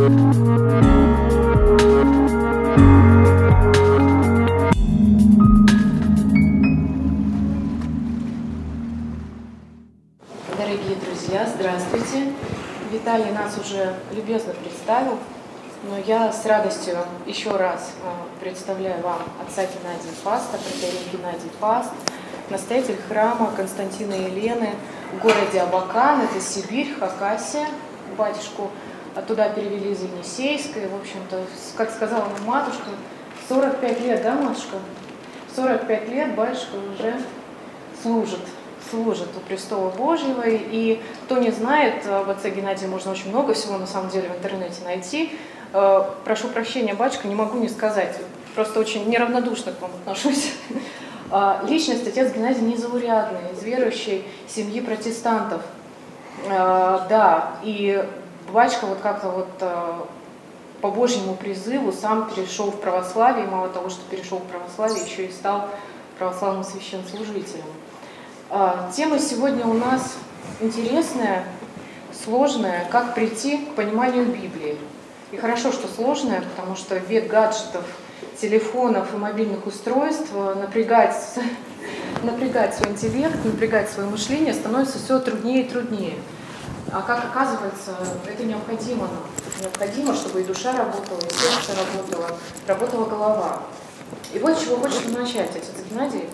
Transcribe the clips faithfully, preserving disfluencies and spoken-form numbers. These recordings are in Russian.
Дорогие друзья, здравствуйте! Виталий нас уже любезно представил, но я с радостью еще раз представляю вам отца Геннадия Фаста, протоиерей Геннадий Фаст, настоятель храма Константина и Елены в городе Абакан, это Сибирь, Хакасия. Батюшку оттуда перевели из Енисейска, в общем-то, как сказала нам матушка, сорок пять лет, да, матушка? сорок пять лет батюшка уже служит. служит у престола Божьего, и кто не знает, об отце Геннадии можно очень много всего на самом деле в интернете найти. Прошу прощения, батюшка, не могу не сказать, просто очень неравнодушно к вам отношусь. Личность отец Геннадий незаурядный, из верующей семьи протестантов. Да, и батюшка вот как-то вот по Божьему призыву сам перешел в православие, и мало того, что перешел в православие, еще и стал православным священнослужителем. Тема сегодня у нас интересная, сложная, как прийти к пониманию Библии. И хорошо, что сложная, потому что век гаджетов, телефонов и мобильных устройств напрягать, напрягать свой интеллект, напрягать свое мышление становится все труднее и труднее. А как оказывается, это необходимо нам. Необходимо, чтобы и душа работала, и сердце работало, работала голова. И вот с чего хочется начать, отец Геннадий.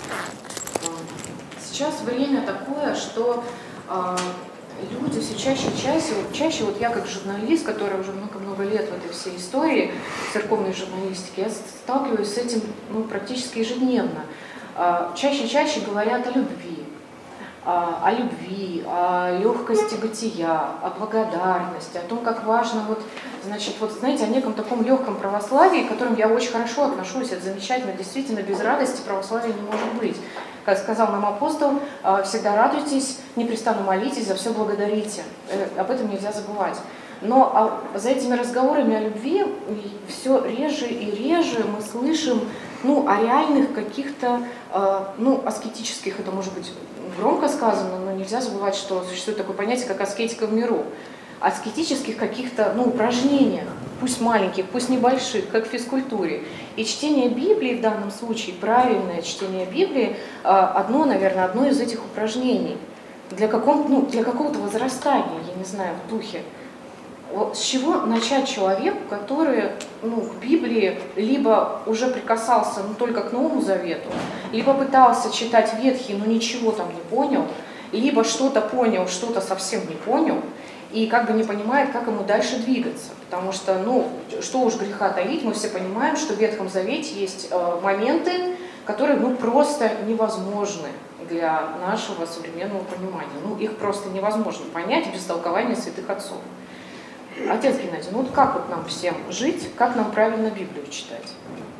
Сейчас время такое, что э, люди все чаще и чаще, чаще, вот я как журналист, который уже много-много лет в этой всей истории церковной журналистики, я сталкиваюсь с этим ну, практически ежедневно. Э, чаще и чаще говорят о любви, э, о любви, о легкости бытия, о благодарности, о том, как важно, вот, значит, вот, знаете, о неком таком легком православии, к которому я очень хорошо отношусь, это замечательно, действительно, без радости православия не может быть. Как сказал нам апостол, всегда радуйтесь, непрестанно молитесь, за все благодарите. Об этом нельзя забывать. Но за этими разговорами о любви все реже и реже мы слышим ну, о реальных каких-то, ну, аскетических, это может быть громко сказано, но нельзя забывать, что существует такое понятие, как аскетика в миру. Аскетических каких-то ну, упражнениях, пусть маленьких, пусть небольших, как в физкультуре. И чтение Библии в данном случае, правильное чтение Библии, одно, наверное, одно из этих упражнений для, каком, ну, для какого-то возрастания, я не знаю, в духе. С чего начать человеку, который ну, к Библии либо уже прикасался ну, только к Новому Завету, либо пытался читать Ветхий, но ничего там не понял, либо что-то понял, что-то совсем не понял, и как бы не понимает, как ему дальше двигаться. Потому что, ну, что уж греха таить, мы все понимаем, что в Ветхом Завете есть э, моменты, которые, ну, просто невозможны для нашего современного понимания. Ну, их просто невозможно понять без толкования святых отцов. Отец Геннадий, ну вот как вот нам всем жить, как нам правильно Библию читать?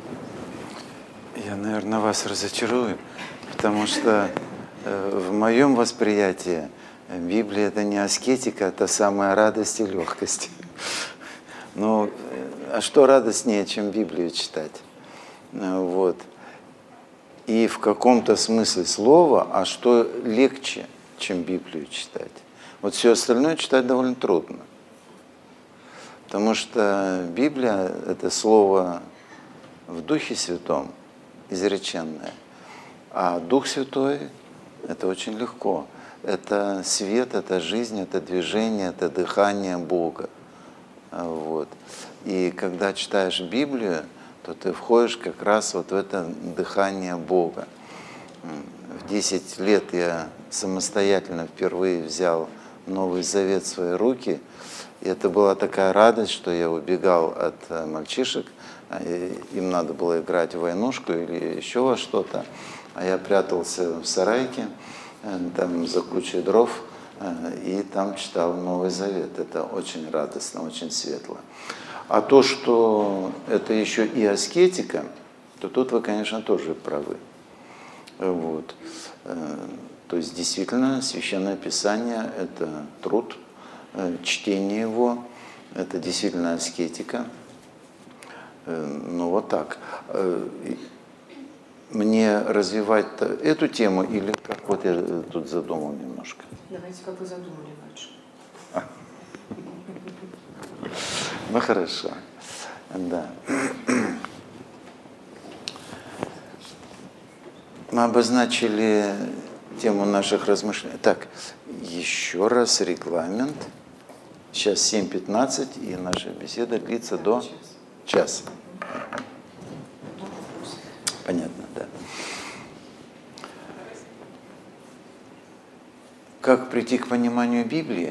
Я, наверное, вас разочарую, потому что э, в моем восприятии Библия – это не аскетика, это самая радость и легкость. Ну, а что радостнее, чем Библию читать? Вот. И в каком-то смысле слова, а что легче, чем Библию читать? Вот все остальное читать довольно трудно. Потому что Библия – это слово в Духе Святом, изреченное. А Дух Святой – это очень легко. Это свет, это жизнь, это движение, это дыхание Бога. Вот. И когда читаешь Библию, то ты входишь как раз вот в это дыхание Бога. В десять лет я самостоятельно впервые взял Новый Завет в свои руки. И это была такая радость, что я убегал от мальчишек. Им надо было играть в войнушку или еще во что-то. А я прятался в сарайке, там за кучей дров, и там читал Новый Завет. Это очень радостно, очень светло. А то, что это еще и аскетика, то тут вы, конечно, тоже правы. Вот. То есть, действительно, Священное Писание – это труд, чтение его – это действительно аскетика. Ну, вот так. Мне развивать эту тему или как вот я тут задумал немножко? Давайте, как вы задумали, батюшка. Ну хорошо. Да. Мы обозначили тему наших размышлений. Так, еще раз регламент. Сейчас семь пятнадцать, и наша беседа длится до часа. Понятно, да. Как прийти к пониманию Библии?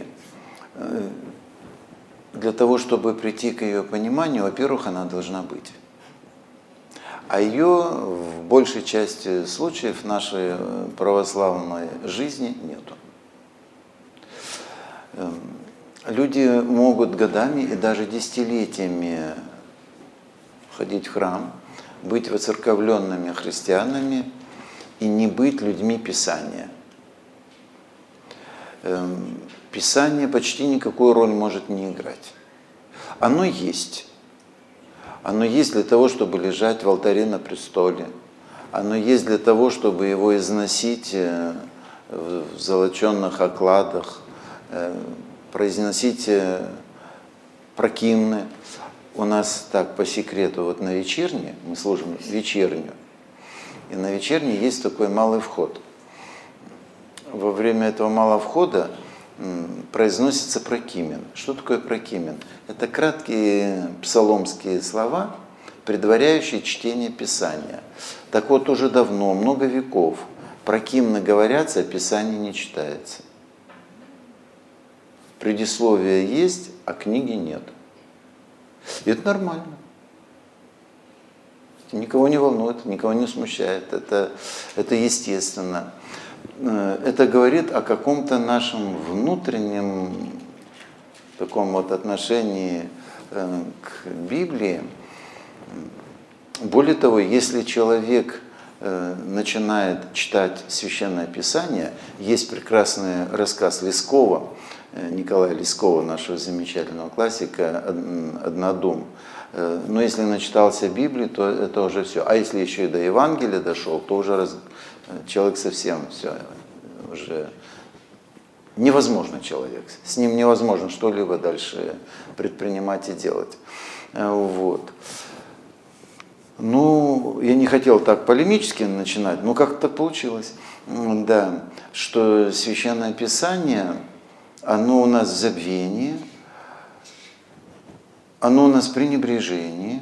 Для того, чтобы прийти к ее пониманию, во-первых, она должна быть. А ее в большей части случаев в нашей православной жизни нету. Люди могут годами и даже десятилетиями ходить в храм, быть воцерковленными христианами и не быть людьми Писания. Писание почти никакую роль может не играть. Оно есть. Оно есть для того, чтобы лежать в алтаре на престоле. Оно есть для того, чтобы его износить в золоченных окладах, произносить прокимны. У нас так по секрету, вот на вечерне, мы служим вечерню, и на вечерне есть такой малый вход. Во время этого малого входа произносится прокимен. Что такое прокимен? Это краткие псаломские слова, предваряющие чтение Писания. Так вот, уже давно, много веков, прокимны говорятся, а Писание не читается. Предисловие есть, а книги нет. И это нормально. Никого не волнует, никого не смущает. Это, это естественно. Это говорит о каком-то нашем внутреннем таком вот отношении к Библии. Более того, если человек начинает читать Священное Писание, есть прекрасный рассказ Лескова, Николая Лескова, нашего замечательного классика, «Однодум». Но если начитался Библии, то это уже все. А если еще и до Евангелия дошел, то уже раз... человек совсем все, уже невозможно человек. С ним невозможно что-либо дальше предпринимать и делать. Вот. Ну, я не хотел так полемически начинать, но как-то так получилось. Да, что Священное Писание, оно у нас в забвении, оно у нас в пренебрежении,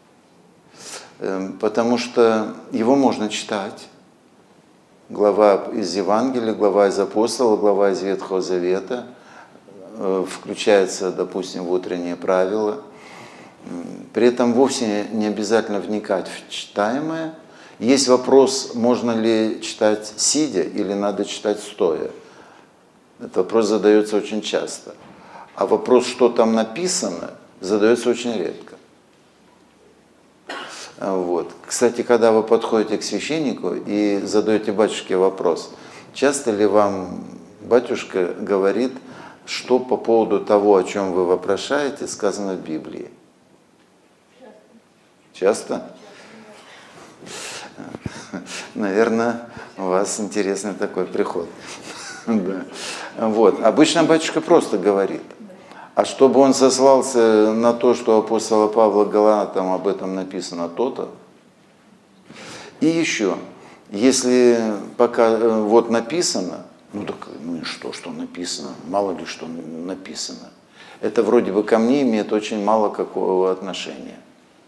потому что его можно читать. Глава из Евангелия, глава из Апостола, глава из Ветхого Завета, включается, допустим, в утренние правила. При этом вовсе не обязательно вникать в читаемое. Есть вопрос, можно ли читать сидя или надо читать стоя. Этот вопрос задается очень часто. А вопрос, что там написано, задается очень редко. Вот. Кстати, когда вы подходите к священнику и задаете батюшке вопрос, часто ли вам батюшка говорит, что по поводу того, о чем вы вопрошаете, сказано в Библии? Часто? Наверное, у вас интересный такой приход. Да. Вот. Обычно батюшка просто говорит. А чтобы он сослался на то, что у апостола Павла Галатам об этом написано то-то. И еще, если пока вот написано, ну так ну и что, что написано, мало ли что написано. Это вроде бы ко мне имеет очень мало какого отношения.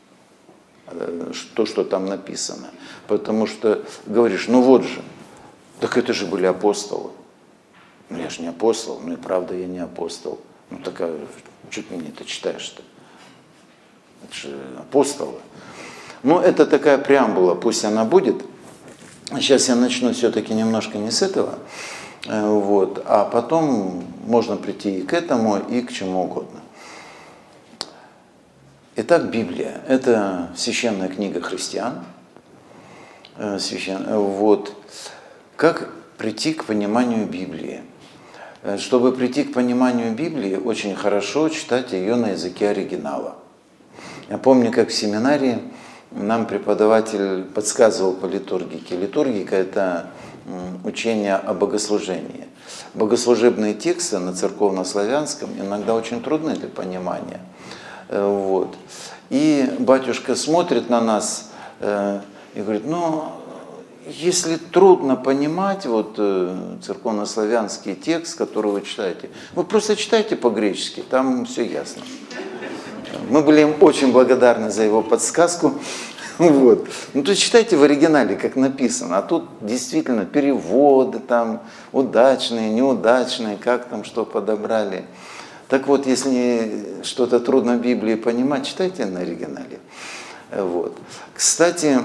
То, что там написано. Потому что говоришь, ну вот же, так это же были апостолы. Ну я же не апостол, ну и правда я не апостол. Ну так, а что ты мне это читаешь-то? Это же апостолы. Ну это такая преамбула, пусть она будет. Сейчас я начну все-таки немножко не с этого. Вот, а потом можно прийти и к этому, и к чему угодно. Итак, Библия – это священная книга христиан. Священ... Вот. Как прийти к пониманию Библии? Чтобы прийти к пониманию Библии, очень хорошо читать ее на языке оригинала. Я помню, как в семинарии нам преподаватель подсказывал по литургике. Литургика – это учение о богослужении. Богослужебные тексты на церковнославянском иногда очень трудны для понимания. Вот. И батюшка смотрит на нас э, и говорит, ну, если трудно понимать вот, э, церковнославянский текст, который вы читаете, вы просто читайте по-гречески, там все ясно. Мы были им очень благодарны за его подсказку. Вот. Ну, то есть читайте в оригинале, как написано, а тут действительно переводы там удачные, неудачные, как там что подобрали. Так вот, если что-то трудно в Библии понимать, читайте на оригинале. Вот. Кстати,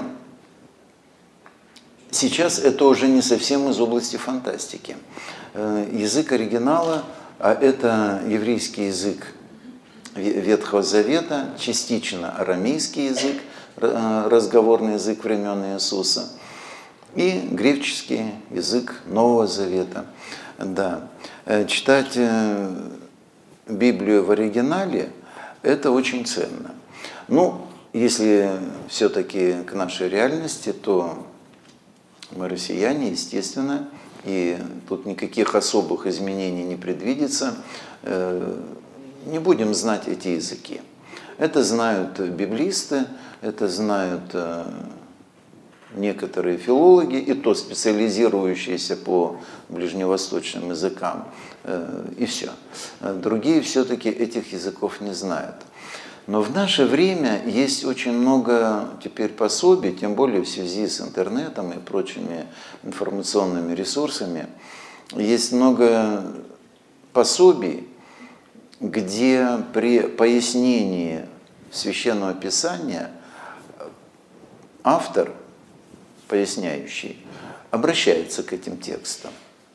сейчас это уже не совсем из области фантастики. Язык оригинала, а это еврейский язык Ветхого Завета, частично арамейский язык, разговорный язык времен Иисуса, и греческий язык Нового Завета. Да. Читать Библию в оригинале – это очень ценно. Ну, если все-таки к нашей реальности, то мы россияне, естественно, и тут никаких особых изменений не предвидится, не будем знать эти языки. Это знают библисты, это знают э, некоторые филологи, и то специализирующиеся по ближневосточным языкам, э, и все. Другие все-таки этих языков не знают. Но в наше время есть очень много теперь пособий, тем более в связи с интернетом и прочими информационными ресурсами, есть много пособий, где при пояснении Священного Писания автор, поясняющий, обращается к этим текстам.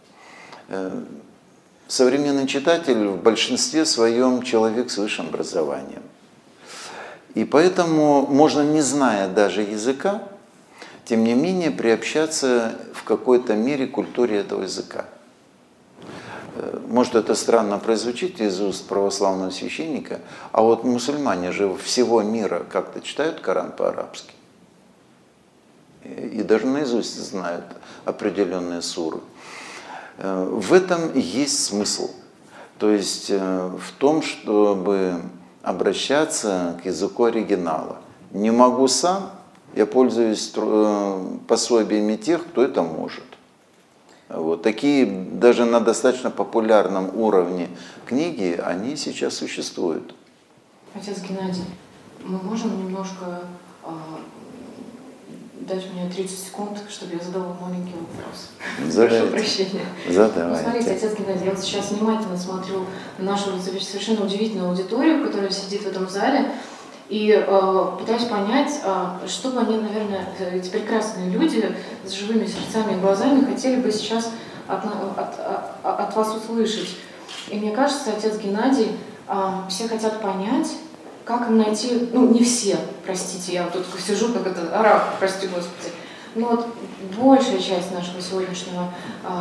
Современный читатель в большинстве своем человек с высшим образованием. И поэтому можно, не зная даже языка, тем не менее приобщаться в какой-то мере к культуре этого языка. Может, это странно прозвучит из уст православного священника, а вот мусульмане же всего мира как-то читают Коран по-арабски. И даже наизусть знают определенные суры. В этом есть смысл. То есть в том, чтобы обращаться к языку оригинала. Не могу сам, я пользуюсь пособиями тех, кто это может. Вот. Такие даже на достаточно популярном уровне книги, они сейчас существуют. Отец Геннадий, мы можем немножко э, дать мне тридцать секунд, чтобы я задала маленький вопрос? Задавайте. Прошу прощения. Задавайте. Ну, смотрите, отец Геннадий, я вот сейчас внимательно смотрю на нашу совершенно удивительную аудиторию, которая сидит в этом зале, и э, пытаюсь понять, э, что бы они, наверное, эти прекрасные люди с живыми сердцами и глазами хотели бы сейчас от, от, от, от вас услышать. И мне кажется, отец Геннадий, э, все хотят понять, как им найти, ну не все, простите, я тут сижу как это араб, прости Господи, но вот большая часть нашего сегодняшнего э,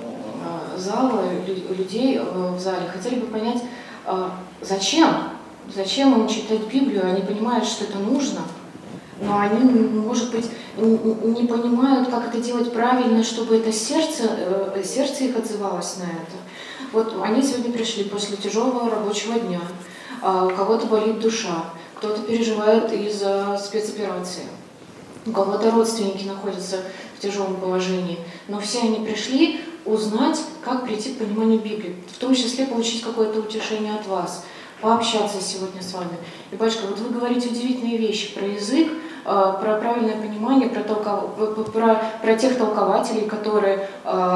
э, зала, людей в зале хотели бы понять, э, зачем Зачем им читать Библию? Они понимают, что это нужно, но они, может быть, не понимают, как это делать правильно, чтобы это сердце, сердце их отзывалось на это. Вот они сегодня пришли после тяжелого рабочего дня, у кого-то болит душа, кто-то переживает из-за спецоперации, у кого-то родственники находятся в тяжелом положении, но все они пришли узнать, как прийти к пониманию Библии, в том числе получить какое-то утешение от вас, пообщаться сегодня с вами. И, батюшка, вот вы говорите удивительные вещи про язык, про правильное понимание, про, толков... про, про тех толкователей, которые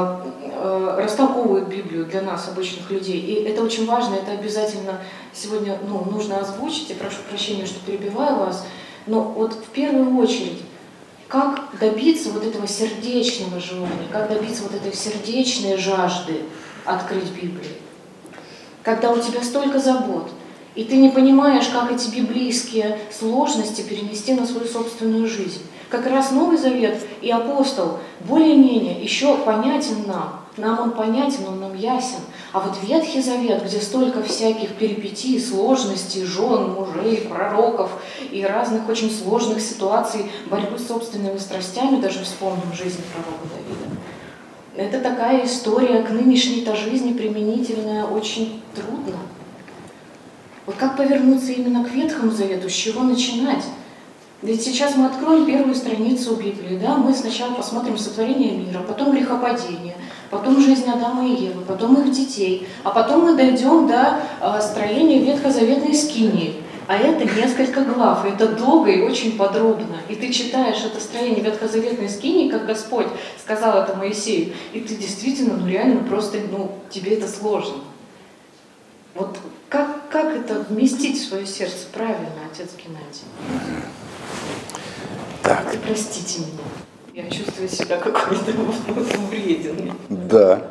растолковывают Библию для нас, обычных людей. И это очень важно, это обязательно сегодня ну, нужно озвучить. Я прошу прощения, что перебиваю вас. Но вот в первую очередь, как добиться вот этого сердечного желания, как добиться вот этой сердечной жажды открыть Библию? Когда у тебя столько забот, и ты не понимаешь, как эти библейские сложности перенести на свою собственную жизнь. Как раз Новый Завет и апостол более-менее еще понятен нам. Нам он понятен, он нам ясен. А вот Ветхий Завет, где столько всяких перипетий, сложностей, жен, мужей, пророков и разных очень сложных ситуаций, борьбы с собственными страстями, даже вспомним жизнь пророка Давида. Это такая история к нынешней-то жизни применительная, очень трудно. Вот как повернуться именно к Ветхому Завету, с чего начинать? Ведь сейчас мы откроем первую страницу Библии, да, мы сначала посмотрим сотворение мира, потом грехопадение, потом жизнь Адама и Евы, потом их детей, а потом мы дойдем до э, строения ветхозаветной скинии. А это несколько глав, и это долго и очень подробно. И ты читаешь это строение ветхозаветной скинии, как Господь сказал это Моисею, и ты действительно, ну реально просто, ну, тебе это сложно. Вот как, как это вместить в свое сердце правильно, отец Геннадий? Так. Простите меня, я чувствую себя какой-то вреден. Да.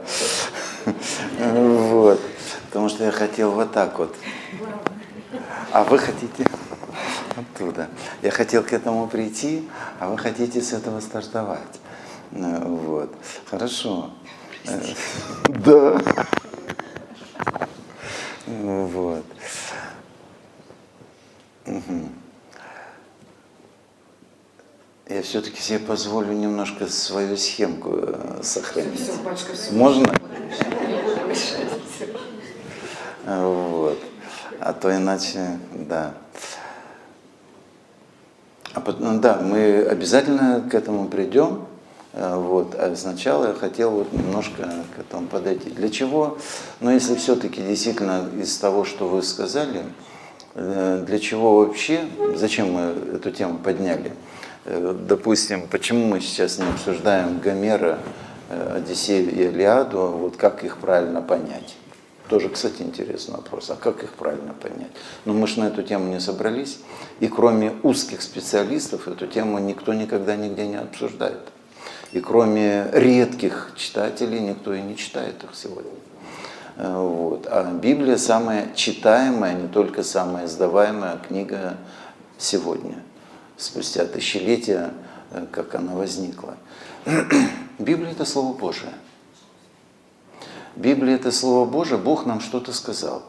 Вот. Потому что я хотел вот так вот. А вы хотите оттуда. Я хотел к этому прийти, а вы хотите с этого стартовать. Вот. Хорошо. Да. Вот. Угу. Я все-таки себе позволю немножко свою схемку сохранить. Все, пачка, все. Можно? Вот. А то иначе, да. А потом, да, мы обязательно к этому придем. Вот. А сначала я хотел вот немножко к этому подойти. Для чего? Ну, если все-таки действительно из того, что вы сказали, для чего вообще, зачем мы эту тему подняли? Допустим, почему мы сейчас не обсуждаем Гомера, Одиссею и Илиаду, вот как их правильно понять? Тоже, кстати, интересный вопрос. А как их правильно понять? Но мы же на эту тему не собрались. И кроме узких специалистов, эту тему никто никогда нигде не обсуждает. И кроме редких читателей, никто и не читает их сегодня. Вот. А Библия самая читаемая, не только самая издаваемая книга сегодня, спустя тысячелетия, как она возникла. Библия – это Слово Божие. Библия – это Слово Божие, Бог нам что-то сказал.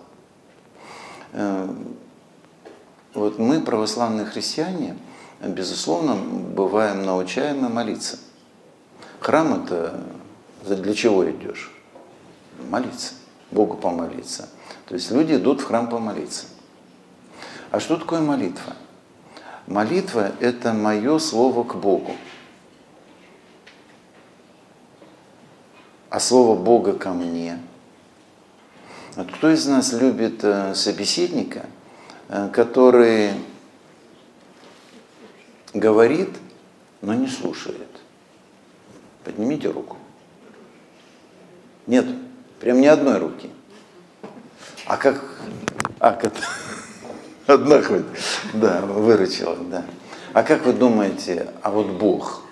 Вот мы, православные христиане, безусловно, бываем научаемы молиться. Храм – это для чего идешь? Молиться, Богу помолиться. То есть люди идут в храм помолиться. А что такое молитва? Молитва – это мое слово к Богу. А слово Бога ко мне. Вот кто из нас любит собеседника, который говорит, но не слушает? Поднимите руку. Нет, прям ни одной руки. А как... А, как... Одна хоть. Да, выручила, да. А как вы думаете, а вот Бог...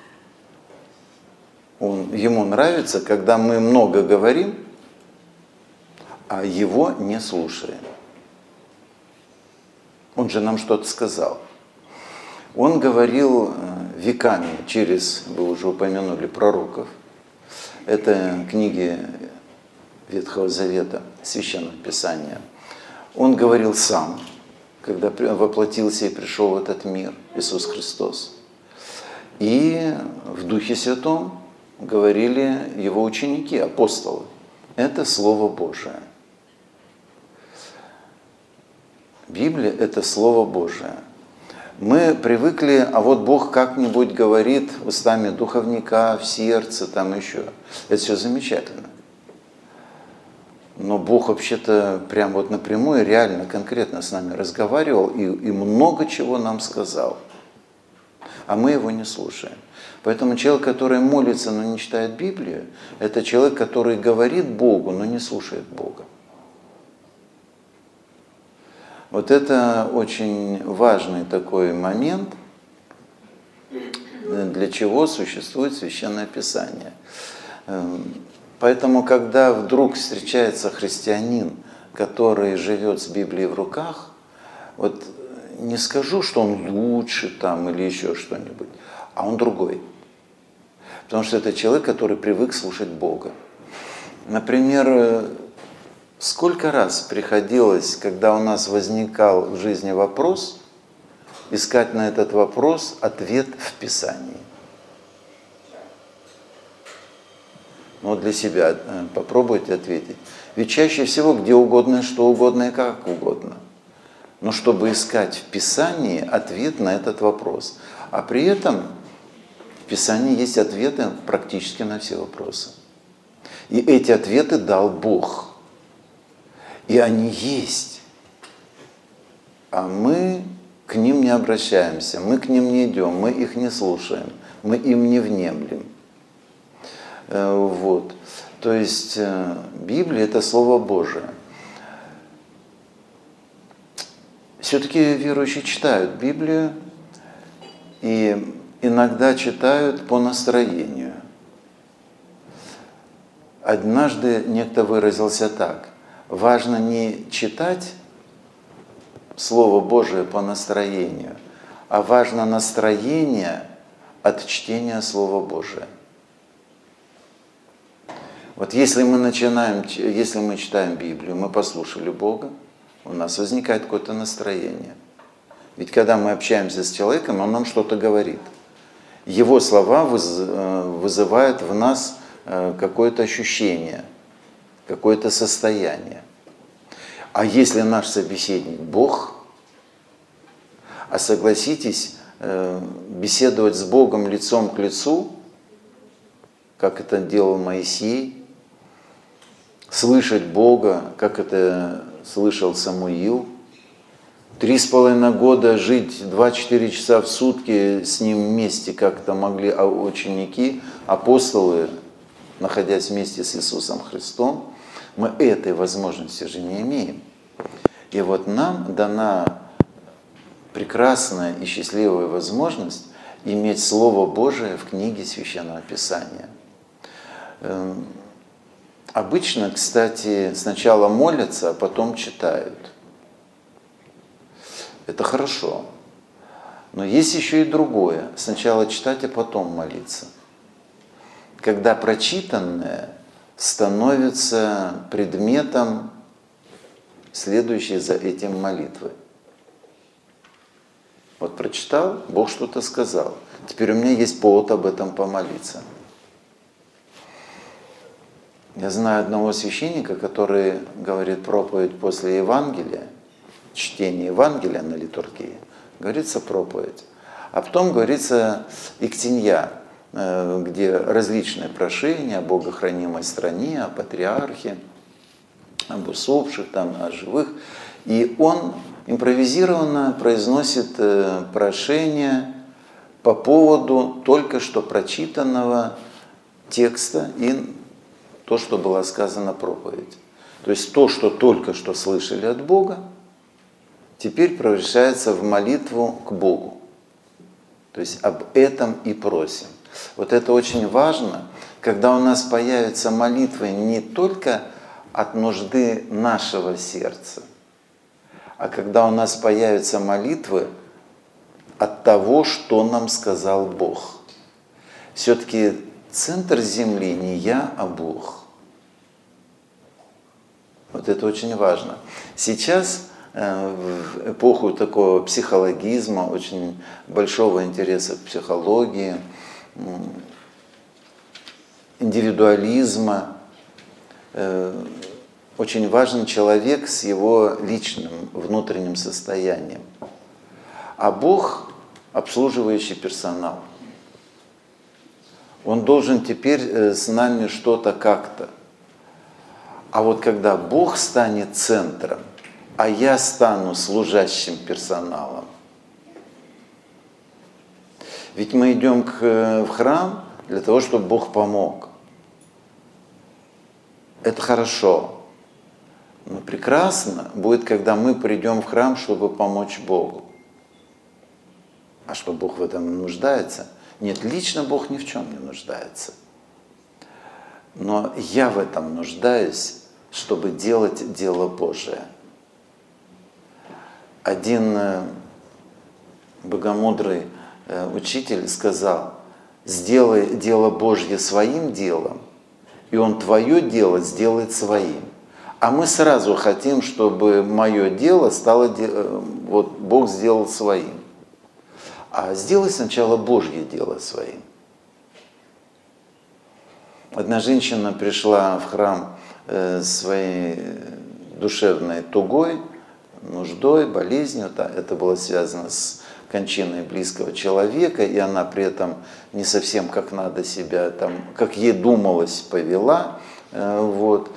Он, ему нравится, когда мы много говорим, а его не слушаем. Он же нам что-то сказал. Он говорил веками через, вы уже упомянули, пророков. Это книги Ветхого Завета, Священного Писания. Он говорил сам, когда воплотился и пришел в этот мир Иисус Христос. И в Духе Святом говорили его ученики, апостолы. Это Слово Божие. Библия – это Слово Божие. Мы привыкли, а вот Бог как-нибудь говорит устами духовника, в сердце, там еще. Это все замечательно. Но Бог вообще-то прям вот напрямую, реально, конкретно с нами разговаривал и, и много чего нам сказал. А мы его не слушаем. Поэтому человек, который молится, но не читает Библию, это человек, который говорит Богу, но не слушает Бога. Вот это очень важный такой момент, для чего существует Священное Писание. Поэтому, когда вдруг встречается христианин, который живет с Библией в руках, вот не скажу, что он лучше там или еще что-нибудь, а он другой. Потому что это человек, который привык слушать Бога. Например, сколько раз приходилось, когда у нас возникал в жизни вопрос, искать на этот вопрос ответ в Писании. Но для себя попробуйте ответить. Ведь чаще всего где угодно, что угодно и как угодно. но чтобы искать в Писании ответ на этот вопрос. А при этом в Писании есть ответы практически на все вопросы. И эти ответы дал Бог. И они есть. А мы к ним не обращаемся, мы к ним не идем, мы их не слушаем, мы им не внемлем. Вот. То есть Библия – это Слово Божие. Все-таки верующие читают Библию и иногда читают по настроению. Однажды некто выразился так: важно не читать Слово Божие по настроению, а важно настроение от чтения Слова Божия. Вот если мы начинаем, если мы читаем Библию, мы послушали Бога, у нас возникает какое-то настроение. Ведь когда мы общаемся с человеком, он нам что-то говорит. Его слова вызывают в нас какое-то ощущение, какое-то состояние. А если наш собеседник Бог, а согласитесь, беседовать с Богом лицом к лицу, как это делал Моисей, слышать Бога, как это слышал Самуил, три с половиной года жить два-четыре часа в сутки с ним вместе, как это могли ученики, апостолы, находясь вместе с Иисусом Христом, мы этой возможности же не имеем. И вот нам дана прекрасная и счастливая возможность иметь Слово Божие в книге Священного Писания. Обычно, кстати, сначала молятся, а потом читают. Это хорошо. Но есть еще и другое. Сначала читать, а потом молиться. Когда прочитанное становится предметом следующей за этим молитвы. Вот прочитал, Бог что-то сказал. Теперь у меня есть повод об этом помолиться. Я знаю одного священника, который говорит проповедь после Евангелия, чтение Евангелия на литургии, говорится проповедь. А потом говорится иктинья, где различные прошения о богохранимой стране, о патриархе, об усопших, там, о живых. И он импровизированно произносит прошение по поводу только что прочитанного текста и то, что было сказано проповедь. То есть то, что только что слышали от Бога, теперь превращается в молитву к Богу. То есть об этом и просим. Вот это очень важно, когда у нас появятся молитвы не только от нужды нашего сердца, а когда у нас появятся молитвы от того, что нам сказал Бог. Все-таки центр земли не я, а Бог. Вот это очень важно. Сейчас, в эпоху такого психологизма, очень большого интереса к психологии, индивидуализма, очень важен человек с его личным внутренним состоянием. А Бог – обслуживающий персонал. Он должен теперь с нами что-то как-то. А вот когда Бог станет центром, а я стану служащим персоналом. Ведь мы идем к, в храм для того, чтобы Бог помог. Это хорошо. Но прекрасно будет, когда мы придем в храм, чтобы помочь Богу. А что Бог в этом нуждается? Нет, лично Бог ни в чем не нуждается. Но я в этом нуждаюсь, чтобы делать дело Божие. Один богомудрый учитель сказал: сделай дело Божье своим делом, и Он твое дело сделает своим. А мы сразу хотим, чтобы мое дело стало, вот Бог сделал своим. А сделай сначала Божье дело своим. Одна женщина пришла в храм своей душевной тугой, нуждой, болезнью. Это было связано с кончиной близкого человека, и она при этом не совсем как надо себя, там, как ей думалось, повела. Вот.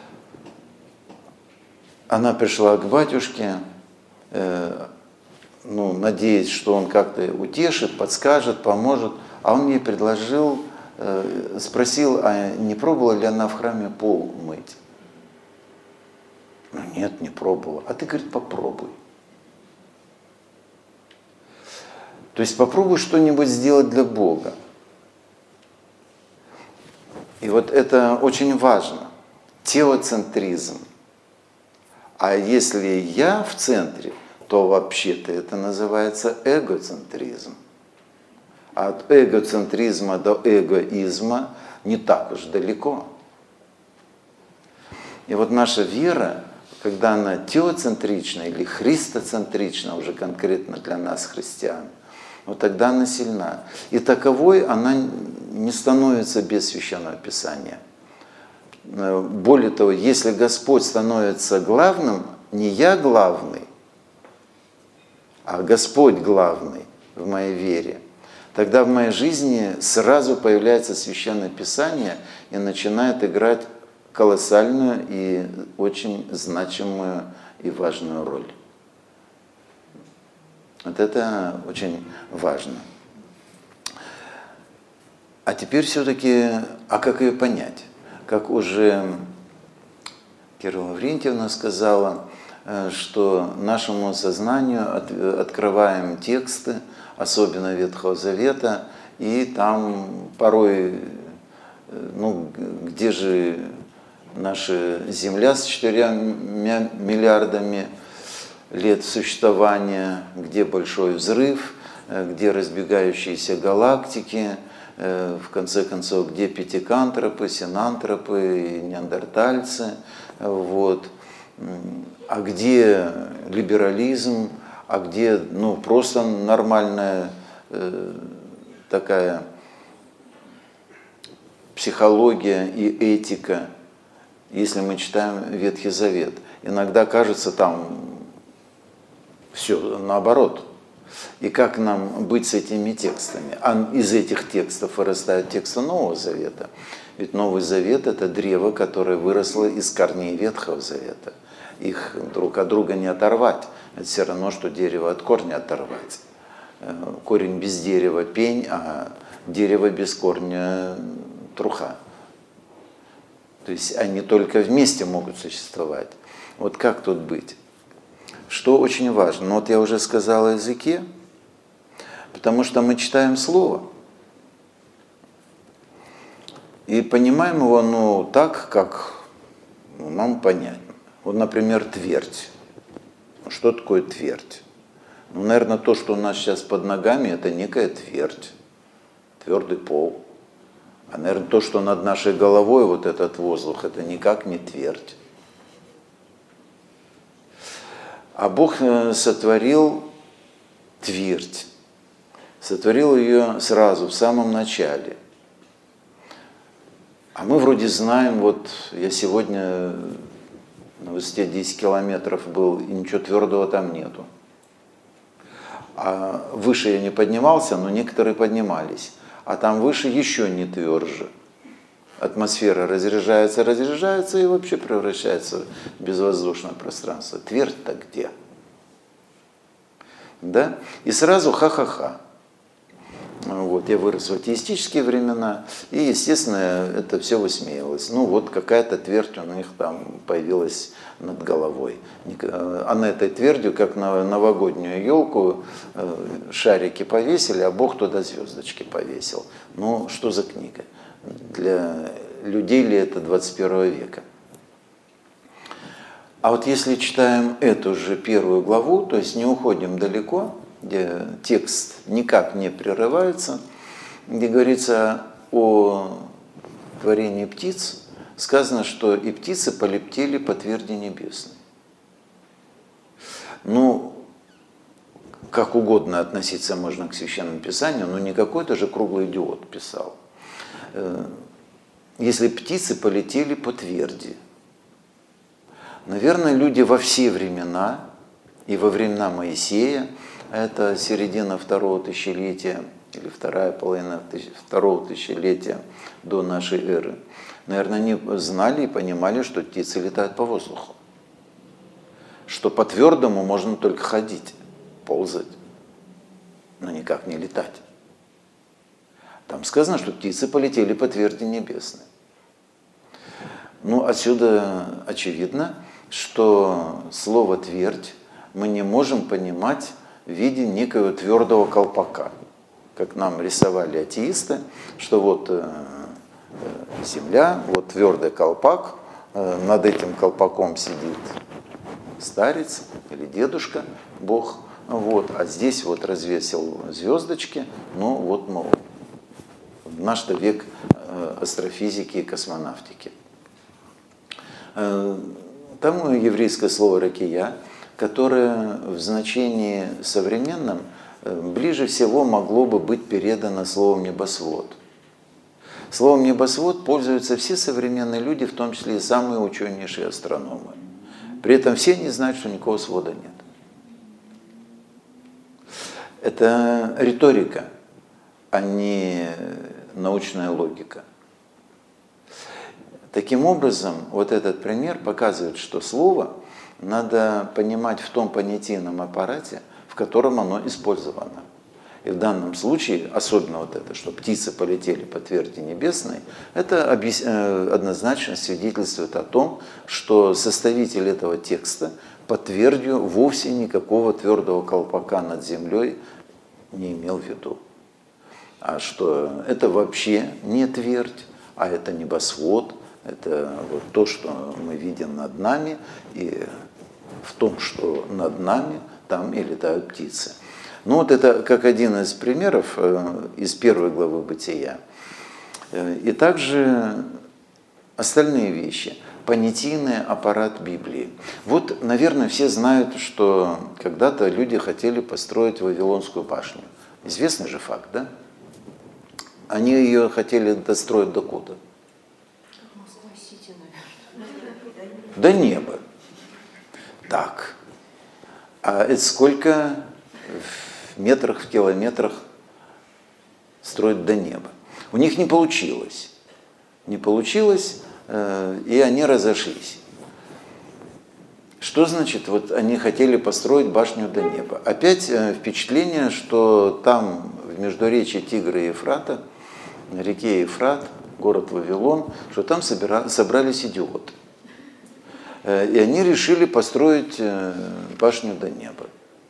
Она пришла к батюшке, ну, надеясь, что он как-то утешит, подскажет, поможет. А он ей предложил, спросил, а не пробовала ли она в храме пол мыть? Ну, нет, не пробовала. А ты, говорит, попробуй. То есть попробуй что-нибудь сделать для Бога. И вот это очень важно. Теоцентризм. А если я в центре, то вообще-то это называется эгоцентризм. А от эгоцентризма до эгоизма не так уж далеко. И вот наша вера, когда она теоцентрична или христоцентрична, уже конкретно для нас, христиан, вот тогда она сильна. И таковой она не становится без Священного Писания. Более того, если Господь становится главным, не я главный, а Господь главный в моей вере, тогда в моей жизни сразу появляется Священное Писание и начинает играть колоссальную и очень значимую и важную роль. Вот это очень важно. А теперь все-таки, а как ее понять? Как уже Кира Лаврентьевна сказала, что нашему сознанию от, открываем тексты, особенно Ветхого Завета, и там порой, ну, где же наша Земля с четырьмя миллиардами лет существования, где большой взрыв, где разбегающиеся галактики, в конце концов, где пятикантропы, синантропы, неандертальцы, вот. А где либерализм, а где, ну, просто нормальная э, такая психология и этика, если мы читаем Ветхий Завет. Иногда кажется, там все наоборот. И как нам быть с этими текстами? А из этих текстов вырастают тексты Нового Завета. Ведь Новый Завет – это древо, которое выросло из корней Ветхого Завета. Их друг от друга не оторвать. Это все равно, что дерево от корня оторвать. Корень без дерева – пень, а дерево без корня – труха. То есть они только вместе могут существовать. Вот как тут быть? Что очень важно, ну вот я уже сказал о языке, потому что мы читаем Слово и понимаем его, ну, так, как, ну, нам понятно. Вот, например, твердь. Что такое твердь? Ну, наверное, то, что у нас сейчас под ногами, это некая твердь, твердый пол. А, наверное, то, что над нашей головой, вот этот воздух, это никак не твердь. А Бог сотворил твердь, сотворил ее сразу, в самом начале. А мы вроде знаем, вот я сегодня на высоте десять километров был, и ничего твердого там нету. А выше я не поднимался, но некоторые поднимались. А там выше еще не тверже. Атмосфера разряжается, разряжается и вообще превращается в безвоздушное пространство. Твердь-то где? Да? И сразу ха-ха-ха. Вот, я вырос в атеистические времена, и, естественно, это все высмеивалось. Ну, вот какая-то твердь у них там появилась над головой. А на этой твердью, как на новогоднюю елку, шарики повесили, а Бог туда звездочки повесил. Ну, что за книга? Для людей ли это двадцать первого века? А вот если читаем эту же первую главу, то есть не уходим далеко, где текст никак не прерывается, где говорится о творении птиц, сказано, что и птицы полетели по тверди небесной. Ну, как угодно относиться можно к Священному Писанию, но не какой-то же круглый идиот писал. Если птицы полетели по тверди, наверное, люди во все времена И во времена Моисея, это середина второго тысячелетия, или вторая половина второго тысячелетия до нашей эры, наверное, они знали и понимали, что птицы летают по воздуху. Что по твердому можно только ходить, ползать, но никак не летать. Там сказано, что птицы полетели по тверди небесной. Ну, отсюда очевидно, что слово «твердь» мы не можем понимать в виде некого твердого колпака, как нам рисовали атеисты, что вот э, земля, вот твердый колпак, э, над этим колпаком сидит старец или дедушка, Бог, вот, а здесь вот развесил звездочки, ну вот, мол, наш-то век э, астрофизики и космонавтики. Э, там еврейское слово «ракия», которое в значении современном ближе всего могло бы быть передано словом «небосвод». Словом «небосвод» пользуются все современные люди, в том числе и самые ученейшие астрономы. При этом все не знают, что никакого свода нет. Это риторика, а не научная логика. Таким образом, вот этот пример показывает, что слово надо понимать в том понятийном аппарате, в котором оно использовано. И в данном случае, особенно вот это, что птицы полетели по тверди небесной, это однозначно свидетельствует о том, что составитель этого текста по твердью вовсе никакого твердого колпака над землей не имел в виду. А что это вообще не твердь, а это небосвод, это вот то, что мы видим над нами, и в том, что над нами, там и летают птицы. Ну вот это как один из примеров из первой главы Бытия. И также остальные вещи. Понятийный аппарат Библии. Вот, наверное, все знают, что когда-то люди хотели построить Вавилонскую башню. Известный же факт, да? Они ее хотели достроить до куда? До неба. Так. А это сколько в метрах, в километрах строить до неба? У них не получилось. Не получилось, и они разошлись. Что значит, вот они хотели построить башню до неба? Опять впечатление, что там в междуречии Тигра и Ефрата, на реке Ефрат, город Вавилон, что там собира... собрались идиоты. И они решили построить башню до неба.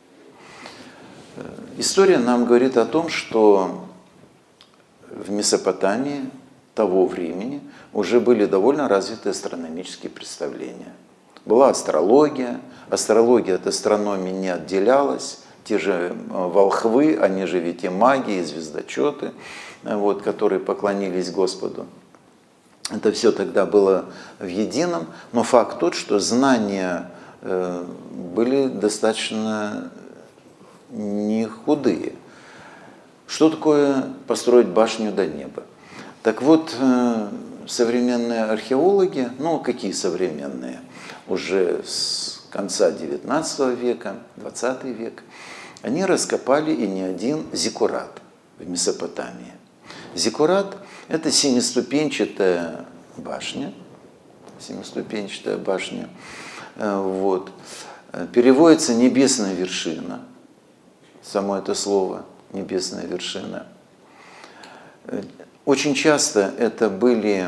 История нам говорит о том, что в Месопотамии того времени уже были довольно развиты астрономические представления. Была астрология, астрология от астрономии не отделялась, те же волхвы, они же ведь и маги, и звездочеты, вот, которые поклонились Господу. Это все тогда было в едином, но факт тот, что знания э, были достаточно не худые. Что такое построить башню до неба? Так вот, э, современные археологи, ну какие современные, уже с конца девятнадцатого века, двадцатый век, они раскопали и не один зиккурат в Месопотамии. Зиккурат – это семиступенчатая башня, семиступенчатая башня, вот. Переводится «небесная вершина», само это слово «небесная вершина». Очень часто это были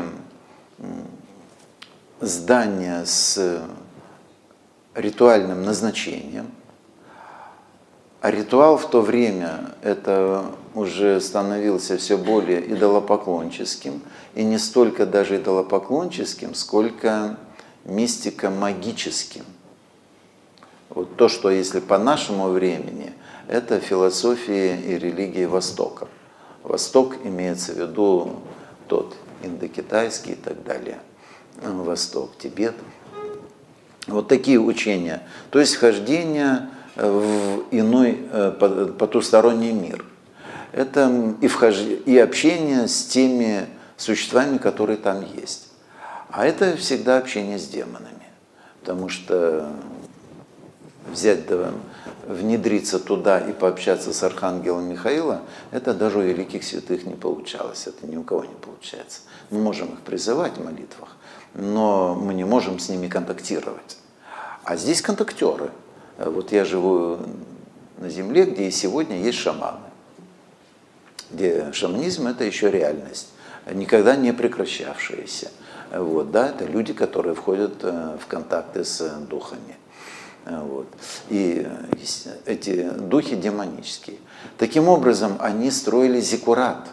здания с ритуальным назначением, а ритуал в то время это уже становился все более идолопоклонческим, и не столько даже идолопоклонческим, сколько мистико-магическим. Вот то, что если по нашему времени, это философия и религия Востока. Восток имеется в виду тот индокитайский и так далее. Восток, Тибет. Вот такие учения. То есть вхождение в иной потусторонний мир. Это и, вхож... и общение с теми существами, которые там есть. А это всегда общение с демонами. Потому что взять, да, внедриться туда и пообщаться с архангелом Михаила, это даже у великих святых не получалось, это ни у кого не получается. Мы можем их призывать в молитвах, но мы не можем с ними контактировать. А здесь контактеры. Вот я живу на земле, где и сегодня есть шаманы, где шаманизм – это еще реальность, никогда не прекращавшаяся. Вот, да, это люди, которые входят в контакты с духами. Вот. И эти духи демонические. Таким образом, они строили зиккурат.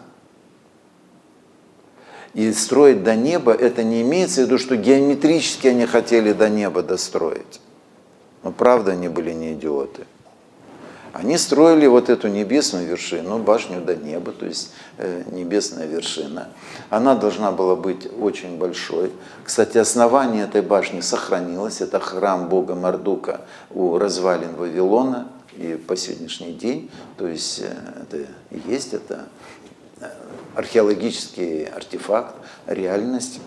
И строить до неба, это не имеется в виду, что геометрически они хотели до неба достроить. Но правда, они были не идиоты. Они строили вот эту небесную вершину, башню до неба, то есть э, небесная вершина. Она должна была быть очень большой. Кстати, основание этой башни сохранилось. Это храм бога Мардука у развалин Вавилона и по сегодняшний день. То есть э, это и есть это археологический артефакт, реальность.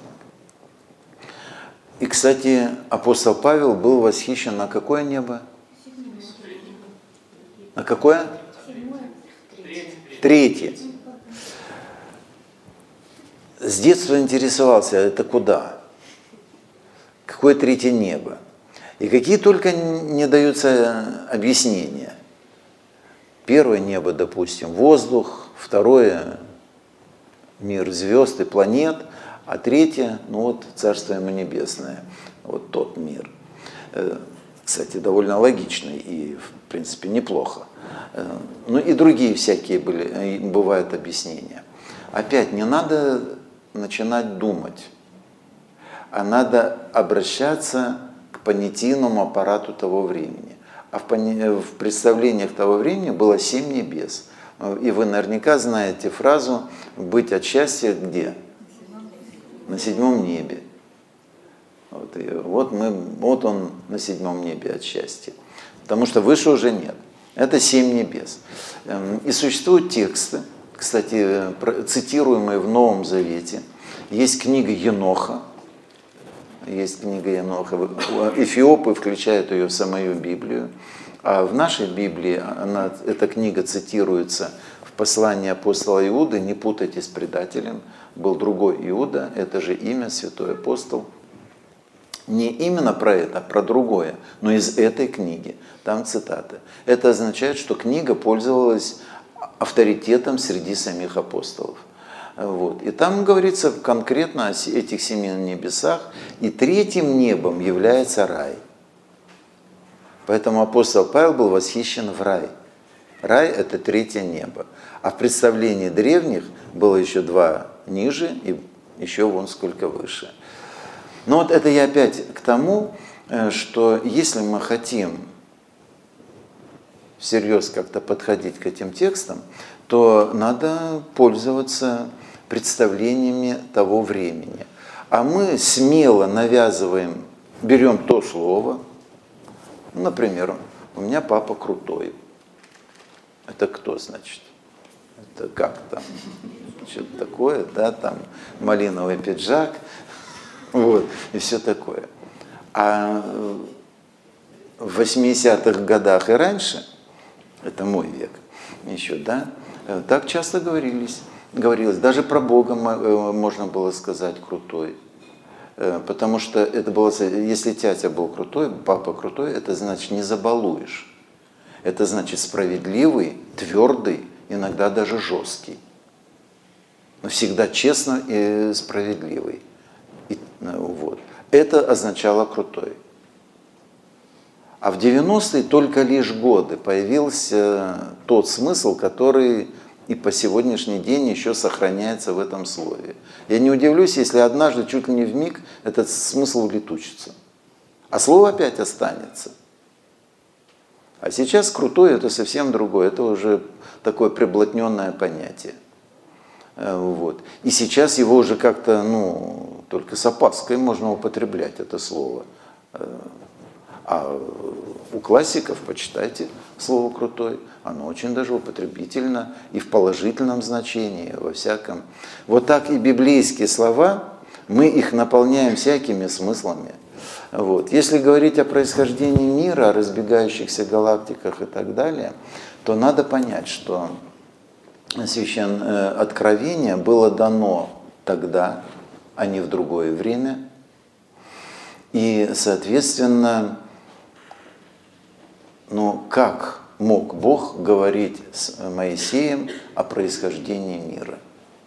И, кстати, апостол Павел был восхищен на какое небо? На какое? Третье. С детства интересовался, это куда? Какое третье небо? И какие только не даются объяснения. Первое небо, допустим, воздух, второе мир звезд и планет, а третье, ну вот, Царство ему небесное, вот тот мир. Кстати, довольно логичный и, в принципе, неплохо. Ну и другие всякие были, бывают объяснения. Опять, не надо начинать думать, а надо обращаться к понятийному аппарату того времени. А в, пони... в представлениях того времени было семь небес. И вы наверняка знаете фразу «быть от счастья где?» На седьмом небе. Вот, и вот, мы, вот он на седьмом небе от счастья. Потому что выше уже нет. Это семь небес. И существуют тексты, кстати, цитируемые в Новом Завете. Есть книга Еноха. Есть книга Еноха. Эфиопы включают ее в самую Библию. А в нашей Библии она, эта книга цитируется в послании апостола Иуды. Не путайте с предателем. Был другой Иуда, это же имя, святой апостол. Не именно про это, а про другое, но из этой книги. Там цитаты. Это означает, что книга пользовалась авторитетом среди самих апостолов. Вот. И там говорится конкретно о этих семи небесах, и третьим небом является рай. Поэтому апостол Павел был восхищен в рай. Рай – это третье небо. А в представлении древних было еще два ниже и еще вон сколько выше. Но вот это я опять к тому, что если мы хотим всерьез как-то подходить к этим текстам, то надо пользоваться представлениями того времени. А мы смело навязываем, берем то слово, например, у меня папа крутой. Это кто, значит? Это как там? Что-то такое, да, там малиновый пиджак, вот, и все такое. А в восьмидесятых годах и раньше, это мой век еще, да, так часто говорились, говорилось, даже про Бога можно было сказать крутой. Потому что это было, если тятя был крутой, папа крутой, это значит не забалуешь. Это значит справедливый, твердый, иногда даже жесткий. Но всегда честно и справедливый. И, вот. Это означало крутой. А в девяностые только лишь годы появился тот смысл, который и по сегодняшний день еще сохраняется в этом слове. Я не удивлюсь, если однажды, чуть ли не вмиг, этот смысл улетучится. А слово опять останется. А сейчас крутой – это совсем другое, это уже такое приблотненное понятие. Вот. И сейчас его уже как-то, ну, только с опаской можно употреблять, это слово. А у классиков, почитайте слово «крутой», оно очень даже употребительно и в положительном значении, во всяком. Вот так и библейские слова, мы их наполняем всякими смыслами. Вот. Если говорить о происхождении мира, о разбегающихся галактиках и так далее, то надо понять, что священное откровение было дано тогда, а не в другое время. И, соответственно, ну, как мог Бог говорить с Моисеем о происхождении мира?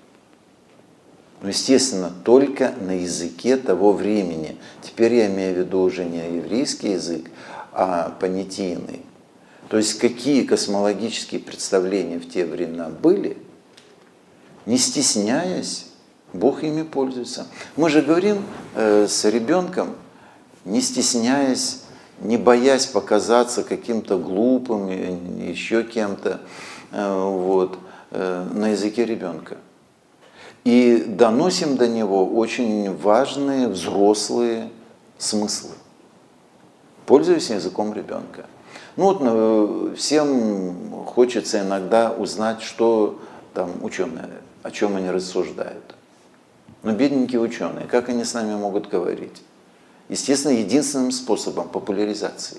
Ну, естественно, только на языке того времени. Теперь я имею в виду уже не еврейский язык, а понятийный. То есть какие космологические представления в те времена были, не стесняясь, Бог ими пользуется. Мы же говорим э, с ребенком, не стесняясь, не боясь показаться каким-то глупым, еще кем-то, э, вот, э, на языке ребенка. И доносим до него очень важные взрослые смыслы, пользуясь языком ребенка. Ну вот всем хочется иногда узнать, что там ученые, о чем они рассуждают. Но бедненькие ученые, как они с нами могут говорить? Естественно, единственным способом популяризации.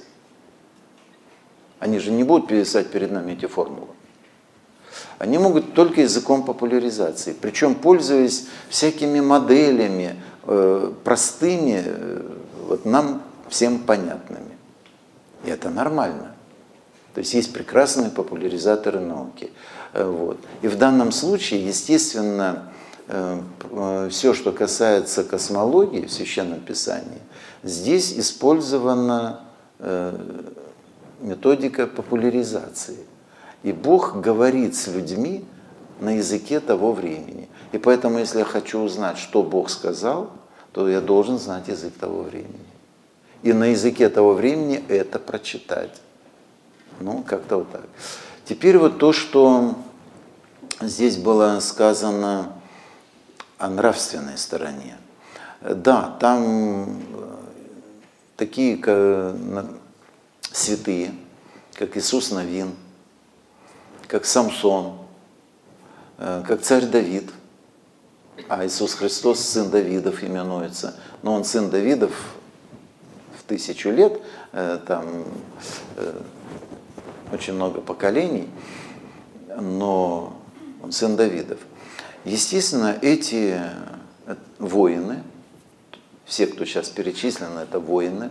Они же не будут писать перед нами эти формулы. Они могут только языком популяризации, причем пользуясь всякими моделями, э, простыми, э, вот нам всем понятными. И это нормально. То есть есть прекрасные популяризаторы науки. Э, вот. И в данном случае, естественно, э, э, все, что касается космологии в Священном Писании, здесь использована э, методика популяризации. И Бог говорит с людьми на языке того времени. И поэтому, если я хочу узнать, что Бог сказал, то я должен знать язык того времени. И на языке того времени это прочитать. Ну, как-то вот так. Теперь вот то, что здесь было сказано о нравственной стороне. Да, там такие как святые, как Иисус Навин, как Самсон, как царь Давид, а Иисус Христос сын Давидов именуется, но он сын Давидов в тысячу лет, там очень много поколений, но он сын Давидов. Естественно, эти воины, все, кто сейчас перечислен, это воины,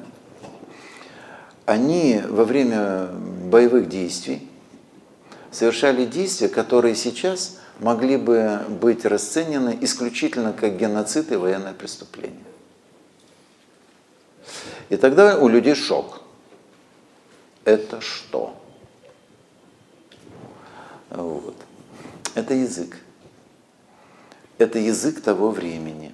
они во время боевых действий совершали действия, которые сейчас могли бы быть расценены исключительно как геноцид и военное преступление. И тогда у людей шок. Это что? Вот. Это язык. Это язык того времени.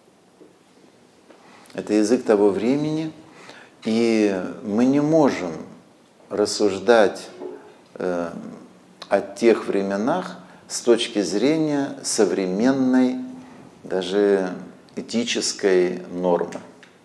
Это язык того времени, и мы не можем рассуждать э, о тех временах с точки зрения современной, даже этической нормы.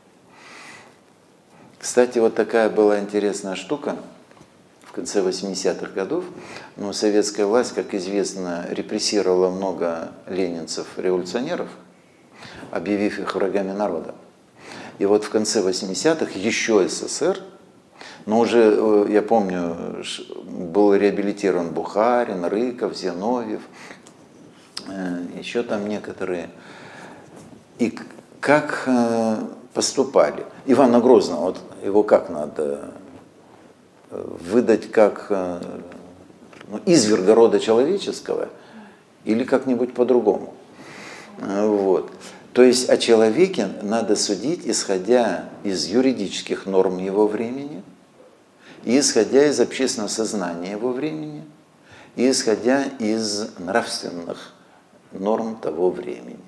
Кстати, вот такая была интересная штука. В конце восьмидесятых годов, ну, советская власть, как известно, репрессировала много ленинцев-революционеров, объявив их врагами народа. И вот в конце восьмидесятых еще СССР, но уже, я помню, был реабилитирован Бухарин, Рыков, Зиновьев, еще там некоторые. И как поступали? Ивана Грозного, вот его как надо выдать как ну, изверга рода человеческого или как-нибудь по-другому? Вот. То есть о человеке надо судить, исходя из юридических норм его времени, и исходя из общественного сознания его времени, и исходя из нравственных норм того времени.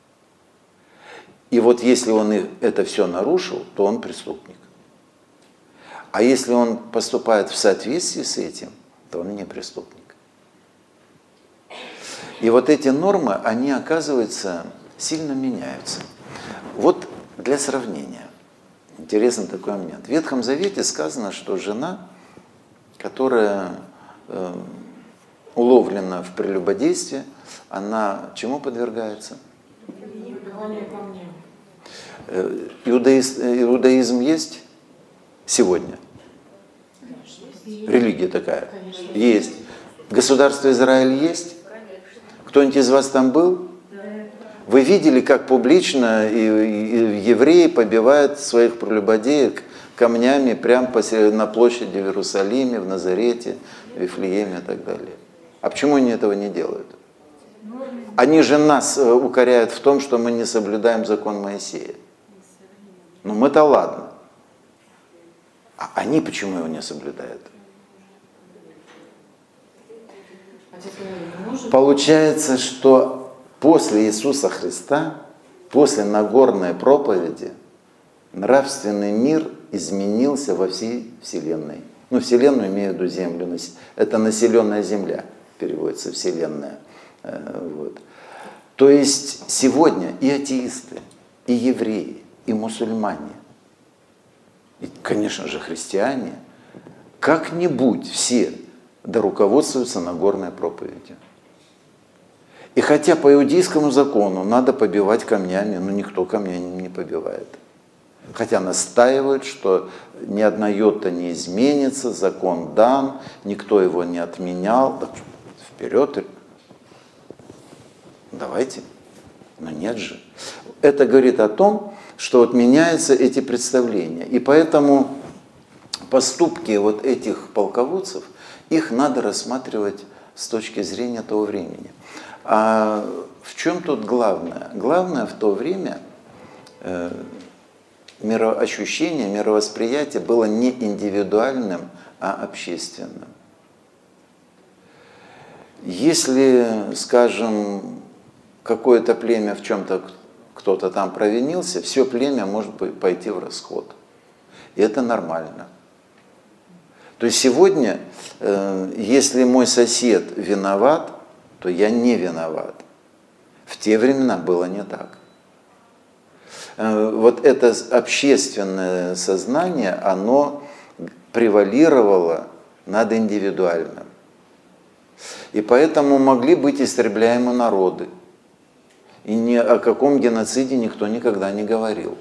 И вот если он это все нарушил, то он преступник. А если он поступает в соответствии с этим, то он не преступник. И вот эти нормы, они, оказывается, сильно меняются. Вот для сравнения. Интересный такой момент. В Ветхом Завете сказано, что жена, которая э, уловлена в прелюбодействе, она чему подвергается? Иудаизм, иудаизм есть сегодня? Религия такая? Есть. Государство Израиль есть? Кто-нибудь из вас там был? Вы видели, как публично и, и евреи побивают своих прелюбодеек камнями прямо на площади в Иерусалиме, в Назарете, в Вифлееме и так далее? А почему они этого не делают? Они же нас укоряют в том, что мы не соблюдаем закон Моисея. Ну мы-то ладно. А они почему его не соблюдают? Получается, что после Иисуса Христа, после Нагорной проповеди, нравственный мир изменился во всей Вселенной. Ну, Вселенную имею в виду Землю. Это населенная Земля, переводится Вселенная. Вот. То есть сегодня и атеисты, и евреи, и мусульмане, и, конечно же, христиане, как-нибудь все да руководствуются Нагорной проповедью. И хотя по иудейскому закону надо побивать камнями, но никто камнями не побивает. Хотя настаивают, что ни одна йота не изменится, закон дан, никто его не отменял. Так вперед, давайте. Но нет же. Это говорит о том, что вот меняются эти представления. И поэтому поступки вот этих полководцев, их надо рассматривать с точки зрения того времени. А в чем тут главное? Главное в то время э, мироощущение, мировосприятие было не индивидуальным, а общественным. Если, скажем, какое-то племя в чем-то кто-то там провинился, все племя может пойти в расход. И это нормально. То есть сегодня, э, если мой сосед виноват, то я не виноват. В те времена было не так. Э, вот это общественное сознание, оно превалировало над индивидуальным. И поэтому могли быть истребляемы народы. И ни о каком геноциде никто никогда не говорил.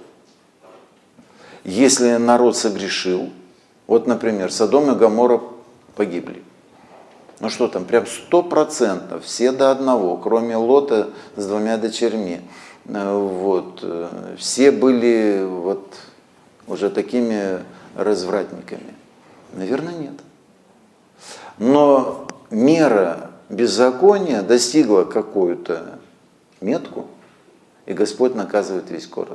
Если народ согрешил, вот, например, Содом и Гоморра погибли. Ну что там, прям сто процентов, все до одного, кроме Лота с двумя дочерьми. Вот, все были вот уже такими развратниками. Наверное, нет. Но мера беззакония достигла какую-то метку, и Господь наказывает весь город.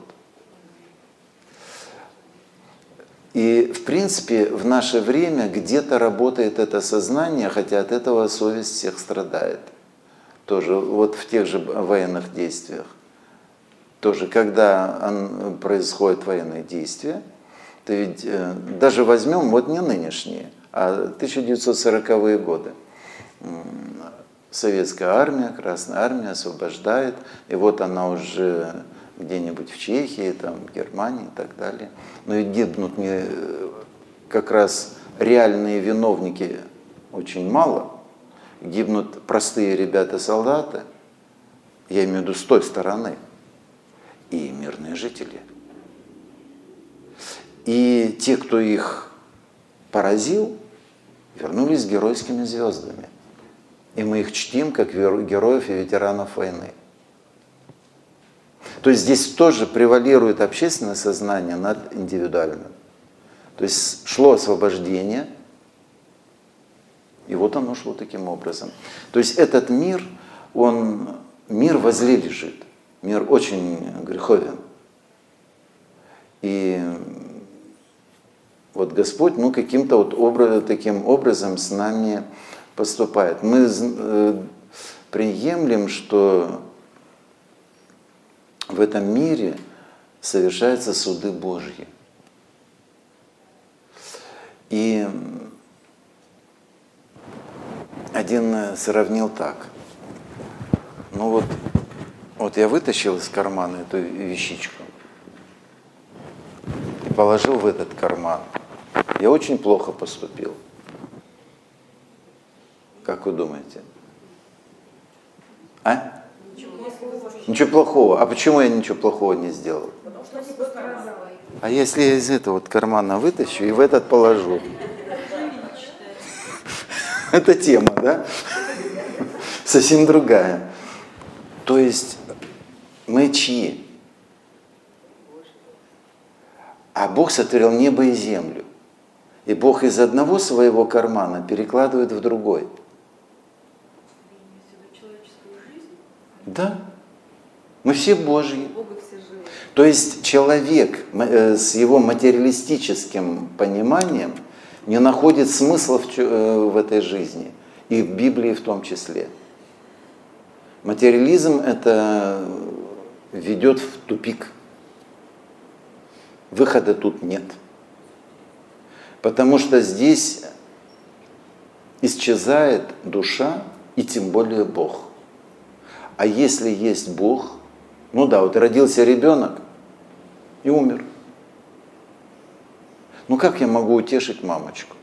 И, в принципе, в наше время где-то работает это сознание, хотя от этого совесть всех страдает. Тоже вот в тех же военных действиях. Тоже, когда происходят военные действия, то ведь э, даже возьмем, вот не нынешние, а тысяча девятьсот сороковые годы. Советская армия, Красная армия освобождает, и вот она уже где-нибудь в Чехии, там, в Германии и так далее. Но и гибнут не, как раз реальные виновники очень мало, гибнут простые ребята-солдаты, я имею в виду с той стороны, и мирные жители. И те, кто их поразил, вернулись с геройскими звездами. И мы их чтим как героев и ветеранов войны. То есть здесь тоже превалирует общественное сознание над индивидуальным. То есть шло освобождение, и вот оно шло таким образом. То есть этот мир, он, мир возле лежит, мир очень греховен. И вот Господь, ну, каким-то вот образ, таким образом с нами поступает. Мы э, приемлем, что в этом мире совершаются суды Божьи. И один сравнил так. Ну вот, вот я вытащил из кармана эту вещичку и положил в этот карман. Я очень плохо поступил. Как вы думаете? А? Ничего плохого. А почему я ничего плохого не сделал? А если я из этого вот кармана вытащу и в этот положу? Это тема, да? Совсем другая. То есть мы чьи? А Бог сотворил небо и землю. И Бог из одного своего кармана перекладывает в другой. Да. Мы все Божьи. То есть человек с его материалистическим пониманием не находит смысла в, в этой жизни. И в Библии в том числе. Материализм это ведет в тупик. Выхода тут нет. Потому что здесь исчезает душа и тем более Бог. А если есть Бог, ну да, вот родился ребенок и умер. Ну как я могу утешить мамочку?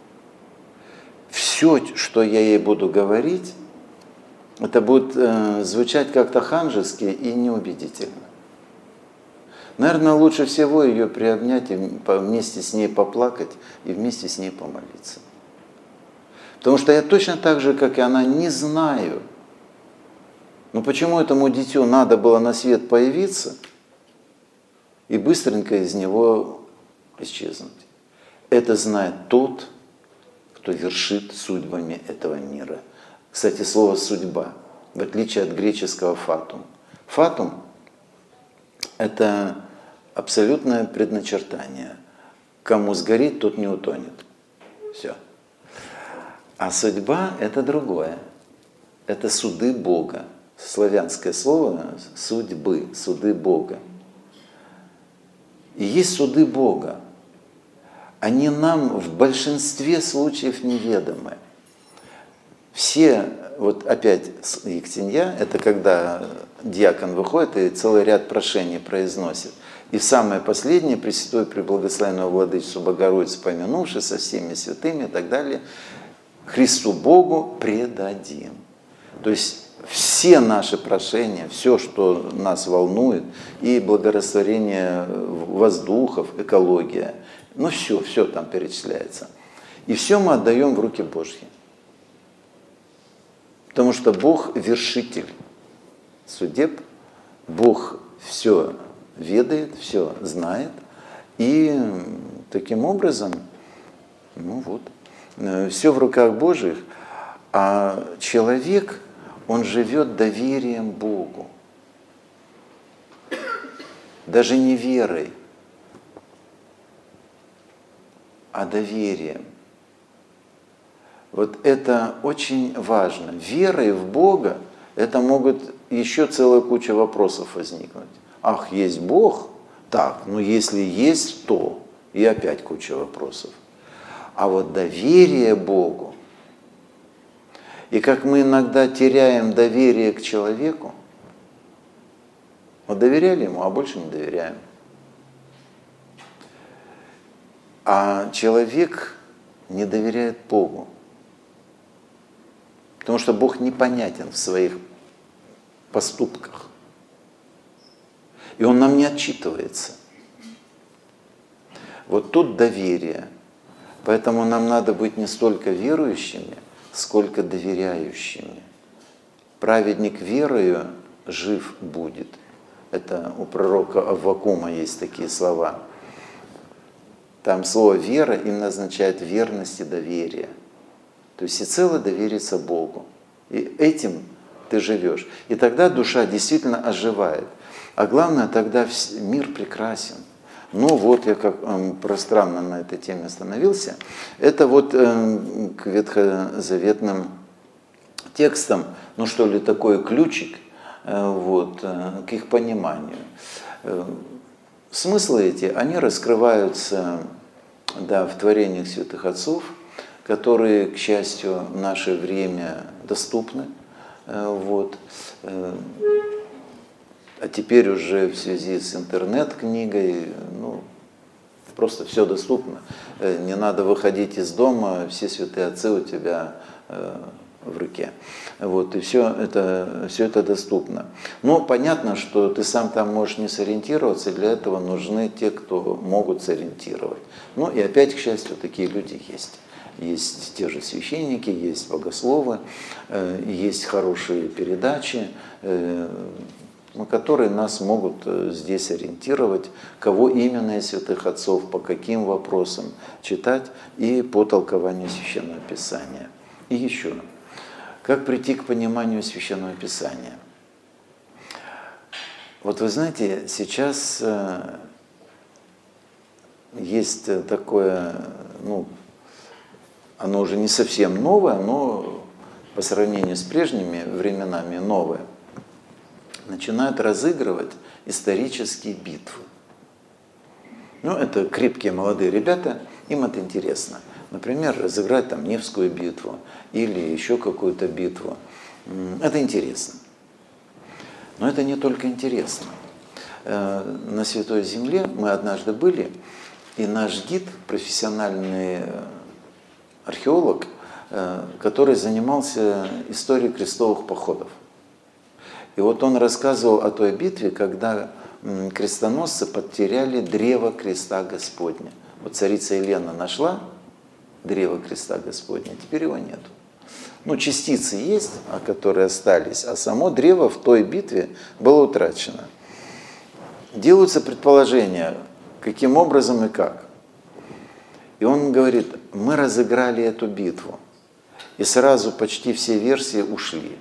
Все, что я ей буду говорить, это будет э, звучать как-то ханжески и неубедительно. Наверное, лучше всего ее приобнять и вместе с ней поплакать и вместе с ней помолиться. Потому что я точно так же, как и она, не знаю, но почему этому дитю надо было на свет появиться и быстренько из него исчезнуть. Это знает тот, кто вершит судьбами этого мира. Кстати, слово «судьба», в отличие от греческого «фатум». «Фатум» – это абсолютное предначертание. Кому сгорит, тот не утонет. Все. А судьба – это другое. Это суды Бога. Славянское слово – судьбы, суды Бога. И есть суды Бога. Они нам в большинстве случаев неведомы. Все, вот опять Ектенья, это когда диакон выходит и целый ряд прошений произносит. И в самое последнее, Пресвятой Преблагословенную Владычицу Богородицу помянувши со всеми святыми и так далее, Христу Богу предадим. То есть все наши прошения, все, что нас волнует, и благорастворение воздухов, экология, ну все, все там перечисляется. И все мы отдаем в руки Божьи. Потому что Бог вершитель судеб, Бог все ведает, все знает. И таким образом, ну вот, все в руках Божьих, а человек, он живет доверием Богу. Даже не верой, а доверием. Вот это очень важно. Верой в Бога, это могут еще целая куча вопросов возникнуть. Ах, есть Бог? Так, ну если есть, то. И опять куча вопросов. А вот доверие Богу, и как мы иногда теряем доверие к человеку, вот доверяли ему, а больше не доверяем. А человек не доверяет Богу. Потому что Бог непонятен в своих поступках. И Он нам не отчитывается. Вот тут доверие. Поэтому нам надо быть не столько верующими, сколько доверяющими. Праведник верою жив будет. Это у пророка Аввакума есть такие слова. Там слово «вера» именно означает верность и доверие. То есть всецело довериться Богу. И этим ты живешь. И тогда душа действительно оживает. А главное, тогда мир прекрасен. Ну вот я как э, пространно на этой теме остановился. Это вот э, к ветхозаветным текстам, ну что ли, такой ключик э, вот, э, к их пониманию. Э, смыслы эти, они раскрываются да, в творениях святых отцов, которые, к счастью, в наше время доступны. Э, вот. Э, А теперь уже в связи с интернет-книгой, ну, просто все доступно. Не надо выходить из дома, все святые отцы у тебя в руке. Вот, и все это, все это доступно. Но понятно, что ты сам там можешь не сориентироваться, и для этого нужны те, кто могут сориентировать. Ну и опять, к счастью, такие люди есть. Есть те же священники, есть богословы, есть хорошие передачи, которые нас могут здесь ориентировать, кого именно из святых отцов, по каким вопросам читать и по толкованию Священного Писания. И еще, как прийти к пониманию Священного Писания? Вот вы знаете, сейчас есть такое, ну, оно уже не совсем новое, но по сравнению с прежними временами новое. Начинают разыгрывать исторические битвы. Ну, это крепкие молодые ребята, им это интересно. Например, разыграть там Невскую битву или еще какую-то битву. Это интересно. Но это не только интересно. На Святой Земле мы однажды были, и наш гид, профессиональный археолог, который занимался историей крестовых походов. И вот он рассказывал о той битве, когда крестоносцы потеряли древо креста Господня. Вот царица Елена нашла древо креста Господня, а теперь его нету. Ну, частицы есть, которые остались, а само древо в той битве было утрачено. Делаются предположения, каким образом и как. И он говорит, мы разыграли эту битву, и сразу почти все версии ушли.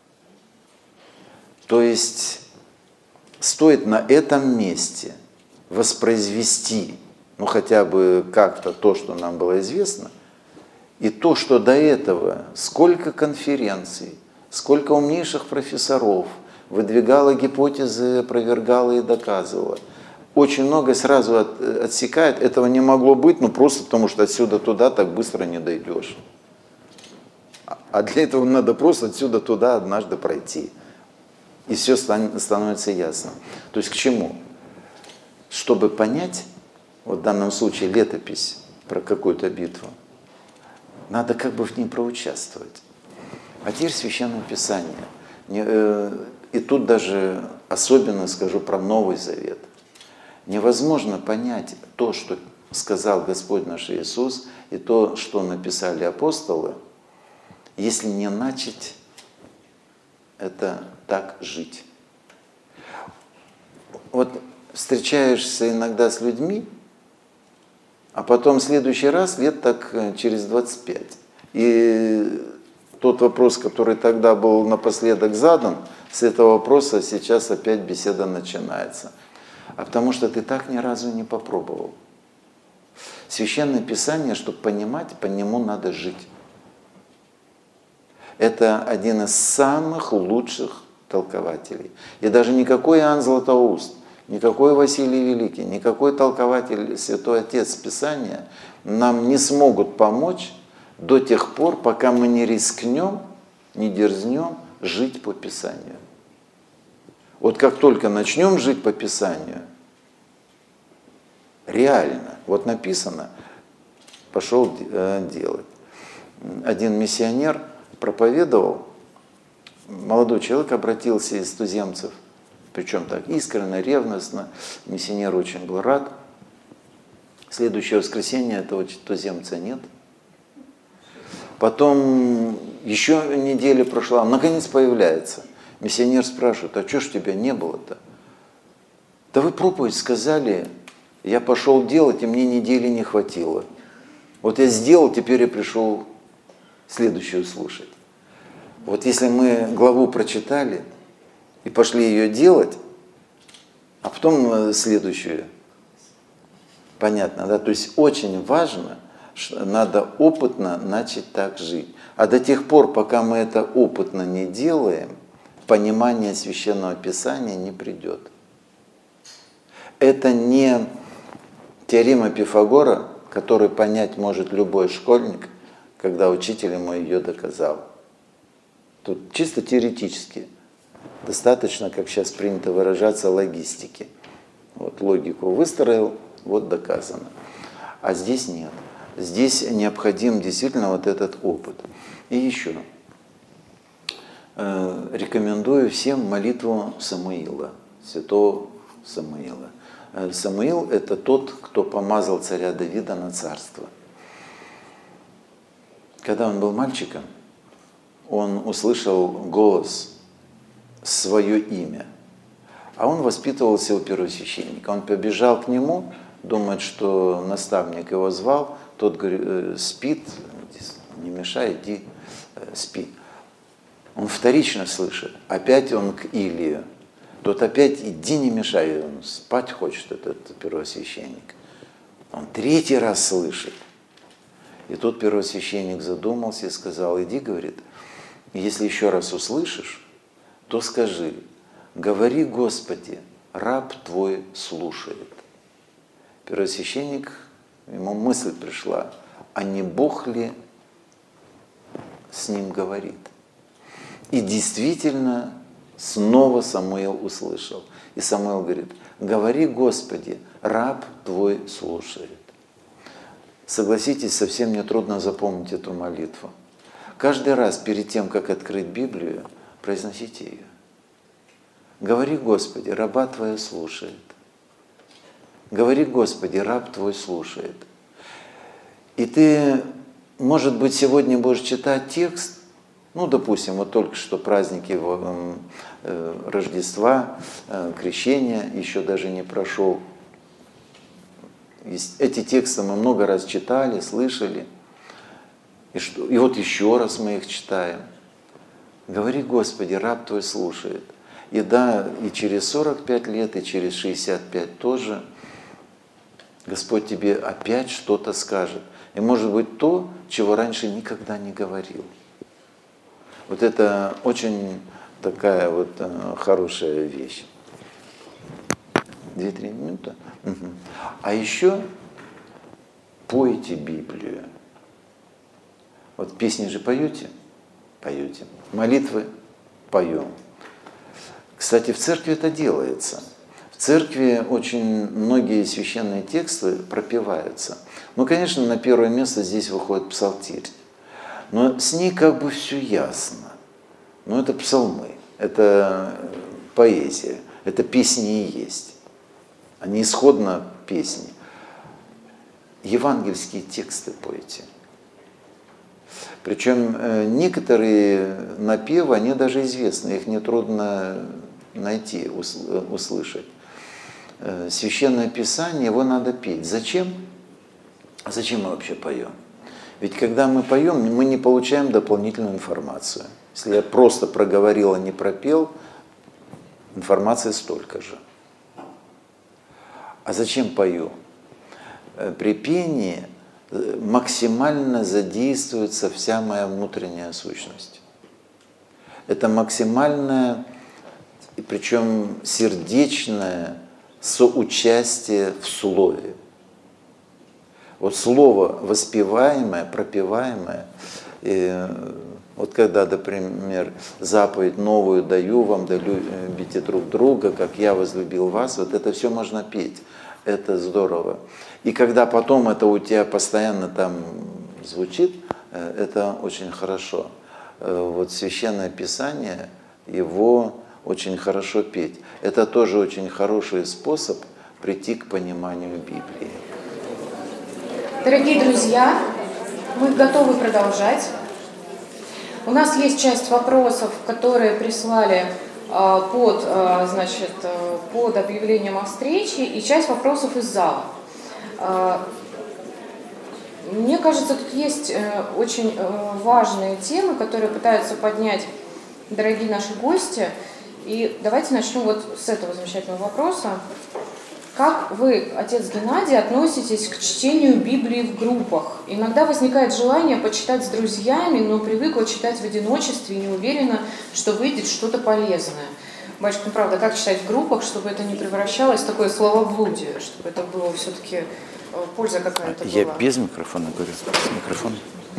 То есть стоит на этом месте воспроизвести, ну хотя бы как-то то, что нам было известно, и то, что до этого, сколько конференций, сколько умнейших профессоров выдвигало гипотезы, опровергало и доказывало. Очень многое сразу от, отсекает, этого не могло быть, ну просто потому что отсюда туда так быстро не дойдешь. А для этого надо просто отсюда туда однажды пройти. И все становится ясно. То есть к чему? Чтобы понять, вот в данном случае летопись про какую-то битву, надо как бы в ней проучаствовать. А теперь Священное Писание. И тут даже особенно скажу про Новый Завет. Невозможно понять то, что сказал Господь наш Иисус, и то, что написали апостолы, если не начать это так жить. Вот встречаешься иногда с людьми, а потом в следующий раз лет так через двадцать пять. И тот вопрос, который тогда был напоследок задан, с этого вопроса сейчас опять беседа начинается. А потому что ты так ни разу не попробовал. Священное Писание, чтобы понимать, по нему надо жить. Это один из самых лучших толкователей. И даже никакой Иоанн Златоуст, никакой Василий Великий, никакой толкователь, Святой Отец Писания нам не смогут помочь до тех пор, пока мы не рискнем, не дерзнем жить по Писанию. Вот как только начнем жить по Писанию, реально, вот написано, пошел делать. Один миссионер проповедовал, молодой человек обратился из туземцев, причем так искренне, ревностно, миссионер очень был рад. Следующее воскресенье этого туземца нет. Потом еще неделя прошла, он наконец появляется. Миссионер спрашивает, а что ж тебя не было-то? Да вы проповедь сказали, я пошел делать, и мне недели не хватило. Вот я сделал, теперь я пришел следующую слушать. Вот если мы главу прочитали и пошли ее делать, а потом следующую, понятно, да? То есть очень важно, что надо опытно начать так жить. А до тех пор, пока мы это опытно не делаем, понимание Священного Писания не придет. Это не теорема Пифагора, которую понять может любой школьник, когда учитель ему ее доказал. Тут чисто теоретически. Достаточно, как сейчас принято выражаться, логистики. Вот логику выстроил, вот доказано. А здесь нет. Здесь необходим действительно вот этот опыт. И еще. э, рекомендую всем молитву Самуила, святого Самуила. Э, Самуил – это тот, кто помазал царя Давида на царство. Когда он был мальчиком, он услышал голос, свое имя, а он воспитывался у первосвященника. Он побежал к нему, думает, что наставник его звал, тот говорит, спит, не мешай, иди, спи. Он вторично слышит, опять он к Илию, тот опять иди, не мешай, он спать хочет, этот первосвященник. Он третий раз слышит. И тут первосвященник задумался и сказал, иди, говорит, если еще раз услышишь, то скажи, говори, Господи, раб твой слушает. Первосвященник, ему мысль пришла, а не Бог ли с ним говорит? И действительно, снова Самуил услышал. И Самуил говорит, говори, Господи, раб твой слушает. Согласитесь, совсем не трудно запомнить эту молитву. Каждый раз перед тем, как открыть Библию, произносите ее. Говори, Господи, раба твоя слушает. Говори, Господи, раб твой слушает. И ты, может быть, сегодня будешь читать текст, ну, допустим, вот только что праздники Рождества, Крещения еще даже не прошел. Эти тексты мы много раз читали, слышали. И, что, и вот еще раз мы их читаем. Говори, Господи, раб твой слушает. И да, и через сорок пять лет, и через шестьдесят пять тоже Господь тебе опять что-то скажет. И может быть то, чего раньше никогда не говорил. Вот это очень такая вот э, хорошая вещь. Две-три минуты. Угу. А еще пойте Библию. Вот песни же поете? Поете. Молитвы поем. Кстати, в церкви это делается. В церкви очень многие священные тексты пропеваются. Ну, конечно, на первое место здесь выходит псалтирь. Но с ней как бы все ясно. Но это псалмы, это поэзия, это песни и есть. Они исходно песни. Евангельские тексты пойте. Причем некоторые напевы, они даже известны, их нетрудно найти, услышать. Священное Писание, его надо петь. Зачем? Зачем мы вообще поем? Ведь когда мы поем, мы не получаем дополнительную информацию. Если я просто проговорил, а не пропел, информации столько же. А зачем пою? При пении максимально задействуется вся моя внутренняя сущность. Это максимальное, и причем сердечное соучастие в слове. Вот слово воспеваемое, пропеваемое, и вот когда, например, заповедь новую даю вам, да любите друг друга, как я возлюбил вас, вот это все можно петь, это здорово. И когда потом это у тебя постоянно там звучит, это очень хорошо. Вот Священное Писание, его очень хорошо петь. Это тоже очень хороший способ прийти к пониманию Библии. Дорогие друзья, мы готовы продолжать. У нас есть часть вопросов, которые прислали под, значит, под объявлением о встрече, и часть вопросов из зала. Мне кажется, тут есть очень важные темы, которые пытаются поднять дорогие наши гости. И давайте начнем вот с этого замечательного вопроса. Как вы, отец Геннадий, относитесь к чтению Библии в группах? Иногда возникает желание почитать с друзьями, но привыкла читать в одиночестве и не уверена, что выйдет что-то полезное. Батюшка, ну правда, как читать в группах, чтобы это не превращалось в такое словоблудие, чтобы это было все-таки польза какая-то была? Я без микрофона говорю, с микрофоном.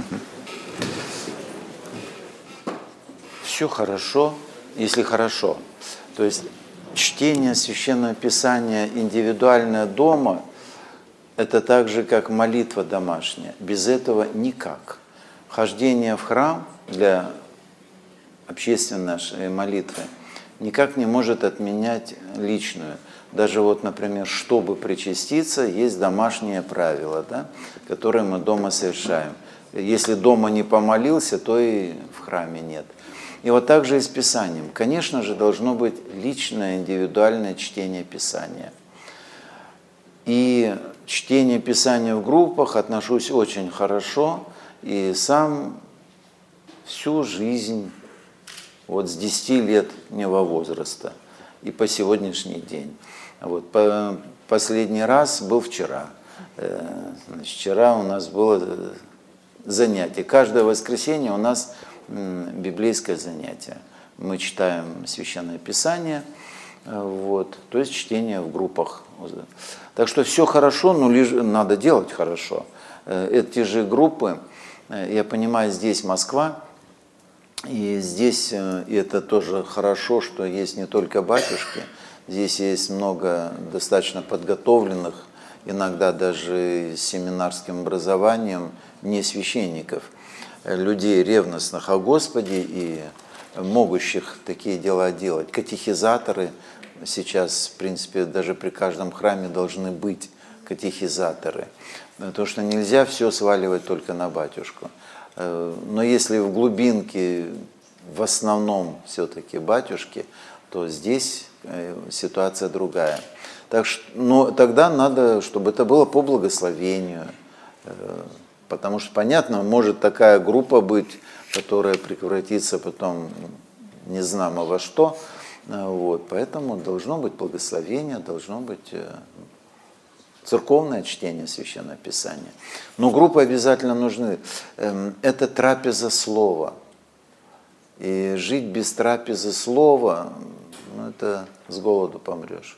Все хорошо, если хорошо. То есть чтение Священного Писания индивидуальное дома – это так же, как молитва домашняя. Без этого никак. Хождение в храм для общественной молитвы никак не может отменять личную. Даже вот, например, чтобы причаститься, есть домашние правила, да, которые мы дома совершаем. Если дома не помолился, то и в храме нет. И вот так же и с Писанием. Конечно же, должно быть личное, индивидуальное чтение Писания. И чтение Писания в группах отношусь очень хорошо, и сам всю жизнь, вот с десяти лет летнего возраста и по сегодняшний день. Вот, по, последний раз был вчера. Значит, вчера у нас было занятие. Каждое воскресенье у нас библейское занятие. Мы читаем Священное Писание, вот, то есть чтение в группах. Так что все хорошо, но лишь надо делать хорошо. Эти же группы, я понимаю, здесь Москва, и здесь и это тоже хорошо, что есть не только батюшки, здесь есть много достаточно подготовленных, иногда даже с семинарским образованием, не священников, людей ревностных о Господе и могущих такие дела делать. Катехизаторы сейчас, в принципе, даже при каждом храме должны быть катехизаторы. Потому что нельзя все сваливать только на батюшку. Но если в глубинке в основном все-таки батюшки, то здесь ситуация другая. Так что, но тогда надо, чтобы это было по благословению. Потому что, понятно, может такая группа быть, которая превратится потом не знамо во что. Вот, поэтому должно быть благословение, должно быть церковное чтение Священного Писания. Но группы обязательно нужны. Это трапеза слова. И жить без трапезы слова, ну, это с голоду помрешь.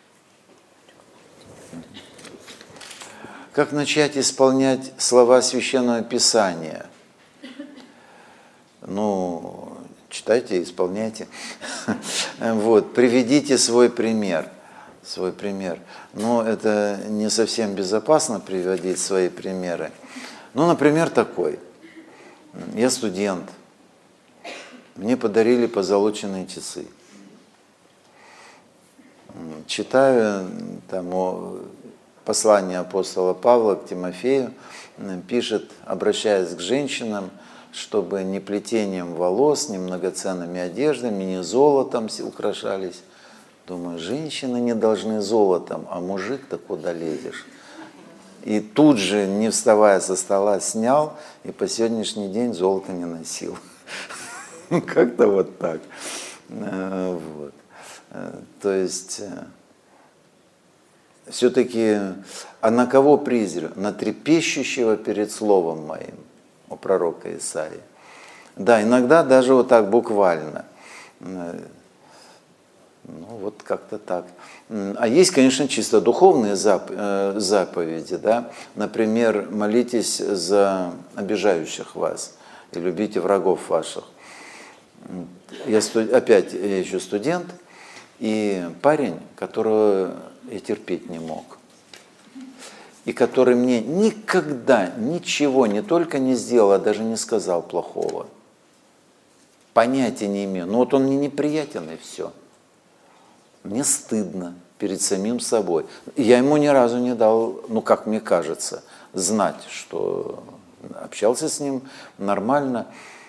Как начать исполнять слова Священного Писания? Ну, читайте, исполняйте. Вот, приведите свой пример. Свой пример. Но это не совсем безопасно приводить свои примеры. Ну, например, такой. Я студент. Мне подарили позолоченные часы. Читаю там послание апостола Павла к Тимофею, пишет, обращаясь к женщинам, чтобы не плетением волос, не многоценными одеждами, не золотом украшались. Думаю, женщины не должны золотом, а мужик-то куда лезешь? И тут же, не вставая со стола, снял, и по сегодняшний день золото не носил. Как-то вот так. Вот. То есть, все-таки, а на кого презрю? На трепещущего перед словом моим, у пророка Исаии. Да, иногда даже вот так буквально. Ну, вот как-то так. А есть, конечно, чисто духовные заповеди, да. Например, молитесь за обижающих вас и любите врагов ваших. Я студ... Опять я еще студент, и парень, которого я терпеть не мог, и который мне никогда ничего не только не сделал, а даже не сказал плохого. Понятия не имею. Но вот он мне неприятен, и все. Мне стыдно перед самим собой. Я ему ни разу не дал, ну, как мне кажется, знать, что общался с ним нормально.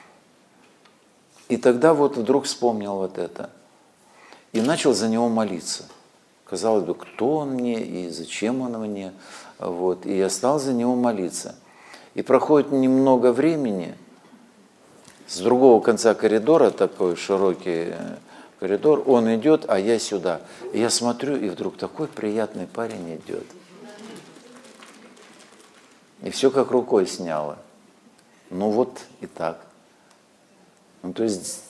И тогда вот вдруг вспомнил вот это. И начал за него молиться. Казалось бы, кто он мне и зачем он мне. Вот. И я стал за него молиться. И проходит немного времени. С другого конца коридора, такой широкий коридор, он идет, а я сюда. И я смотрю, и вдруг такой приятный парень идет. И все как рукой сняло. Ну вот и так. Ну, то есть...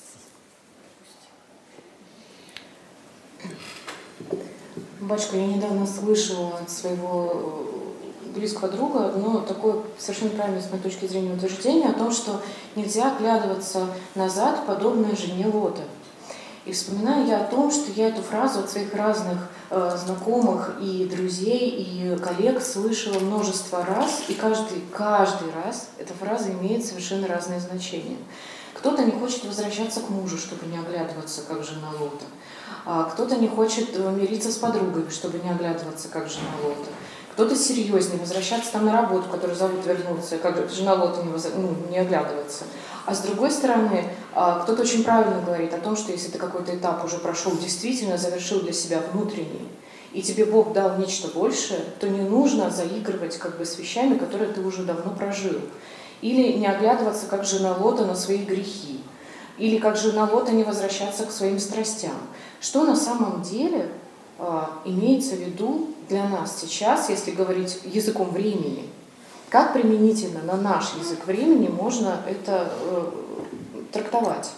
Батюшка, я недавно слышала от своего близкого друга, но такое совершенно правильное, с моей точки зрения, утверждение о том, что нельзя оглядываться назад, подобно жене Лота. И вспоминаю я о том, что я эту фразу от своих разных э, знакомых и друзей, и коллег слышала множество раз, и каждый, каждый раз эта фраза имеет совершенно разное значение. Кто-то не хочет возвращаться к мужу, чтобы не оглядываться, как жена Лота. А кто-то не хочет мириться с подругой, чтобы не оглядываться, как жена Лота. Кто-то серьезнее, возвращаться там на работу, которую зовут вернуться, как жена Лота не, воз... ну, не оглядываться. А с другой стороны, кто-то очень правильно говорит о том, что если ты какой-то этап уже прошел, действительно завершил для себя внутренний, и тебе Бог дал нечто большее, то не нужно заигрывать как бы с вещами, которые ты уже давно прожил. Или не оглядываться, как жена Лота, на свои грехи. Или как жена Лота не возвращаться к своим страстям. Что на самом деле э, имеется в виду для нас сейчас, если говорить языком времени? Как применительно на наш язык времени можно это э, трактовать?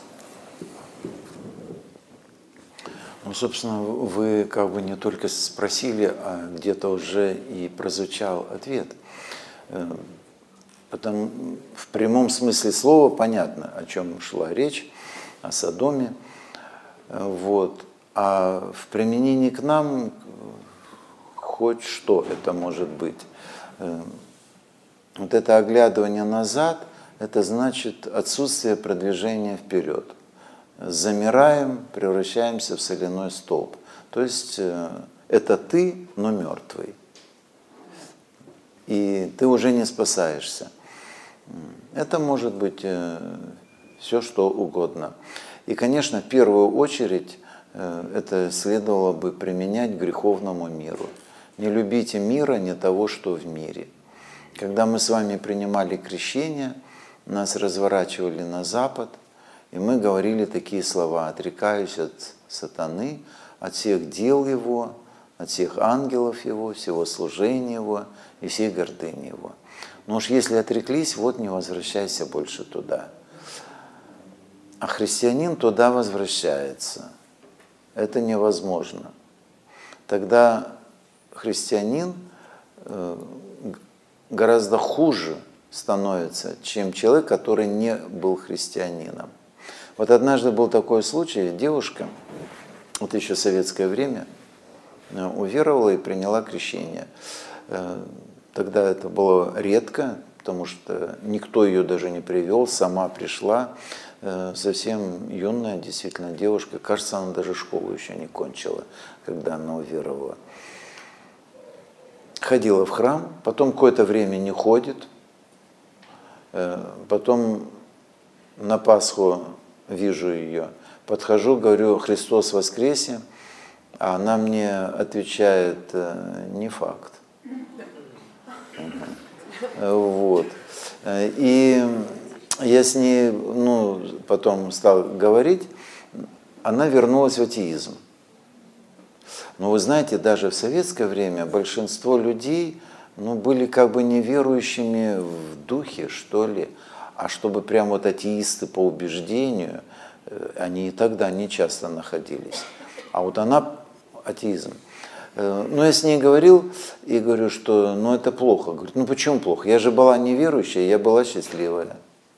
Ну, собственно, вы как бы не только спросили, а где-то уже и прозвучал ответ. Потому, в прямом смысле слова понятно, о чем шла речь, о Содоме. Вот. А в применении к нам хоть что это может быть. Вот это оглядывание назад, это значит отсутствие продвижения вперед. Замираем, превращаемся в соляной столб. То есть это ты, но мертвый. И ты уже не спасаешься. Это может быть все, что угодно. И, конечно, в первую очередь это следовало бы применять к греховному миру. Не любите мира, не того, что в мире. Когда мы с вами принимали крещение, нас разворачивали на запад, и мы говорили такие слова: «Отрекаюсь от сатаны, от всех дел его, от всех ангелов его, всего служения его и всей гордыни его». Но уж если отреклись, вот не возвращайся больше туда. А христианин туда возвращается. Это невозможно. Тогда христианин гораздо хуже становится, чем человек, который не был христианином. Вот однажды был такой случай, девушка, вот еще в советское время, уверовала и приняла крещение. Тогда это было редко, потому что никто ее даже не привел, сама пришла, совсем юная действительно девушка, кажется, она даже школу еще не кончила, когда она уверовала. Ходила в храм, потом какое-то время не ходит, потом на Пасху вижу ее, подхожу, говорю: «Христос воскресе», а она мне отвечает: «Не факт». Вот. И я с ней, ну, потом стал говорить, она вернулась в атеизм. Но вы знаете, даже в советское время большинство людей, ну, были как бы неверующими в духе, что ли. А чтобы прям вот атеисты по убеждению, они и тогда не часто находились. А вот она атеизм. Ну, я с ней говорил и говорю, что ну это плохо. Говорит: ну почему плохо? Я же была неверующая, я была счастливая.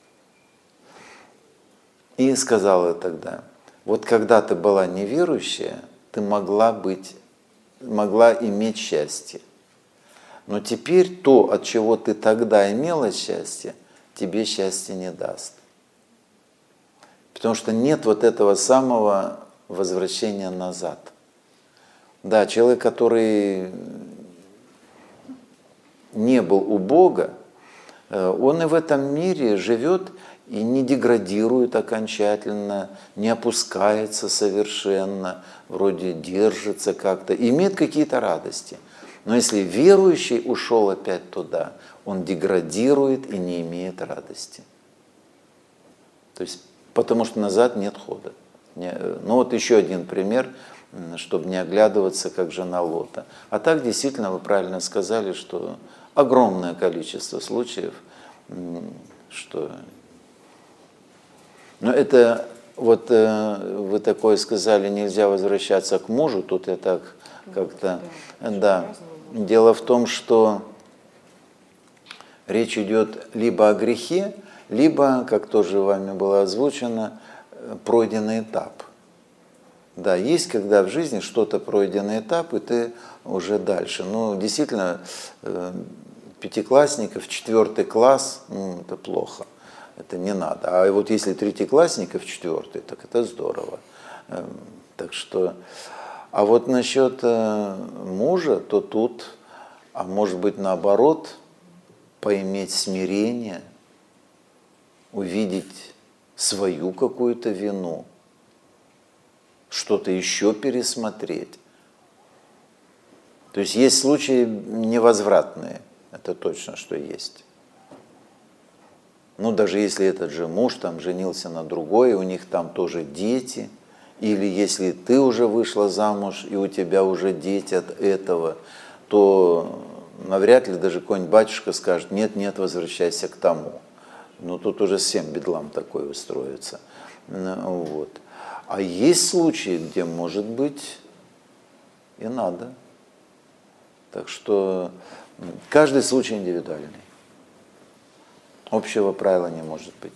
И сказала тогда: вот когда ты была неверующая, ты могла быть, могла иметь счастье. Но теперь то, от чего ты тогда имела счастье, тебе счастья не даст. Потому что нет вот этого самого возвращения назад. Да, человек, который не был у Бога, он и в этом мире живет и не деградирует окончательно, не опускается совершенно, вроде держится как-то, имеет какие-то радости. Но если верующий ушел опять туда, он деградирует и не имеет радости. То есть, потому что назад нет хода. Ну вот еще один пример, чтобы не оглядываться, как жена Лота. А так, действительно, вы правильно сказали, что огромное количество случаев, что... Но это, вот вы такое сказали, нельзя возвращаться к мужу, тут я так как-то... Да. Дело в том, что речь идет либо о грехе, либо, как тоже вами было озвучено, пройденный этап. Да, есть, когда в жизни что-то пройденный этап, и ты уже дальше. Ну, действительно, пятиклассников, четвертый класс, ну, это плохо. это не надо. А вот если третьеклассников четвертый, так это здорово. Так что, а вот насчет мужа, то тут, а может быть наоборот, поиметь смирение, увидеть свою какую-то вину, что-то еще пересмотреть. То есть есть случаи невозвратные, это точно, что есть. Ну, даже если этот же муж там женился на другой, у них там тоже дети, или если ты уже вышла замуж, и у тебя уже дети от этого, то навряд ли даже какой-нибудь батюшка скажет: нет, нет, возвращайся к тому. Ну, тут уже всем бедлам такой устроится. Вот. А есть случаи, где, может быть, и надо. Так что каждый случай индивидуальный. Общего правила не может быть.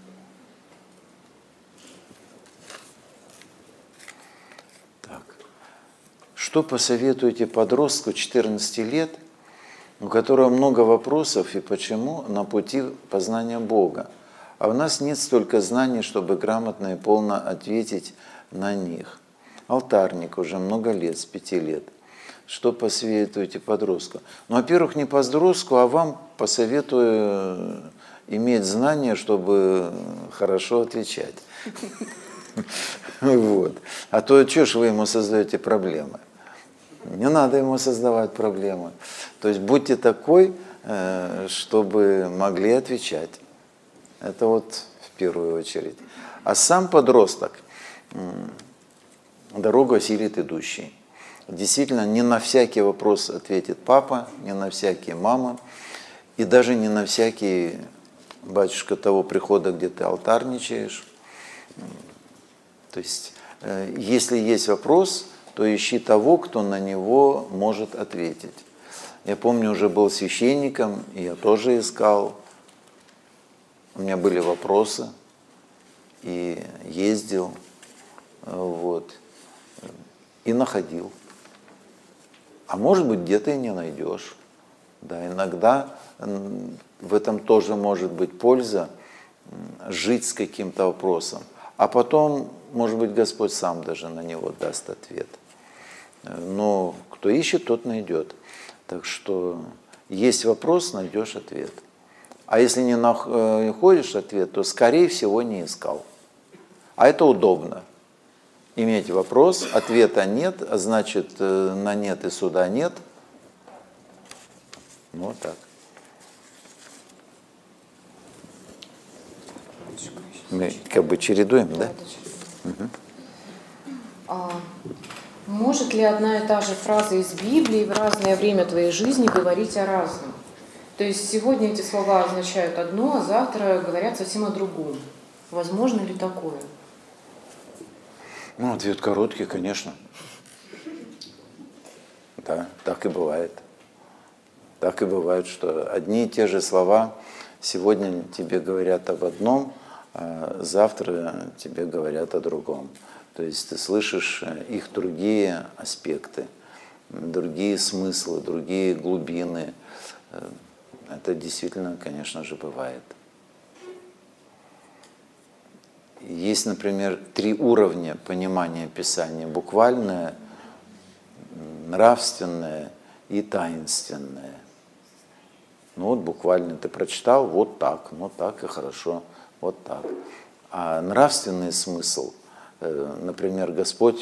Так. Что посоветуете подростку четырнадцати лет, у которого много вопросов и почему на пути познания Бога, а у нас нет столько знаний, чтобы грамотно и полно ответить на них? Алтарник уже много лет, с пяти лет. Что посоветуете подростку? Ну, во-первых, не подростку, а вам посоветую иметь знания, чтобы хорошо отвечать. Вот. А то что ж вы ему создаете проблемы? Не надо ему создавать проблемы. То есть будьте такой, чтобы могли отвечать. Это вот в первую очередь. А сам подросток дорогу осилит идущий. Действительно, не на всякий вопрос ответит папа, не на всякий мама, и даже не на всякий батюшка того прихода, где ты алтарничаешь. То есть, если есть вопрос, то ищи того, кто на него может ответить. Я помню, уже был священником, и я тоже искал. У меня были вопросы, и ездил, вот, и находил. А может быть, где-то и не найдешь. Да, иногда в этом тоже может быть польза, жить с каким-то вопросом. А потом, может быть, Господь сам даже на него даст ответ. Но кто ищет, тот найдет. Так что есть вопрос, найдешь ответ. А если не находишь ответ, то, скорее всего, не искал. А это удобно. Иметь вопрос, ответа нет, а значит, на нет и суда нет. Вот так. Мы как бы чередуем, да? да? Угу. А, может ли одна и та же фраза из Библии в разное время твоей жизни говорить о разном? То есть сегодня эти слова означают одно, а завтра говорят совсем о другом. Возможно ли такое? Ну, ответ короткий, конечно. Да, так и бывает. Так и бывает, что одни и те же слова сегодня тебе говорят об одном, а завтра тебе говорят о другом. То есть ты слышишь их другие аспекты, другие смыслы, другие глубины. Это действительно, конечно же, бывает. Есть, например, три уровня понимания Писания: буквальное, нравственное и таинственное. Ну вот буквально ты прочитал, вот так, ну так и хорошо, вот так. А нравственный смысл, например, Господь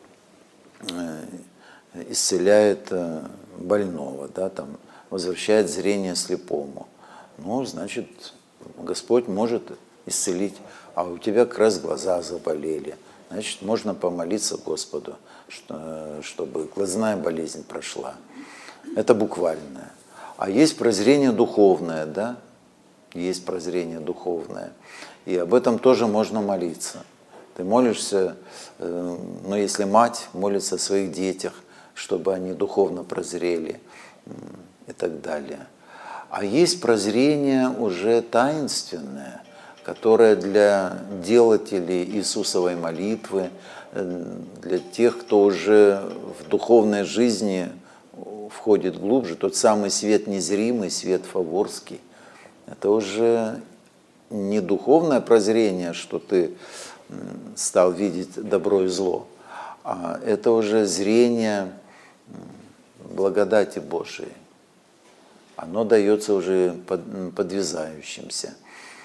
исцеляет больного, да, там, возвращает зрение слепому. Ну, значит, Господь может исцелить, а у тебя как раз глаза заболели. Значит, можно помолиться Господу, чтобы глазная болезнь прошла. Это буквальное. А есть прозрение духовное, да? Есть прозрение духовное. И об этом тоже можно молиться. Ты молишься, ну, если мать молится о своих детях, чтобы они духовно прозрели и так далее. А есть прозрение уже таинственное, которое для делателей Иисусовой молитвы, для тех, кто уже в духовной жизни входит глубже, тот самый свет незримый, свет фаворский. Это уже не духовное прозрение, что ты стал видеть добро и зло, а это уже зрение благодати Божией. Оно дается уже подвязающимся.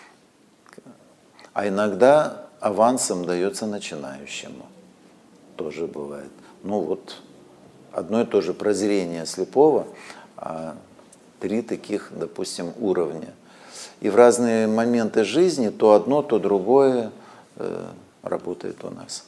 А иногда авансом дается начинающему. Тоже бывает. Ну вот, одно и то же прозрение слепого, а три таких, допустим, уровня. И в разные моменты жизни то одно, то другое э, работает у нас.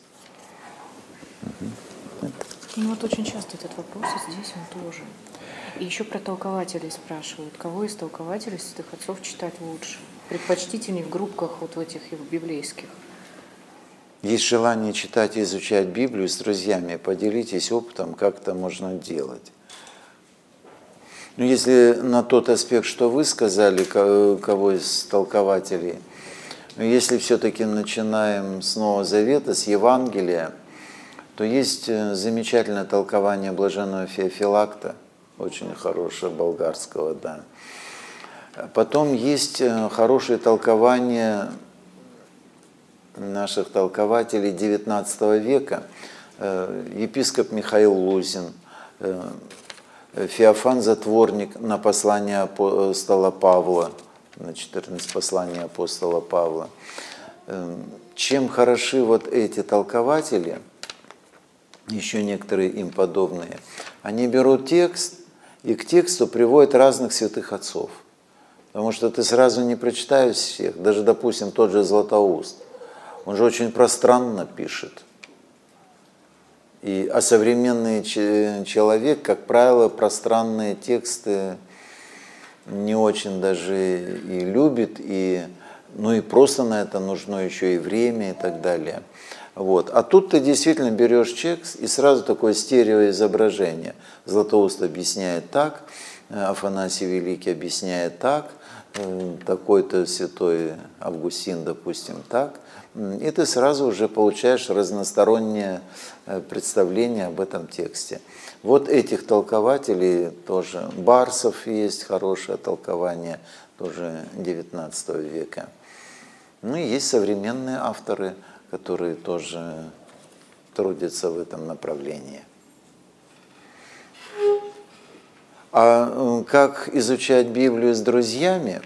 Угу. Ну вот очень часто этот вопрос, и здесь он тоже. И еще про толкователей спрашивают. Кого из толкователей святых отцов читать лучше? Предпочтительнее в группках вот в этих библейских? Есть желание читать и изучать Библию с друзьями, поделитесь опытом, как это можно делать. Но если на тот аспект, что вы сказали, кого из толкователей, если все-таки начинаем с Нового Завета, с Евангелия, то есть замечательное толкование блаженного Феофилакта, очень хорошее, болгарского, да. Потом есть хорошее толкование наших толкователей девятнадцатого века, епископ Михаил Лузин, Феофан Затворник на послание апостола Павла, на четырнадцать посланий апостола Павла. Чем хороши вот эти толкователи, еще некоторые им подобные, они берут текст и к тексту приводят разных святых отцов. Потому что ты сразу не прочитаешь всех, даже, допустим, тот же Златоуст. Он же очень пространно пишет. И, а современный человек, как правило, пространные тексты не очень даже и любит, и, ну и просто на это нужно еще и время и так далее. Вот. А тут ты действительно берешь текст и сразу такое стереоизображение. Златоуст объясняет так, Афанасий Великий объясняет так, такой-то святой Августин, допустим, так. И ты сразу уже получаешь разностороннее представление об этом тексте. Вот этих толкователей тоже. Барсов есть хорошее толкование, тоже девятнадцатого века. Ну и есть современные авторы, которые тоже трудятся в этом направлении. А как изучать Библию с друзьями?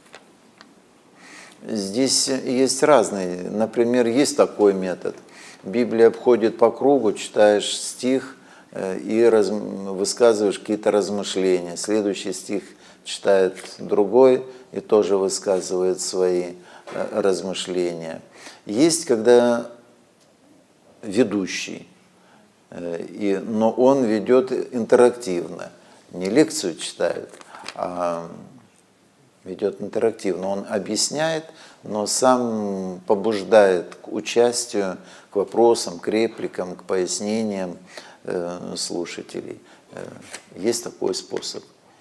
Здесь есть разные. Например, есть такой метод. Библия обходит по кругу, читаешь стих и раз... высказываешь какие-то размышления. Следующий стих читает другой и тоже высказывает свои размышления. Есть, когда ведущий, и... но он ведет интерактивно. Не лекцию читает, а ведет интерактивно. Он объясняет, но сам побуждает к участию, к вопросам, к репликам, к пояснениям э, слушателей. Э, есть такой способ.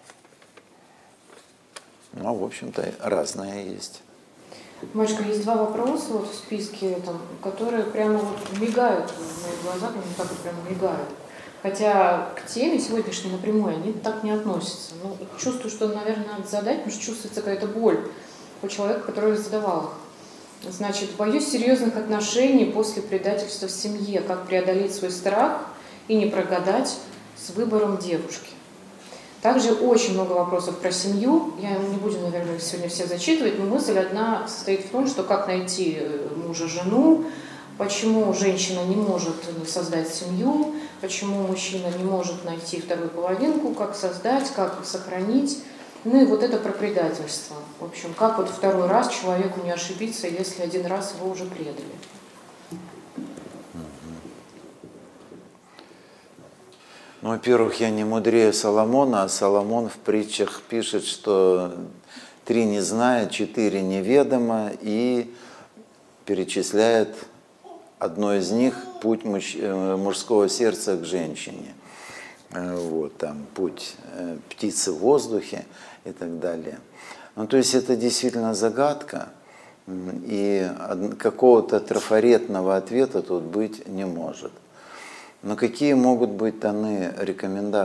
Ну, в общем-то, разное есть. Машка, есть два вопроса вот в списке, там, которые прямо вот мигают в моих глазах, они так вот прямо мигают. Хотя к теме сегодняшней напрямую они так не относятся. Ну, чувствую, что, наверное, надо задать, потому что чувствуется какая-то боль у человека, который задавал их. Значит, боюсь серьезных отношений после предательства в семье. Как преодолеть свой страх и не прогадать с выбором девушки. Также очень много вопросов про семью. Я не буду, наверное, сегодня все зачитывать, но мысль одна состоит в том, что как найти мужа-жену, почему женщина не может создать семью, почему мужчина не может найти вторую половинку, как создать, как сохранить. Ну и вот это про предательство. В общем, как вот второй раз человеку не ошибиться, если один раз его уже предали. Ну, во-первых, я не мудрее Соломона, а Соломон в притчах пишет, что три не знает, четыре неведомо, и перечисляет одно из них – путь муж, мужского сердца к женщине. Вот, там, путь птицы в воздухе и так далее. Ну, то есть это действительно загадка, и какого-то трафаретного ответа тут быть не может. Но какие могут быть даны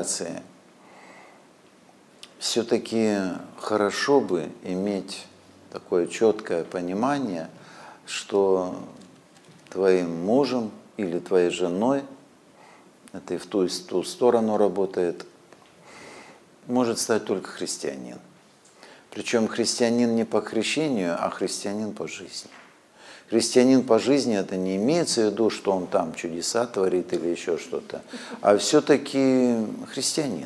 рекомендации? Все-таки хорошо бы иметь такое четкое понимание, что твоим мужем или твоей женой, это и в ту, и в ту сторону работает, может стать только христианин. Причем христианин не по крещению, а христианин по жизни. Христианин по жизни это не имеется в виду, что он там чудеса творит или еще что-то, а все-таки христианин.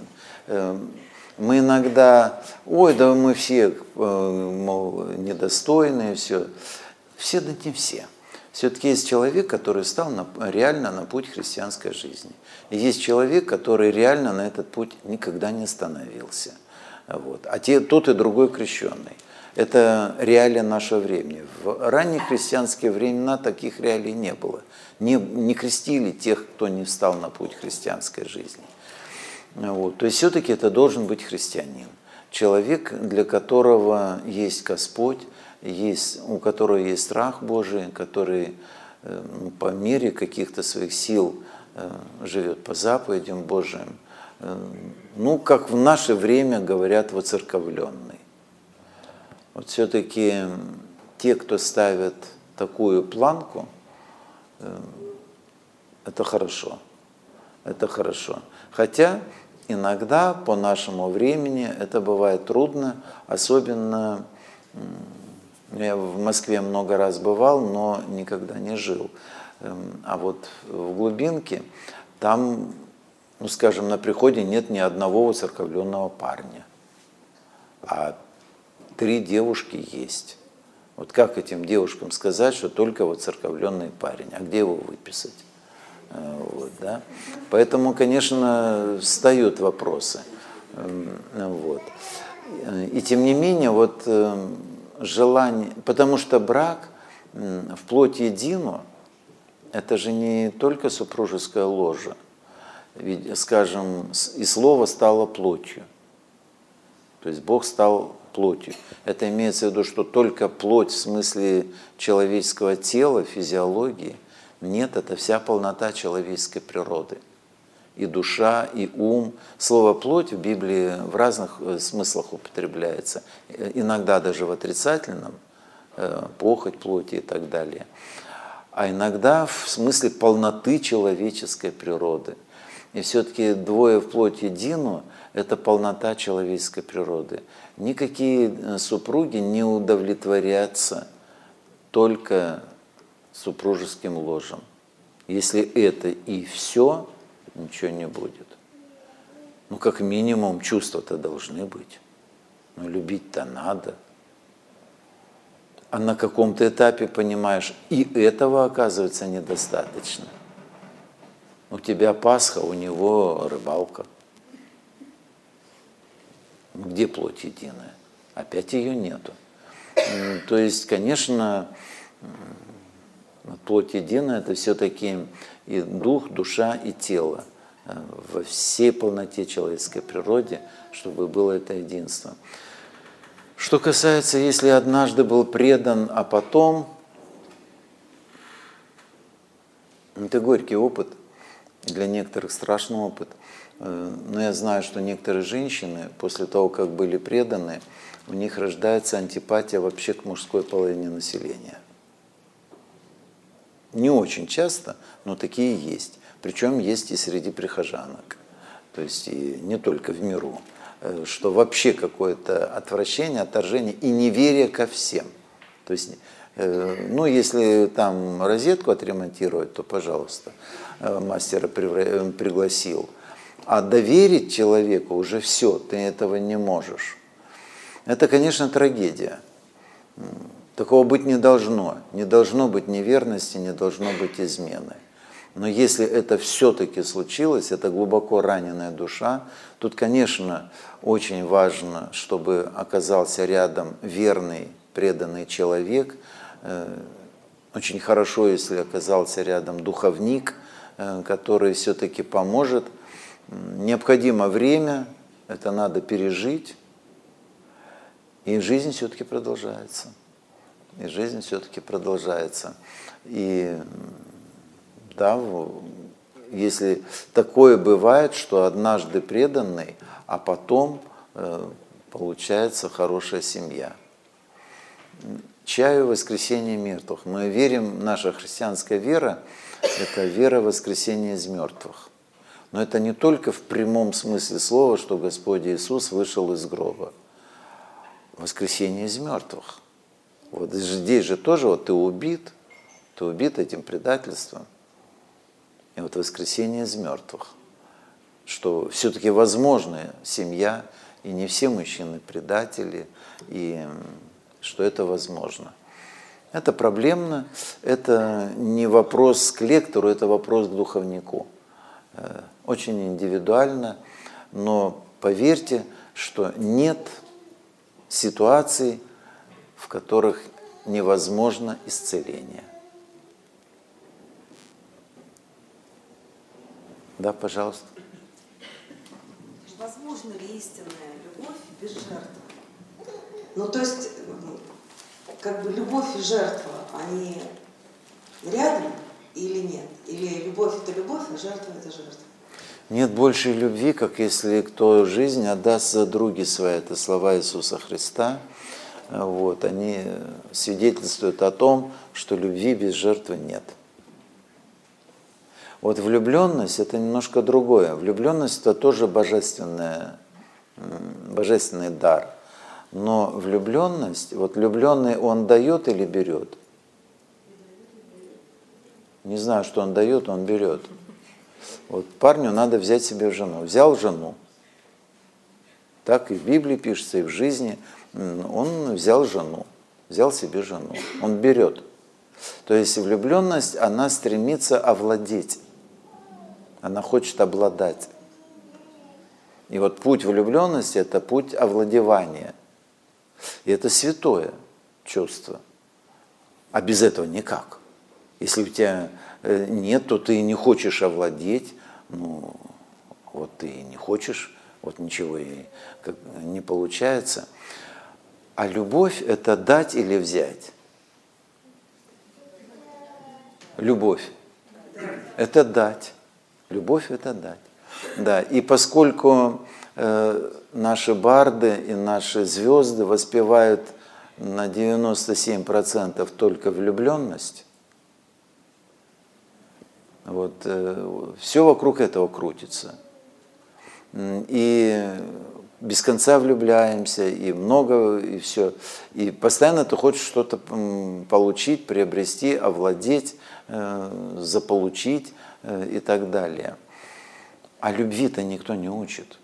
Мы иногда, ой, да мы все, мол, недостойные, все. Все, да не все. Все-таки есть человек, который стал на, реально на путь христианской жизни. И есть человек, который реально на этот путь никогда не становился. Вот. А те, тот и другой крещенный. Это реалия нашего времени. В ранние христианские времена таких реалий не было. Не, не крестили тех, кто не встал на путь христианской жизни. Вот. То есть все-таки это должен быть христианин. Человек, для которого есть Господь, есть, у которого есть страх Божий, который э, по мере каких-то своих сил э, живет по заповедям Божьим. Э, ну, как в наше время говорят, воцерковленный. Вот все-таки те, кто ставят такую планку, э, это хорошо. Это хорошо. Хотя иногда по нашему времени это бывает трудно, особенно я в Москве много раз бывал, но никогда не жил. А вот в глубинке там, ну скажем, на приходе нет ни одного воцерковленного парня, а три девушки есть. Вот как этим девушкам сказать, что только воцерковленный парень, а где его выписать? Вот, да? Поэтому, конечно, встают вопросы. Вот. И тем не менее, вот желание, потому что брак в плоть едину, это же не только супружеская ложа. Ведь, скажем, и слово стало плотью. То есть Бог стал плотью. Это имеется в виду, что только плоть в смысле человеческого тела, физиологии. Нет, это вся полнота человеческой природы. И душа, и ум. Слово «плоть» в Библии в разных смыслах употребляется. Иногда даже в отрицательном, похоть плоти и так далее. А иногда в смысле полноты человеческой природы. И все-таки двое в плоть едину – это полнота человеческой природы. Никакие супруги не удовлетворятся только супружеским ложем. Если это и все, ничего не будет. Ну, как минимум, чувства-то должны быть. Но любить-то надо. А на каком-то этапе понимаешь, и этого, оказывается, недостаточно. У тебя Пасха, у него рыбалка. Где плоть единая? Опять ее нету. То есть, конечно, плоть единая – это все-таки и дух, душа, и тело во всей полноте человеческой природы, чтобы было это единство. Что касается, если однажды был предан, а потом, это горький опыт, для некоторых страшный опыт. Но я знаю, что некоторые женщины, после того, как были преданы, у них рождается антипатия вообще к мужской половине населения. Не очень часто, но такие есть. Причем есть и среди прихожанок. То есть и не только в миру. Что вообще какое-то отвращение, отторжение и неверие ко всем. То есть, ну, если там розетку отремонтировать, то, пожалуйста, мастера пригласил. А доверить человеку уже все, ты этого не можешь. Это, конечно, трагедия. Такого быть не должно. Не должно быть неверности, не должно быть измены. Но если это все-таки случилось, это глубоко раненая душа, тут, конечно, очень важно, чтобы оказался рядом верный, преданный человек. Очень хорошо, если оказался рядом духовник, который все-таки поможет. Необходимо время, это надо пережить, и жизнь все-таки продолжается. И жизнь все-таки продолжается. И да, если такое бывает, что однажды преданный, а потом э, получается хорошая семья. чаю воскресения мертвых. Мы верим, наша христианская вера – это вера воскресения из мертвых. Но это не только в прямом смысле слова, что Господь Иисус вышел из гроба. Воскресение из мертвых. Вот здесь же тоже вот ты убит, ты убит этим предательством. И вот воскресение из мертвых. Что все-таки возможна семья, и не все мужчины предатели, и что это возможно. Это проблемно, это не вопрос к лектору, это вопрос к духовнику. Очень индивидуально, но поверьте, что нет ситуаций, в которых невозможно исцеление. Да, пожалуйста. Возможно ли истинная любовь без жертвы? Ну, то есть, как бы любовь и жертва, они рядом или нет? Или любовь – это любовь, а жертва – это жертва? Нет большей любви, как если кто жизнь отдаст за други свои. Это слова Иисуса Христа. Вот, они свидетельствуют о том, что любви без жертвы нет. Вот влюбленность – это немножко другое. Влюбленность – это тоже божественная, божественный дар. Но влюбленность, вот влюбленный он дает или берет? Не знаю, что он дает, он берет. Вот парню надо взять себе жену. Взял жену. Так и в Библии пишется, и в жизни. Он взял жену, взял себе жену. Он берет. То есть влюбленность, она стремится овладеть. Она хочет обладать. И вот путь влюбленности – это путь овладевания. И это святое чувство. А без этого никак. Если у тебя нет, то ты не хочешь овладеть. Ну, вот ты не хочешь, вот ничего и не получается. А любовь – это дать или взять. Любовь – это дать. Любовь – это дать. Да, и поскольку э, наши барды и наши звезды воспевают на девяносто семь процентов только влюбленность, вот, э, все вокруг этого крутится. И без конца влюбляемся, и много, и все. И постоянно ты хочешь что-то получить, приобрести, овладеть, э, заполучить э, и так далее. А любви-то никто не учит.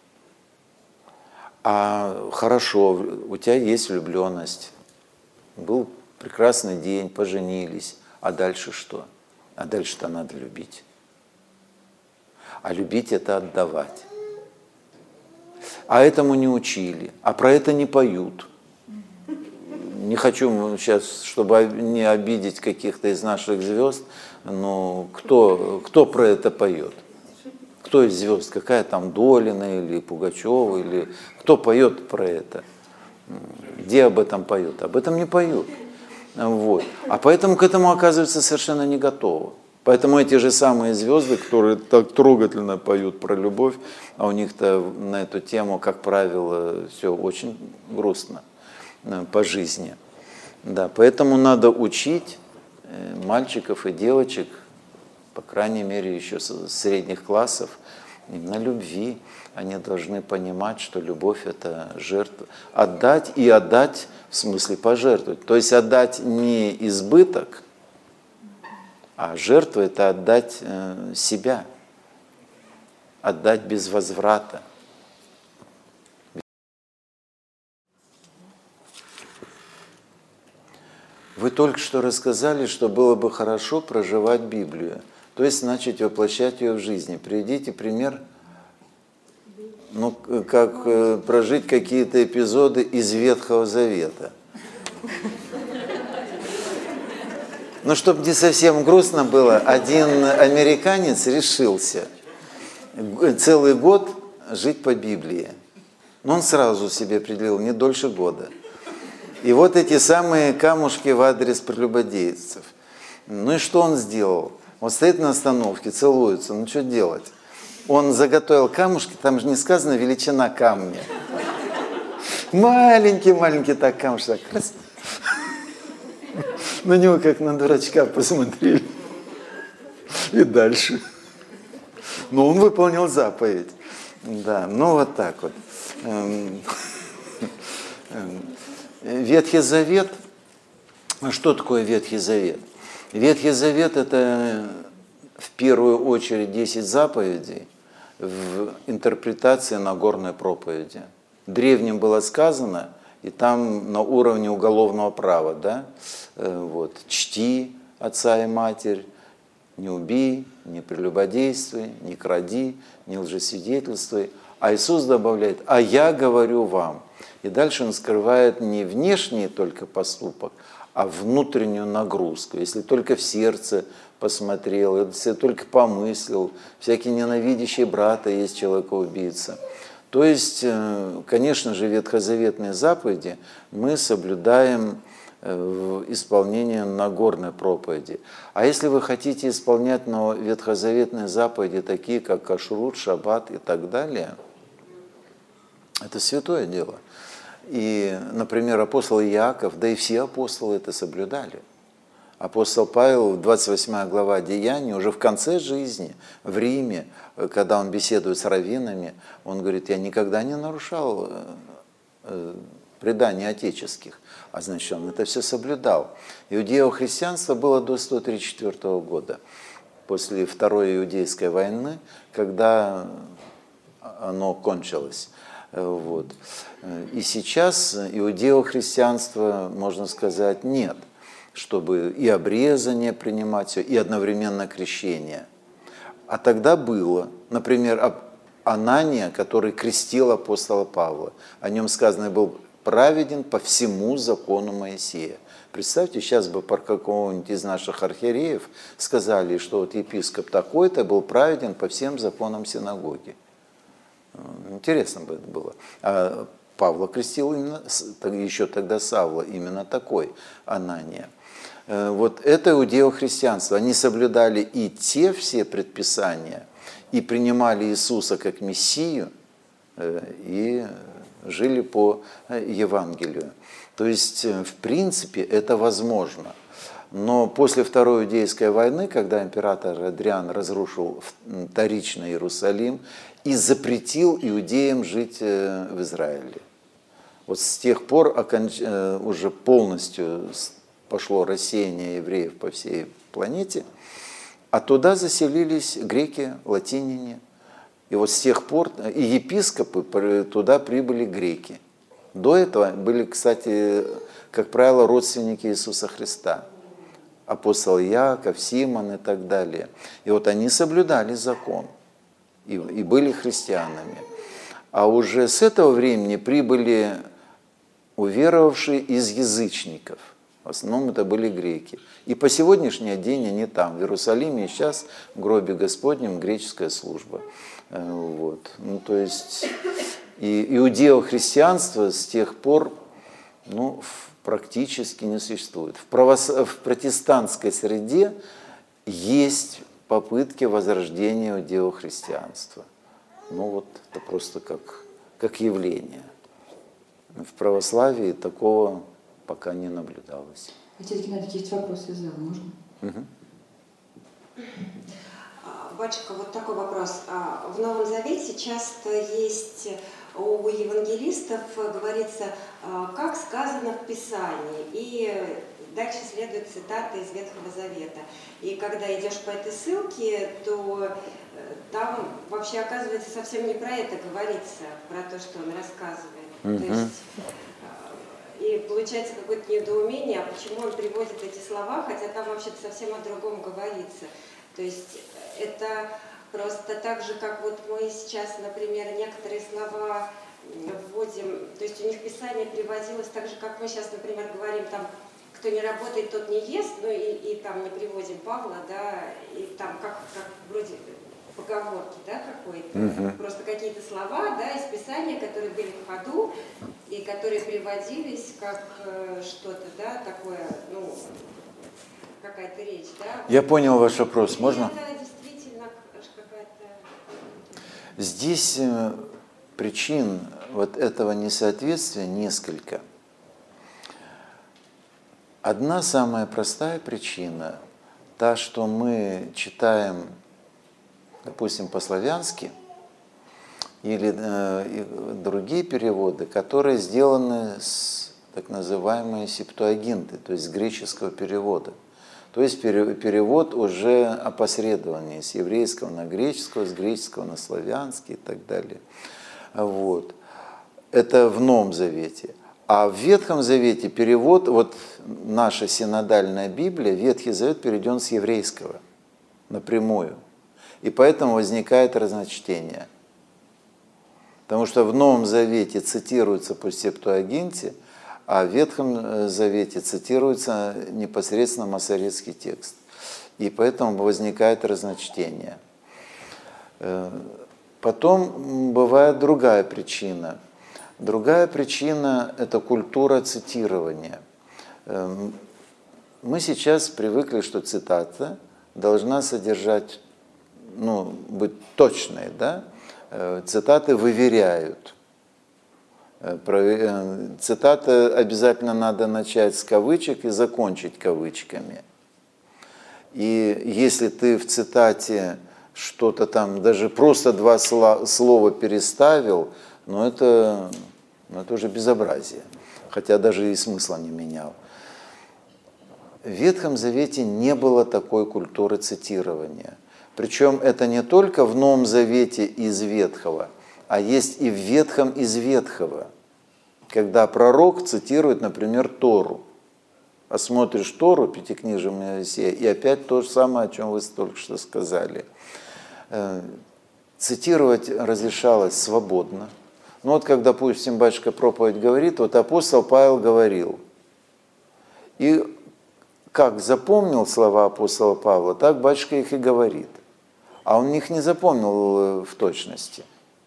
А хорошо, у тебя есть влюбленность. Был прекрасный день, поженились. А дальше что? А дальше-то надо любить. А любить – это отдавать. А этому не учили, а про это не поют. Не хочу сейчас, чтобы не обидеть каких-то из наших звезд, но кто, кто про это поет? Кто из звезд? Какая там Долина или Пугачева? Или кто поет про это? Где об этом поют? Об этом не поют. Вот. А поэтому к этому, оказывается, совершенно не готовы. Поэтому эти же самые звезды, которые так трогательно поют про любовь, а у них-то на эту тему, как правило, все очень грустно по жизни. Да, поэтому надо учить мальчиков и девочек, по крайней мере, еще с средних классов, на любви. Они должны понимать, что любовь – это жертва. Отдать и отдать, в смысле пожертвовать. То есть отдать не избыток, а жертва – это отдать э, себя, отдать без возврата. Вы только что рассказали, что было бы хорошо проживать Библию, то есть начать воплощать ее в жизни. Приведите пример, ну, как э, прожить какие-то эпизоды из Ветхого Завета. Но чтобы не совсем грустно было, один американец решился целый год жить по Библии. Но он сразу себе определил, не дольше года. И вот эти самые камушки в адрес прелюбодейцев. Ну и что он сделал? Он стоит на остановке, целуется. Ну что делать? Он заготовил камушки, там же не сказано величина камня. Маленький-маленький так камушек. Так, раз. На него как на дурачка посмотрели. И дальше. Но он выполнил заповедь. Да, ну вот так вот. Ветхий Завет. Что такое Ветхий Завет? Ветхий Завет – это в первую очередь десять заповедей в интерпретации Нагорной проповеди. Древним было сказано, и там на уровне уголовного права, да, вот, чти отца и матерь, не убей, не прелюбодействуй, не кради, не лжесвидетельствуй. А Иисус добавляет, а я говорю вам. И дальше он скрывает не внешний только поступок, а внутреннюю нагрузку. Если только в сердце посмотрел, если только помыслил, всякий ненавидящий брата есть человека-убийца. То есть, конечно же, ветхозаветные заповеди мы соблюдаем в исполнении Нагорной проповеди. А если вы хотите исполнять ветхозаветные заповеди, такие как кашрут, шаббат и так далее, это святое дело. И, например, апостол Иаков, да и все апостолы это соблюдали. Апостол Павел, двадцать восьмая глава Деяний, уже в конце жизни, в Риме, когда он беседует с раввинами, он говорит, я никогда не нарушал преданий отеческих. А значит, он это все соблюдал. Иудео-христианство было до сто тридцать четвёртого года, после Второй Иудейской войны, когда оно кончилось. Вот. И сейчас иудео-христианства, можно сказать, нет, чтобы и обрезание принимать, все, и одновременно крещение. А тогда было, например, Анания, который крестил апостола Павла. О нем сказано, был праведен по всему закону Моисея. Представьте, сейчас бы по какому-нибудь из наших архиереев сказали, что вот епископ такой-то был праведен по всем законам синагоги. Интересно бы это было. А Павла крестил именно, еще тогда Савла, именно такой Анания. Вот это иудео-христианство. Они соблюдали и те все предписания, и принимали Иисуса как Мессию, и жили по Евангелию. То есть, в принципе, это возможно. Но после Второй Иудейской войны, когда император Адриан разрушил вторично Иерусалим и запретил иудеям жить в Израиле. Вот с тех пор оконч... уже полностью пошло рассеяние евреев по всей планете, а туда заселились греки, латиняне. И вот с тех пор и епископы туда прибыли греки. До этого были, кстати, как правило, родственники Иисуса Христа. Апостол Иаков, Симон и так далее. И вот они соблюдали закон и, и были христианами. А уже с этого времени прибыли уверовавшие из язычников. В основном это были греки. И по сегодняшний день они там, в Иерусалиме, и сейчас в гробе Господнем греческая служба. Вот. Ну, то есть и иудео-христианство с тех пор, ну, практически не существует. В, правос... в протестантской среде есть попытки возрождения иудео-христианства. Ну вот это просто как, как явление. В православии такого пока не наблюдалось. Отец Геннадий, есть вопрос из зала, можно? Угу. Батюшка, вот такой вопрос. В Новом Завете часто есть у евангелистов, говорится, как сказано в Писании, и дальше следует цитата из Ветхого Завета. И когда идешь по этой ссылке, то там вообще оказывается совсем не про это говорится, про то, что он рассказывает. Mm-hmm. То есть, и получается какое-то недоумение, а почему он приводит эти слова, хотя там вообще-то совсем о другом говорится. То есть это просто так же, как вот мы сейчас, например, некоторые слова вводим, то есть у них Писание приводилось так же, как мы сейчас, например, говорим, там, кто не работает, тот не ест, ну и, и там не приводим Павла, да, и там как, как вроде поговорки, да, какой-то, угу. Просто какие-то слова, да, из Писания, которые были в ходу и которые приводились как э, что-то, да, такое, ну, какая-то речь, да. Я понял ваш вопрос, и можно? Это действительно какая-то... Здесь причин вот этого несоответствия несколько. Одна самая простая причина, та, что мы читаем, допустим, по-славянски, или э, другие переводы, которые сделаны с так называемой септуагинты, то есть с греческого перевода. То есть перевод уже опосредованный с еврейского на греческого, с греческого на славянский и так далее. Вот. Это в Новом Завете. А в Ветхом Завете перевод, вот наша синодальная Библия, Ветхий Завет переведен с еврейского напрямую. И поэтому возникает разночтение. Потому что в Новом Завете цитируется по Септуагинте, а в Ветхом Завете цитируется непосредственно масоретский текст. И поэтому возникает разночтение. Потом бывает другая причина. Другая причина – это культура цитирования. Мы сейчас привыкли, что цитата должна содержать, ну, быть точной, да? Цитаты выверяют. Цитаты обязательно надо начать с кавычек и закончить кавычками. И если ты в цитате что-то там, даже просто два слова переставил, ну это, ну это уже безобразие, хотя даже и смысла не менял. В Ветхом Завете не было такой культуры цитирования. Причем это не только в Новом Завете из Ветхого, а есть и в Ветхом из Ветхого, когда пророк цитирует, например, Тору. А смотришь Тору, Пятикнижие Моисея, и опять то же самое, о чем вы только что сказали. Цитировать разрешалось свободно. Ну вот, как, допустим, батюшка проповедь говорит, вот апостол Павел говорил. И как запомнил слова апостола Павла, так батюшка их и говорит. А он их не запомнил в точности.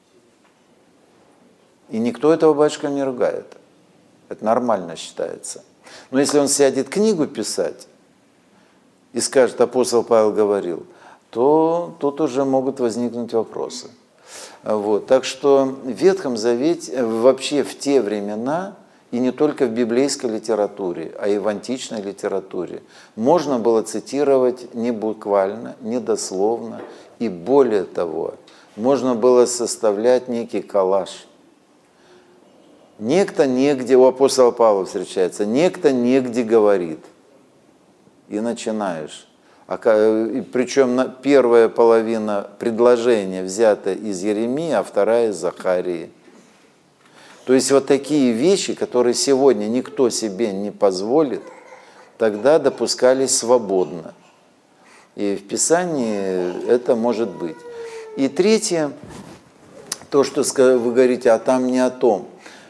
И никто этого батюшка не ругает. Это нормально считается. Но если он сядет книгу писать и скажет, апостол Павел говорил, то тут уже могут возникнуть вопросы. Вот. Так что в Ветхом Завете, вообще в те времена, и не только в библейской литературе, а и в античной литературе, можно было цитировать не буквально, не дословно, и более того, можно было составлять некий коллаж. Некто негде, у апостола Павла встречается, некто негде говорит. И начинаешь. А, причем первая половина предложения взята из Еремии, а вторая из Захарии. То есть вот такие вещи, которые сегодня никто себе не позволит, тогда допускались свободно. И в Писании это может быть. И третье, то, что вы говорите, а там не о том.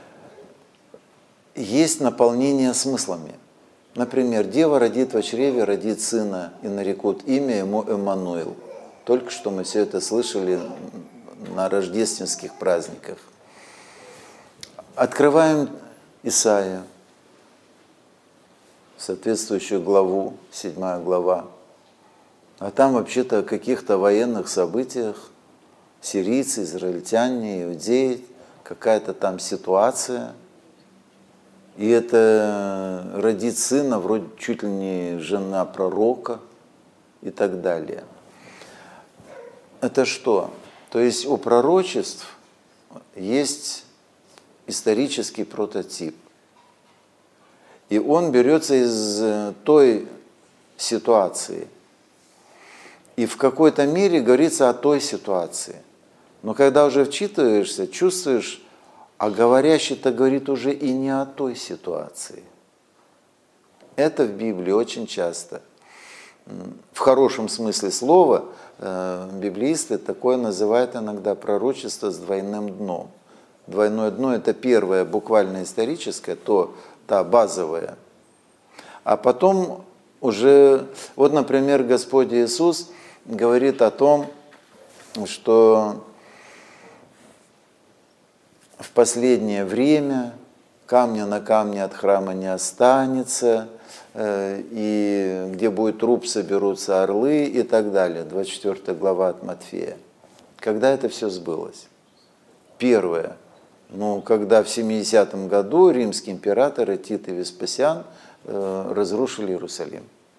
Есть наполнение смыслами. Например, дева родит во чреве, родит сына, и нарекут имя ему Эммануил. Только что мы все это слышали на рождественских праздниках. Открываем Исаию, соответствующую главу, седьмая глава. А там вообще-то о каких-то военных событиях, сирийцы, израильтяне, иудеи, какая-то там ситуация. И это родит сына, вроде чуть ли не жена пророка и так далее. Это что? То есть у пророчеств есть исторический прототип. И он берется из той ситуации. И в какой-то мере говорится о той ситуации. Но когда уже вчитываешься, чувствуешь, а говорящий-то говорит уже и не о той ситуации. Это в Библии очень часто. В хорошем смысле слова библеисты такое называют иногда пророчество с двойным дном. Двойное дно – это первое буквально историческое, то та базовая. А потом уже, вот, например, Господь Иисус говорит о том, что в последнее время камня на камне от храма не останется, и где будет труп, соберутся орлы и так далее. двадцать четвёртая глава от Матфея. Когда это все сбылось? Первое. Ну, когда в семидесятом году римские императоры Тит и Веспасиан э, разрушили Иерусалим.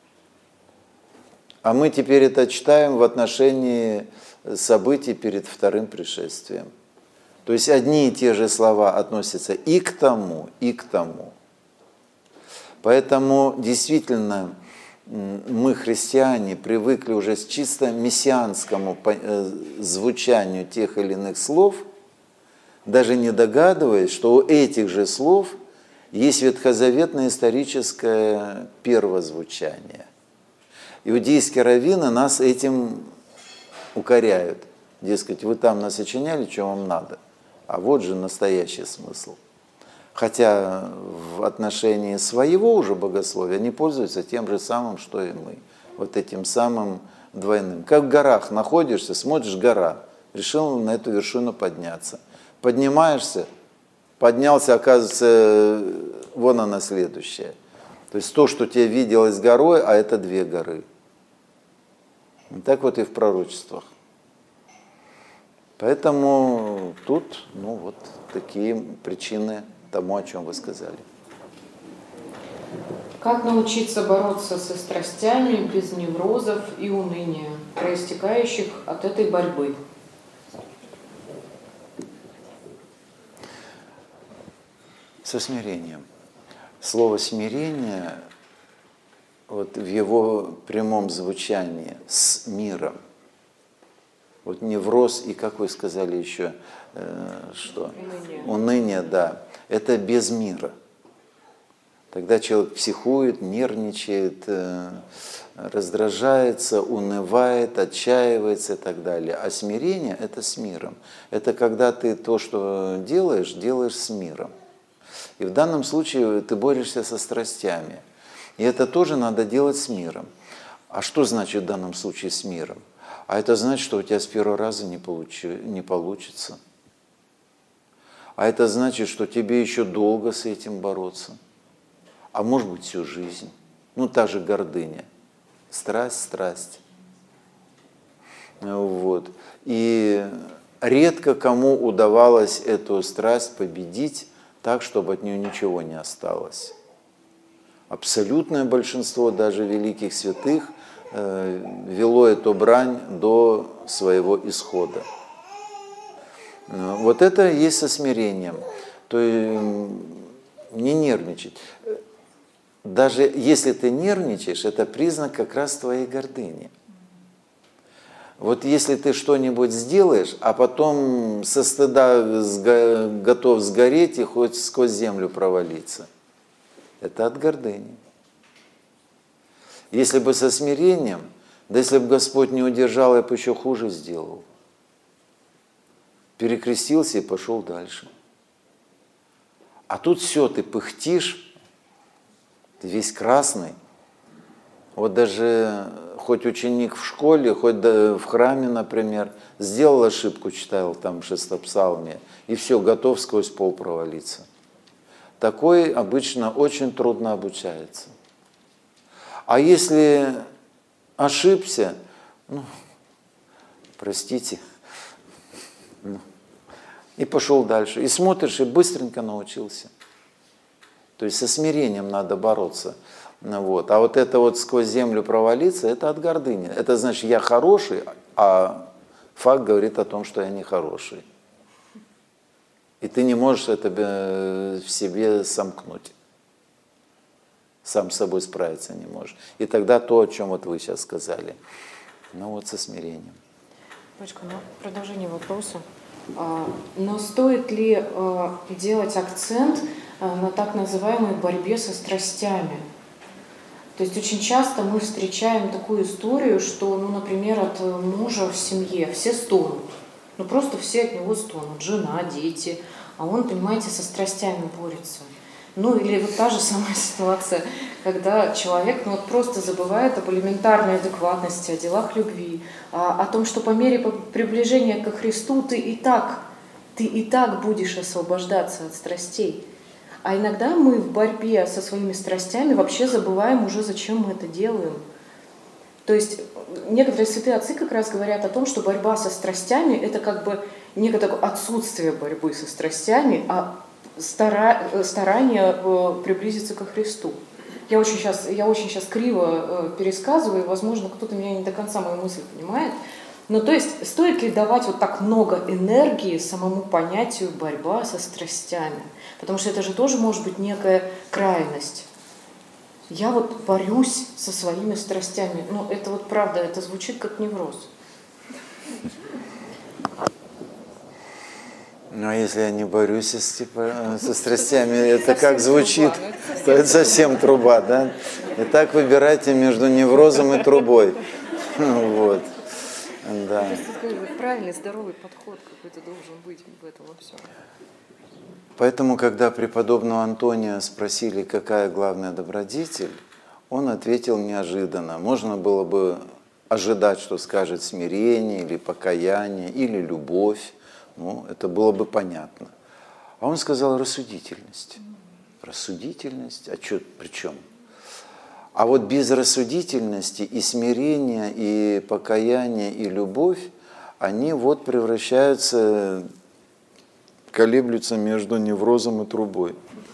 А мы теперь это читаем в отношении событий перед вторым пришествием. То есть одни и те же слова относятся и к тому, и к тому. Поэтому действительно мы, христиане, привыкли уже с чисто мессианскому звучанию тех или иных слов, даже не догадываясь, что у этих же слов есть ветхозаветное историческое первозвучание. Иудейские раввины нас этим укоряют. Дескать, вы там насочиняли, что вам надо. А вот же настоящий смысл. Хотя в отношении своего уже богословия они пользуются тем же самым, что и мы. Вот этим самым двойным. Как в горах находишься, смотришь, гора. Решил на эту вершину подняться. Поднимаешься, поднялся, оказывается, вон она следующая. То есть то, что тебе виделось горой, а это две горы. И так вот и в пророчествах. Поэтому тут, ну вот, такие причины тому, о чем вы сказали. Как научиться бороться со страстями без неврозов и уныния, проистекающих от этой борьбы? Со смирением. Слово «смирение» вот в его прямом звучании «с миром». Вот невроз и, как вы сказали еще, э, что? Уныние. Уныние, да. Это без мира. Тогда человек психует, нервничает, э, раздражается, унывает, отчаивается и так далее. А смирение – это с миром. Это когда ты то, что делаешь, делаешь с миром. И в данном случае ты борешься со страстями. И это тоже надо делать с миром. А что значит в данном случае с миром? А это значит, что у тебя с первого раза не, получи, не получится. А это значит, что тебе еще долго с этим бороться. А может быть всю жизнь. Ну, та же гордыня. Страсть, страсть. Вот. И редко кому удавалось эту страсть победить так, чтобы от нее ничего не осталось. Абсолютное большинство даже великих святых вело эту брань до своего исхода. Вот это и есть со смирением. То есть не нервничать. Даже если ты нервничаешь, это признак как раз твоей гордыни. Вот если ты что-нибудь сделаешь, а потом со стыда готов сгореть и хоть сквозь землю провалиться, это от гордыни. Если бы со смирением, да если бы Господь не удержал, я бы еще хуже сделал. Перекрестился и пошел дальше. А тут все, ты пыхтишь, ты весь красный. Вот даже хоть ученик в школе, хоть в храме, например, сделал ошибку, читал там шестопсалмие, и все, готов сквозь пол провалиться. Такой обычно очень трудно обучается. А если ошибся, ну, простите, ну, и пошел дальше. И смотришь, и быстренько научился. То есть со смирением надо бороться. Вот. А вот это вот сквозь землю провалиться, это от гордыни. Это значит, я хороший, а факт говорит о том, что я не хороший. И ты не можешь это в себе сомкнуть. Сам с собой справиться не можешь. И тогда то, о чем вот вы сейчас сказали, ну вот со смирением. Дочка, ну, продолжение вопроса. Но стоит ли делать акцент на так называемой борьбе со страстями? То есть очень часто мы встречаем такую историю, что, ну, например, от мужа в семье все стонут. Ну просто все от него стонут. Жена, дети. А он, понимаете, со страстями борется. Ну или вот та же самая ситуация, когда человек ну, вот просто забывает об элементарной адекватности, о делах любви, о, о том, что по мере приближения ко Христу ты и так, ты и так будешь освобождаться от страстей. А иногда мы в борьбе со своими страстями вообще забываем уже, зачем мы это делаем. То есть некоторые святые отцы как раз говорят о том, что борьба со страстями – это как бы некое отсутствие борьбы со страстями, а старание приблизиться ко Христу. Я очень сейчас, я очень сейчас криво э, пересказываю, возможно, кто-то меня не до конца мою мысль понимает. Но то есть, стоит ли давать вот так много энергии самому понятию борьба со страстями? Потому что это же тоже может быть некая крайность. Я вот борюсь со своими страстями. Ну, это вот правда, это звучит как невроз. Ну, а если я не борюсь с, типа, со страстями, это как звучит? То это совсем труба, да? Итак, выбирайте между неврозом и трубой. Вот. Да. Правильный, здоровый подход какой-то должен быть в этом во всем. Поэтому, когда преподобного Антония спросили, какая главная добродетель, он ответил неожиданно. Можно было бы ожидать, что скажет смирение, или покаяние, или любовь. Ну, это было бы понятно. А он сказал рассудительность. Рассудительность? А что, при чем? А вот без рассудительности и смирения, и покаяния, и любовь, они вот превращаются, колеблются между неврозом и трубой.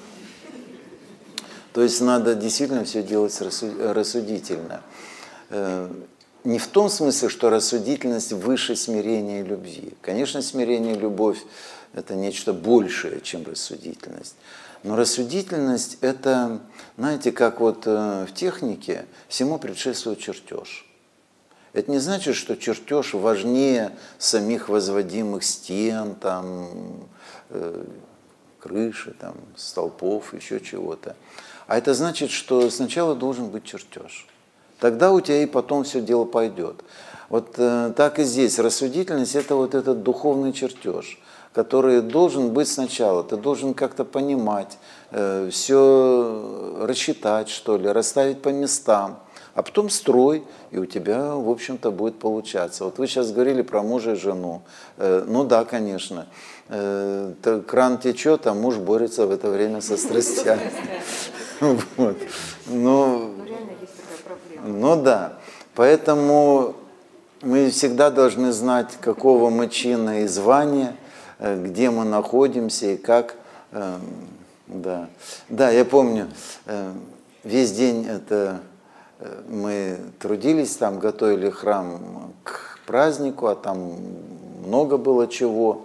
То есть надо действительно все делать рассудительно. Не в том смысле, что рассудительность выше смирения и любви. Конечно, смирение и любовь – это нечто большее, чем рассудительность. Но рассудительность – это, знаете, как вот в технике всему предшествует чертеж. Это не значит, что чертеж важнее самих возводимых стен, там, э, крыши, там, столпов, еще чего-то. А это значит, что сначала должен быть чертеж. Тогда у тебя и потом все дело пойдет. Вот э, так и здесь. Рассудительность – это вот этот духовный чертеж, который должен быть сначала. Ты должен как-то понимать, э, все рассчитать, что ли, расставить по местам. А потом строй, и у тебя, в общем-то, будет получаться. Вот вы сейчас говорили про мужа и жену. Э, ну да, конечно. Э, кран течет, а муж борется в это время со страстями. Вот. Ну, ну да. Поэтому мы всегда должны знать, какого мы чина и звания, где мы находимся и как. Да, да, я помню, весь день это мы трудились, там готовили храм к празднику, а там много было чего.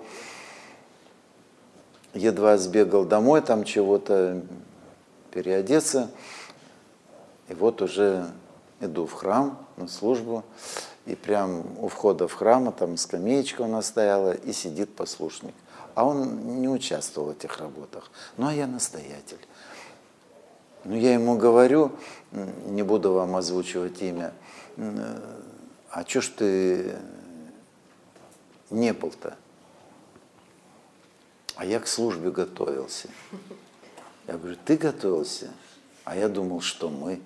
Едва сбегал домой, там чего-то переодеться. И вот уже иду в храм на службу, и прям у входа в храм, там скамеечка у нас стояла, и сидит послушник. А он не участвовал в этих работах. Ну, а я настоятель. Ну, я ему говорю, не буду вам озвучивать имя, а чё ж ты не был-то? А я к службе готовился. Я говорю, ты готовился? А я думал, что мы.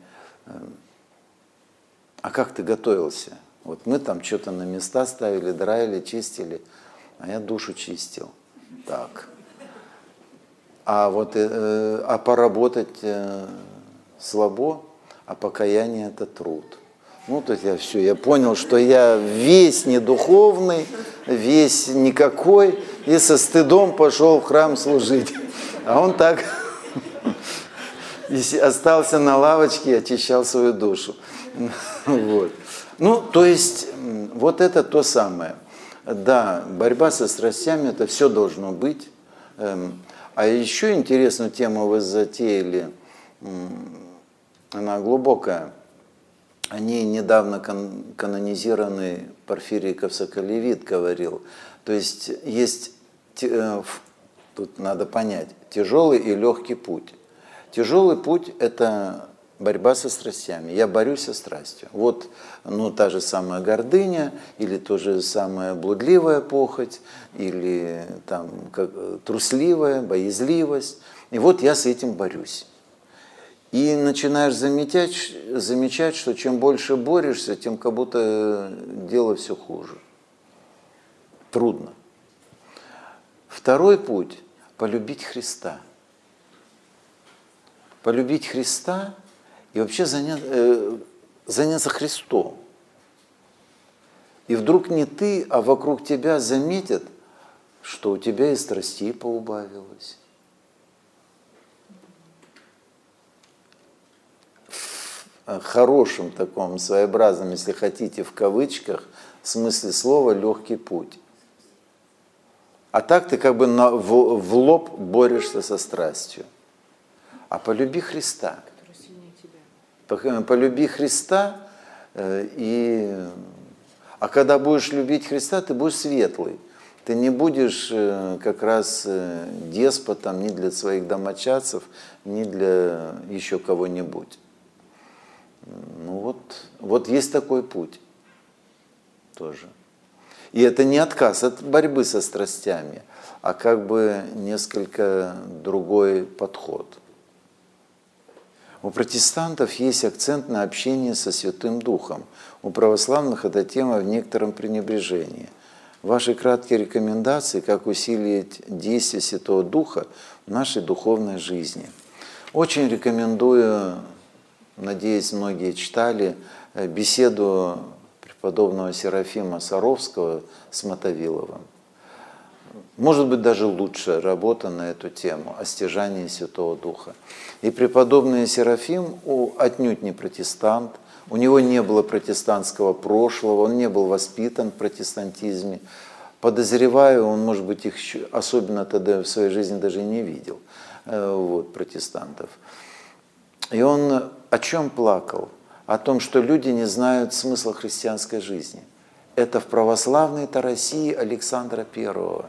А как ты готовился? Вот мы там что-то на места ставили, драили, чистили, а я душу чистил. Так. А вот э, а поработать э, слабо, а покаяние – это труд. Ну, то есть я все, я понял, что я весь недуховный, весь никакой, и со стыдом пошел в храм служить. А он так остался на лавочке и очищал свою душу. Вот. Ну, то есть, вот это то самое. Да, борьба со страстями – это все должно быть. А еще интересную тему вы затеяли, она глубокая. О ней недавно кан канонизированный Порфирий Ковсоколевит говорил. То есть, есть, тут надо понять, тяжелый и легкий путь. Тяжелый путь – это борьба со страстями. Я борюсь со страстью. Вот, ну, та же самая гордыня, или то же самая блудливая похоть, или там как, трусливая, боязливость. И вот я с этим борюсь. И начинаешь замечать, замечать, что чем больше борешься, тем как будто дело все хуже. Трудно. Второй путь – полюбить Христа. Полюбить Христа и вообще заняться, э, заняться Христом. И вдруг не ты, а вокруг тебя заметят, что у тебя и страстей поубавилось. хорошем таком, своеобразном, если хотите, в кавычках, в смысле слова легкий путь. А так ты как бы на, в, в лоб борешься со страстью. А полюби Христа. Полюби Христа, и... а когда будешь любить Христа, ты будешь светлый. Ты не будешь как раз деспотом ни для своих домочадцев, ни для еще кого-нибудь. Ну вот, вот есть такой путь тоже. И это не отказ от борьбы со страстями, а как бы несколько другой подход. У протестантов есть акцент на общение со Святым Духом. У православных эта тема в некотором пренебрежении. Ваши краткие рекомендации, как усилить действие Святого Духа в нашей духовной жизни. Очень рекомендую, надеюсь, многие читали, беседу преподобного Серафима Саровского с Мотовиловым. Может быть, даже лучшая работа на эту тему о стяжании Святого Духа. И преподобный Серафим отнюдь не протестант, у него не было протестантского прошлого, он не был воспитан в протестантизме. Подозреваю, он, может быть, их особенно тогда в своей жизни даже и не видел, вот, протестантов. И он о чем плакал? О том, что люди не знают смысла христианской жизни. Это в православной-то России Александра Первого.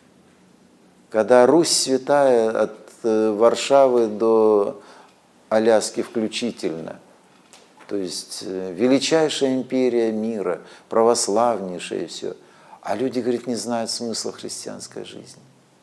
Когда Русь святая от Варшавы до Аляски включительно, то есть величайшая империя мира, православнейшая и все. А люди, говорит, не знают смысла христианской жизни.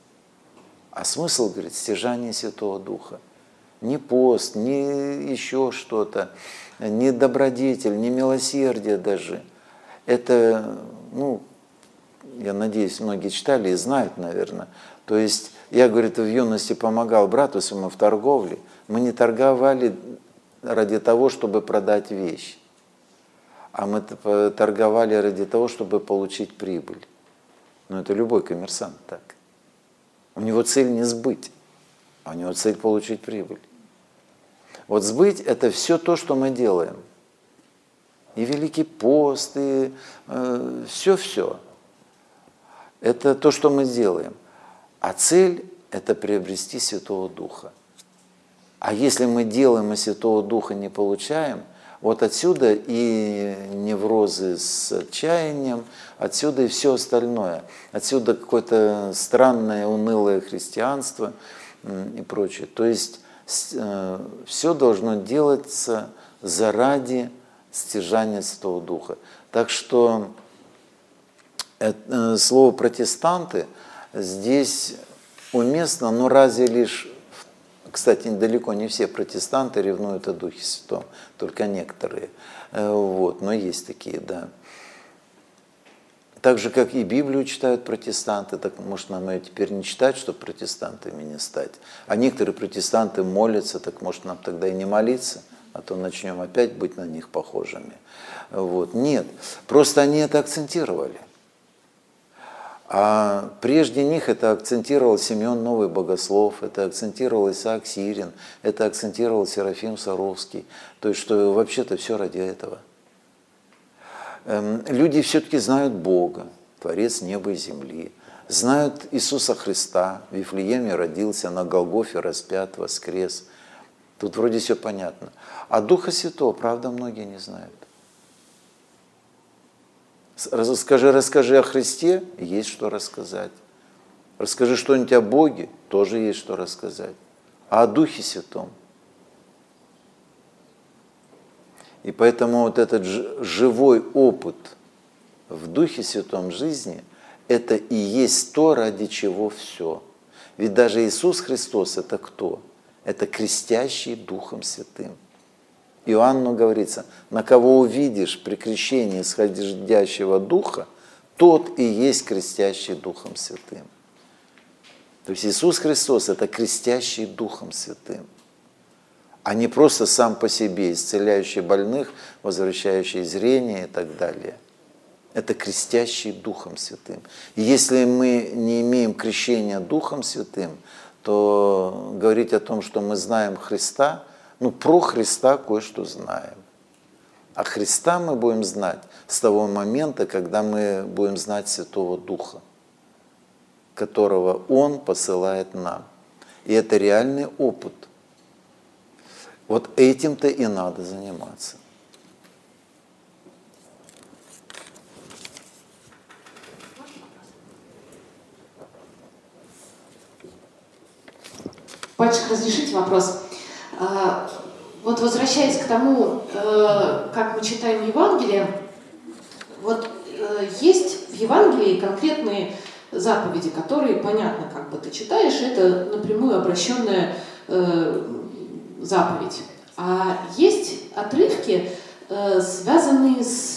А смысл, говорит, стяжание Святого Духа. Ни пост, ни еще что-то, ни добродетель, ни милосердие даже. Это, ну, я надеюсь, многие читали и знают, наверное. То есть я, говорит, в юности помогал брату своему в торговле. Мы не торговали ради того, чтобы продать вещь, а мы торговали ради того, чтобы получить прибыль. Но это любой коммерсант так. У него цель не сбыть, а у него цель получить прибыль. Вот сбыть – это все то, что мы делаем. И Великий пост, и э, все-все. Это то, что мы делаем. А цель – это приобрести Святого Духа. А если мы делаем, и Святого Духа не получаем, вот отсюда и неврозы с отчаянием, отсюда и все остальное. Отсюда какое-то странное, унылое христианство и прочее. То есть все должно делаться заради стяжания Святого Духа. Так что это, слово «протестанты» здесь уместно, но разве лишь... Кстати, далеко не все протестанты ревнуют о Духе Святом, только некоторые. Вот, но есть такие, да. Так же, как и Библию читают протестанты, так может нам ее теперь не читать, чтобы протестантами не стать. А некоторые протестанты молятся, так может нам тогда и не молиться, а то начнем опять быть на них похожими. Вот. Нет, просто они это акцентировали. А прежде них это акцентировал Симеон Новый Богослов, это акцентировал Исаак Сирин, это акцентировал Серафим Саровский. То есть, что вообще-то все ради этого. Люди все-таки знают Бога, Творец неба и земли, знают Иисуса Христа, в Вифлееме родился, на Голгофе распят, воскрес. Тут вроде все понятно. А Духа Святого, правда, многие не знают. Расскажи, расскажи о Христе, есть что рассказать. Расскажи что-нибудь о Боге, тоже есть что рассказать. А о Духе Святом. И поэтому вот этот живой опыт в Духе Святом жизни, это и есть то, ради чего все. Ведь даже Иисус Христос – это кто? Это крестящий Духом Святым. Иоанну говорится, на кого увидишь при крещении исходящего Духа, тот и есть крестящий Духом Святым. То есть Иисус Христос – это крестящий Духом Святым, а не просто сам по себе исцеляющий больных, возвращающий зрение и так далее. Это крестящий Духом Святым. И если мы не имеем крещения Духом Святым, то говорить о том, что мы знаем Христа, ну, про Христа кое-что знаем. А Христа мы будем знать с того момента, когда мы будем знать Святого Духа, которого Он посылает нам. И это реальный опыт. Вот этим-то и надо заниматься. Батюшка, разрешите вопрос? Вот возвращаясь к тому, как мы читаем Евангелие, вот есть в Евангелии конкретные заповеди, которые, понятно, как бы ты читаешь, это напрямую обращенная заповедь. А есть отрывки, связанные с,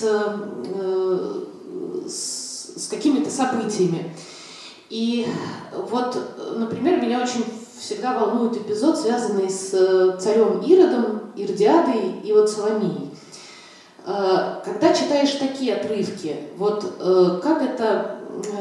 с, с какими-то событиями. И вот, например, меня очень всегда волнует эпизод, связанный с царем Иродом, Иродиадой и вот Соломией. Когда читаешь такие отрывки, вот как это,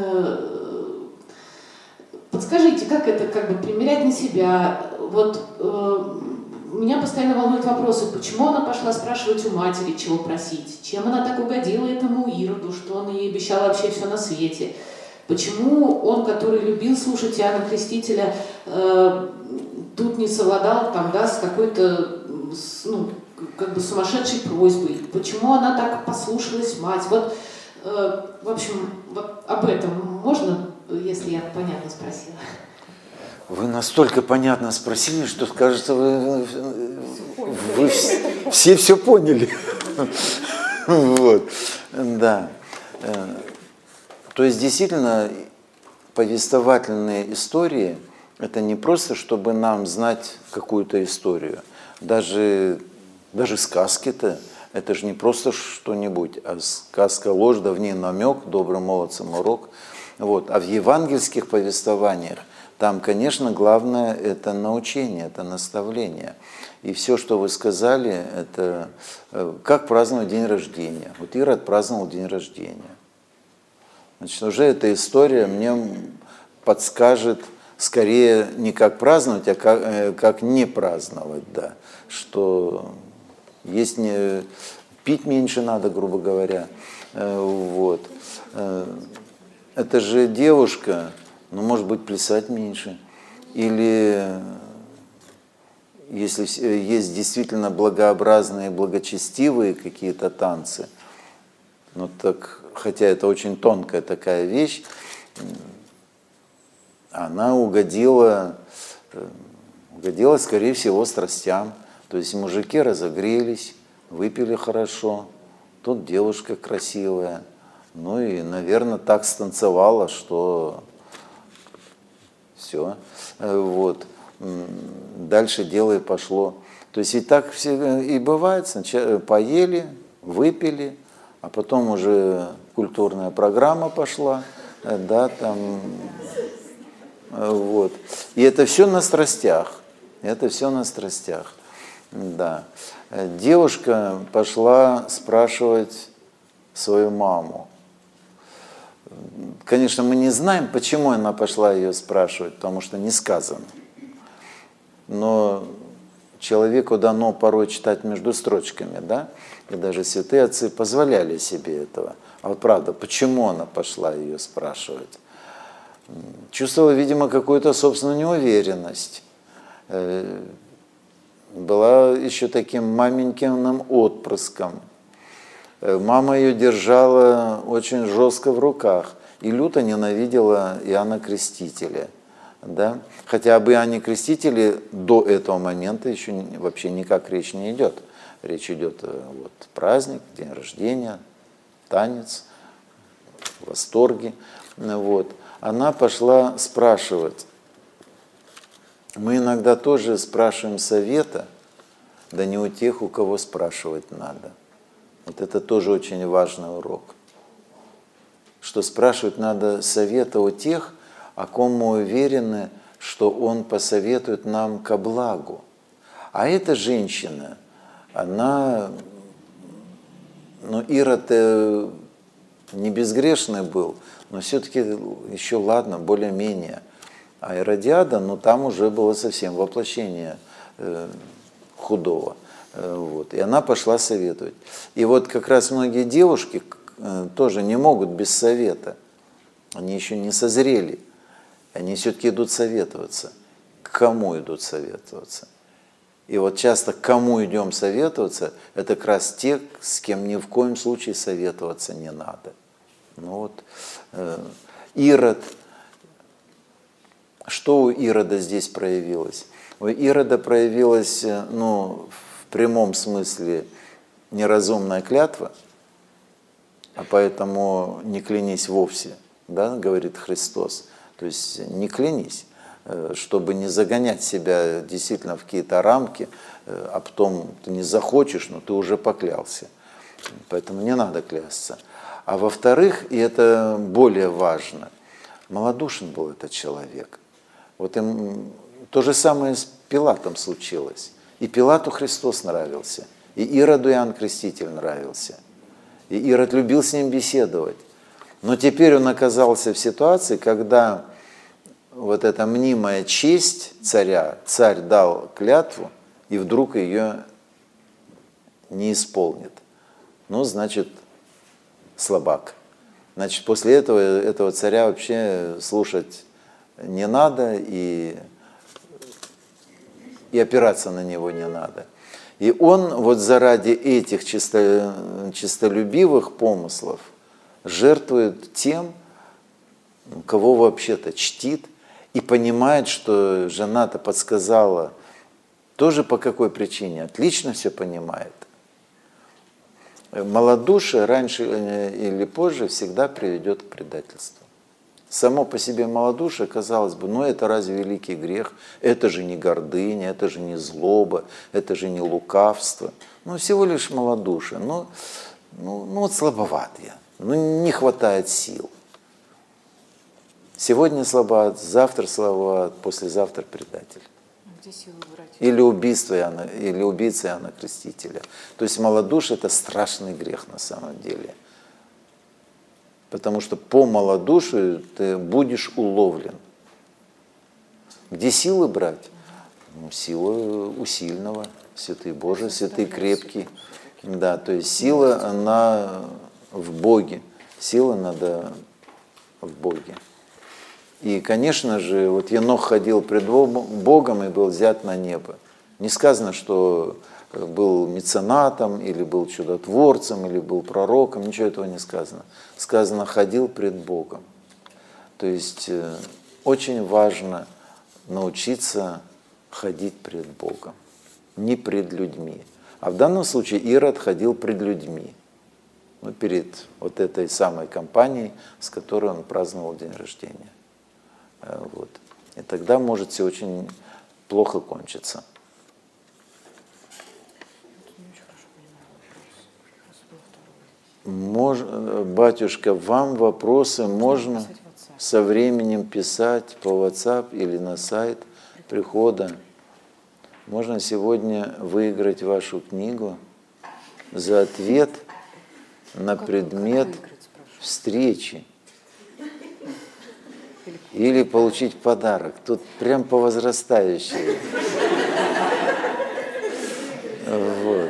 подскажите, как это как бы примерять на себя? Вот меня постоянно волнуют вопросы, почему она пошла спрашивать у матери, чего просить, чем она так угодила этому Ироду, что он ей обещал вообще все на свете. Почему он, который любил слушать Иоанна Крестителя, э, тут не совладал там, да, с какой-то, ну, как бы сумасшедшей просьбой? Почему она так послушалась мать? Вот, э, в общем, вот об этом можно, если я понятно спросила? Вы настолько понятно спросили, что, кажется, вы, вы все все поняли. Вот, да. То есть, действительно, повествовательные истории – это не просто, чтобы нам знать какую-то историю. Даже, даже сказки-то – это же не просто что-нибудь, а сказка ложь, да в ней намек, добрым молодцам урок. Вот. А в евангельских повествованиях там, конечно, главное – это научение, это наставление. И все, что вы сказали, это как праздновать день рождения. Вот Ирод праздновал день рождения. Значит, уже эта история мне подскажет скорее не как праздновать, а как, как не праздновать, да. Что есть не, пить меньше надо, грубо говоря. Вот. Это же девушка, ну, может быть, плясать меньше. Или если есть действительно благообразные, благочестивые какие-то танцы, ну так, хотя это очень тонкая такая вещь, она угодила, угодила, скорее всего, страстям. То есть мужики разогрелись, выпили хорошо, тут девушка красивая, ну и, наверное, так станцевала, что все, вот, дальше дело и пошло. То есть и так все и бывает, сначала поели, выпили, а потом уже культурная программа пошла, да, там, вот. И это все на страстях, это все на страстях, да. Девушка пошла спрашивать свою маму. Конечно, мы не знаем, почему она пошла ее спрашивать, потому что не сказано. Но человеку дано порой читать между строчками, да? И даже святые отцы позволяли себе этого. А вот правда, почему она пошла ее спрашивать? Чувствовала, видимо, какую-то собственную неуверенность. Была еще таким маменькиным отпрыском. Мама ее держала очень жестко в руках и люто ненавидела Иоанна Крестителя. Да? Хотя об Иоанне Крестителе до этого момента еще вообще никак речь не идет. Речь идет вот праздник, день рождения, танец, восторги. Вот. Она пошла спрашивать. Мы иногда тоже спрашиваем совета, да не у тех, у кого спрашивать надо. Вот это тоже очень важный урок. Что спрашивать надо совета у тех, о ком мы уверены, что он посоветует нам ко благу. А эта женщина, она, ну, Ирод не безгрешный был, но все-таки еще ладно, более-менее. А Иродиада, ну там уже было совсем воплощение э, худого. Вот. И она пошла советовать. И вот как раз многие девушки тоже не могут без совета. Они еще не созрели. Они все-таки идут советоваться. К кому идут советоваться? И вот часто к кому идем советоваться, это как раз те, с кем ни в коем случае советоваться не надо. Ну вот, э, Ирод. Что у Ирода здесь проявилось? У Ирода проявилась, ну, в прямом смысле неразумная клятва, а поэтому не клянись вовсе, да, говорит Христос. То есть не клянись, чтобы не загонять себя действительно в какие-то рамки, а потом ты не захочешь, но ты уже поклялся. Поэтому не надо клясться. А во-вторых, и это более важно, малодушен был этот человек. Вот им то же самое с Пилатом случилось. И Пилату Христос нравился, и Ироду Иоанн Креститель нравился. И Ирод любил с ним беседовать. Но теперь он оказался в ситуации, когда вот эта мнимая честь царя, царь дал клятву, и вдруг ее не исполнит. Ну, значит, слабак. Значит, после этого этого царя вообще слушать не надо, и, и опираться на него не надо. И он вот заради этих чисто, чистолюбивых помыслов жертвует тем, кого вообще-то чтит, и понимает, что жена-то подсказала тоже по какой причине, отлично все понимает. Малодушие раньше или позже всегда приведет к предательству. Само по себе малодушие, казалось бы, ну это разве великий грех? Это же не гордыня, это же не злоба, это же не лукавство. Ну всего лишь малодушие. Ну, ну, ну вот слабоват я, ну не хватает сил. Сегодня слабоват, завтра слабоват, послезавтра предатель. Где силы брать? Или убийство Иоанна, или убийца Иоанна Крестителя. То есть малодушие – это страшный грех на самом деле. Потому что по малодушию ты будешь уловлен. Где силы брать? Ну, сила у сильного, святый Божий, святый крепкий. Да, то есть сила, она в Боге. Сила надо в Боге. И, конечно же, вот Енох ходил пред Богом и был взят на небо. Не сказано, что был меценатом, или был чудотворцем, или был пророком, ничего этого не сказано. Сказано, ходил пред Богом. То есть очень важно научиться ходить пред Богом, не пред людьми. А в данном случае Ирод ходил пред людьми, ну, перед вот этой самой компанией, с которой он праздновал день рождения. Вот. И тогда может все очень плохо кончиться. Мож, батюшка, вам вопросы можно со временем писать по WhatsApp или на сайт прихода. Можно сегодня выиграть вашу книгу за ответ на предмет встречи. Или получить подарок. Тут прям по возрастающей. Вот.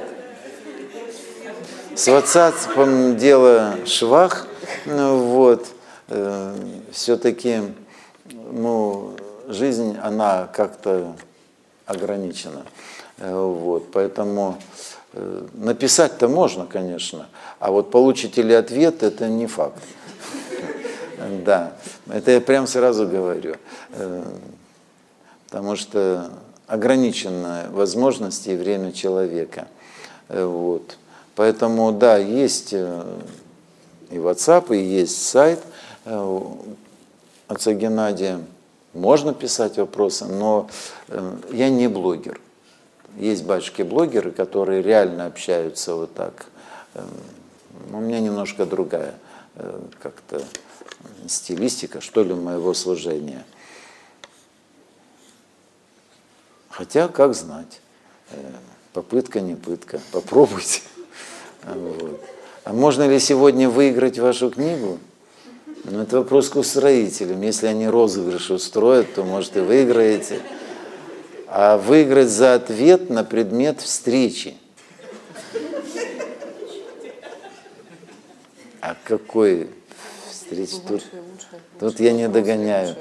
С WhatsApp дело швах. Вот. Все-таки ну, жизнь, она как-то ограничена. Вот. Поэтому написать-то можно, конечно. А вот получите ли ответ, это не факт. Да, это я прям сразу говорю, потому что ограниченные возможности и время человека. Вот. Поэтому, да, есть и WhatsApp, и есть сайт отца Геннадия. Можно писать вопросы, но я не блогер. Есть батюшки-блогеры, которые реально общаются вот так. У меня немножко другая как-то стилистика, что ли, моего служения. Хотя, как знать, попытка не пытка, попробуйте. Вот. А можно ли сегодня выиграть вашу книгу? Ну, это вопрос к устроителям. Если они розыгрыш устроят, то, может, и выиграете. А выиграть за ответ на предмет встречи. Какой встреч? Тут, тут я не догоняю.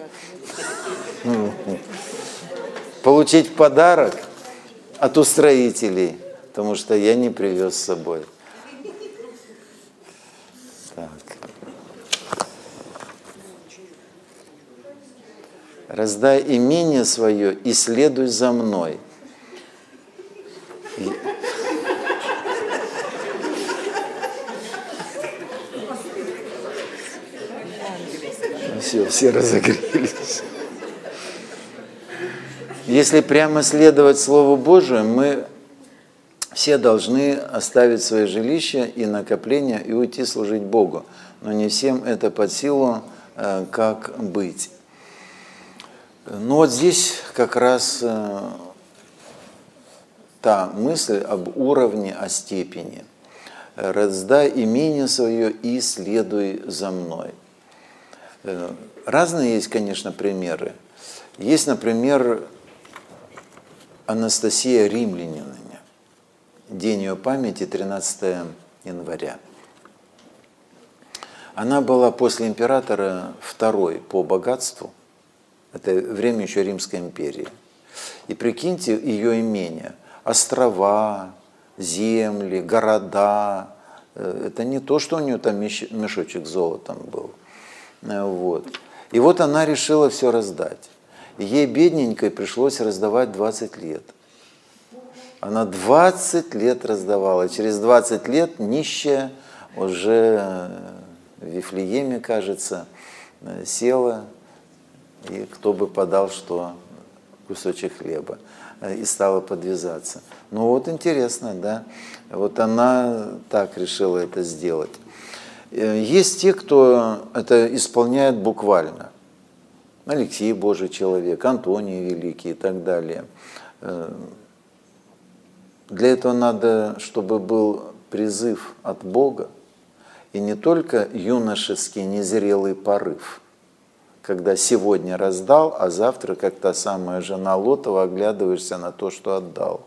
Получить в подарок от устроителей, потому что я не привез с собой. Так. Раздай имение свое и следуй за мной. И... Все, все разогрелись. Если прямо следовать Слову Божию, мы все должны оставить свои жилища и накопления и уйти служить Богу. Но не всем это под силу, как быть. Ну вот здесь как раз та мысль об уровне, о степени. Раздай имение свое и следуй за мной. Разные есть, конечно, примеры. Есть, например, Анастасия Римлянине. День ее памяти тринадцатое января. Она была после императора второй по богатству. Это время еще Римской империи. И прикиньте ее имение. Острова, земли, города. Это не то, что у нее там мешочек с золотом был. Вот. И вот она решила все раздать. Ей, бедненькой, пришлось раздавать двадцать лет. Она двадцать лет раздавала. Через двадцать лет нищая уже в Вифлееме, кажется, села, и кто бы подал что, кусочек хлеба, и стала подвязаться. Ну вот интересно, да? Вот она так решила это сделать. Есть те, кто это исполняет буквально. Алексей Божий человек, Антоний Великий и так далее. Для этого надо, чтобы был призыв от Бога, и не только юношеский незрелый порыв, когда сегодня раздал, а завтра, как та самая жена Лотова, оглядываешься на то, что отдал.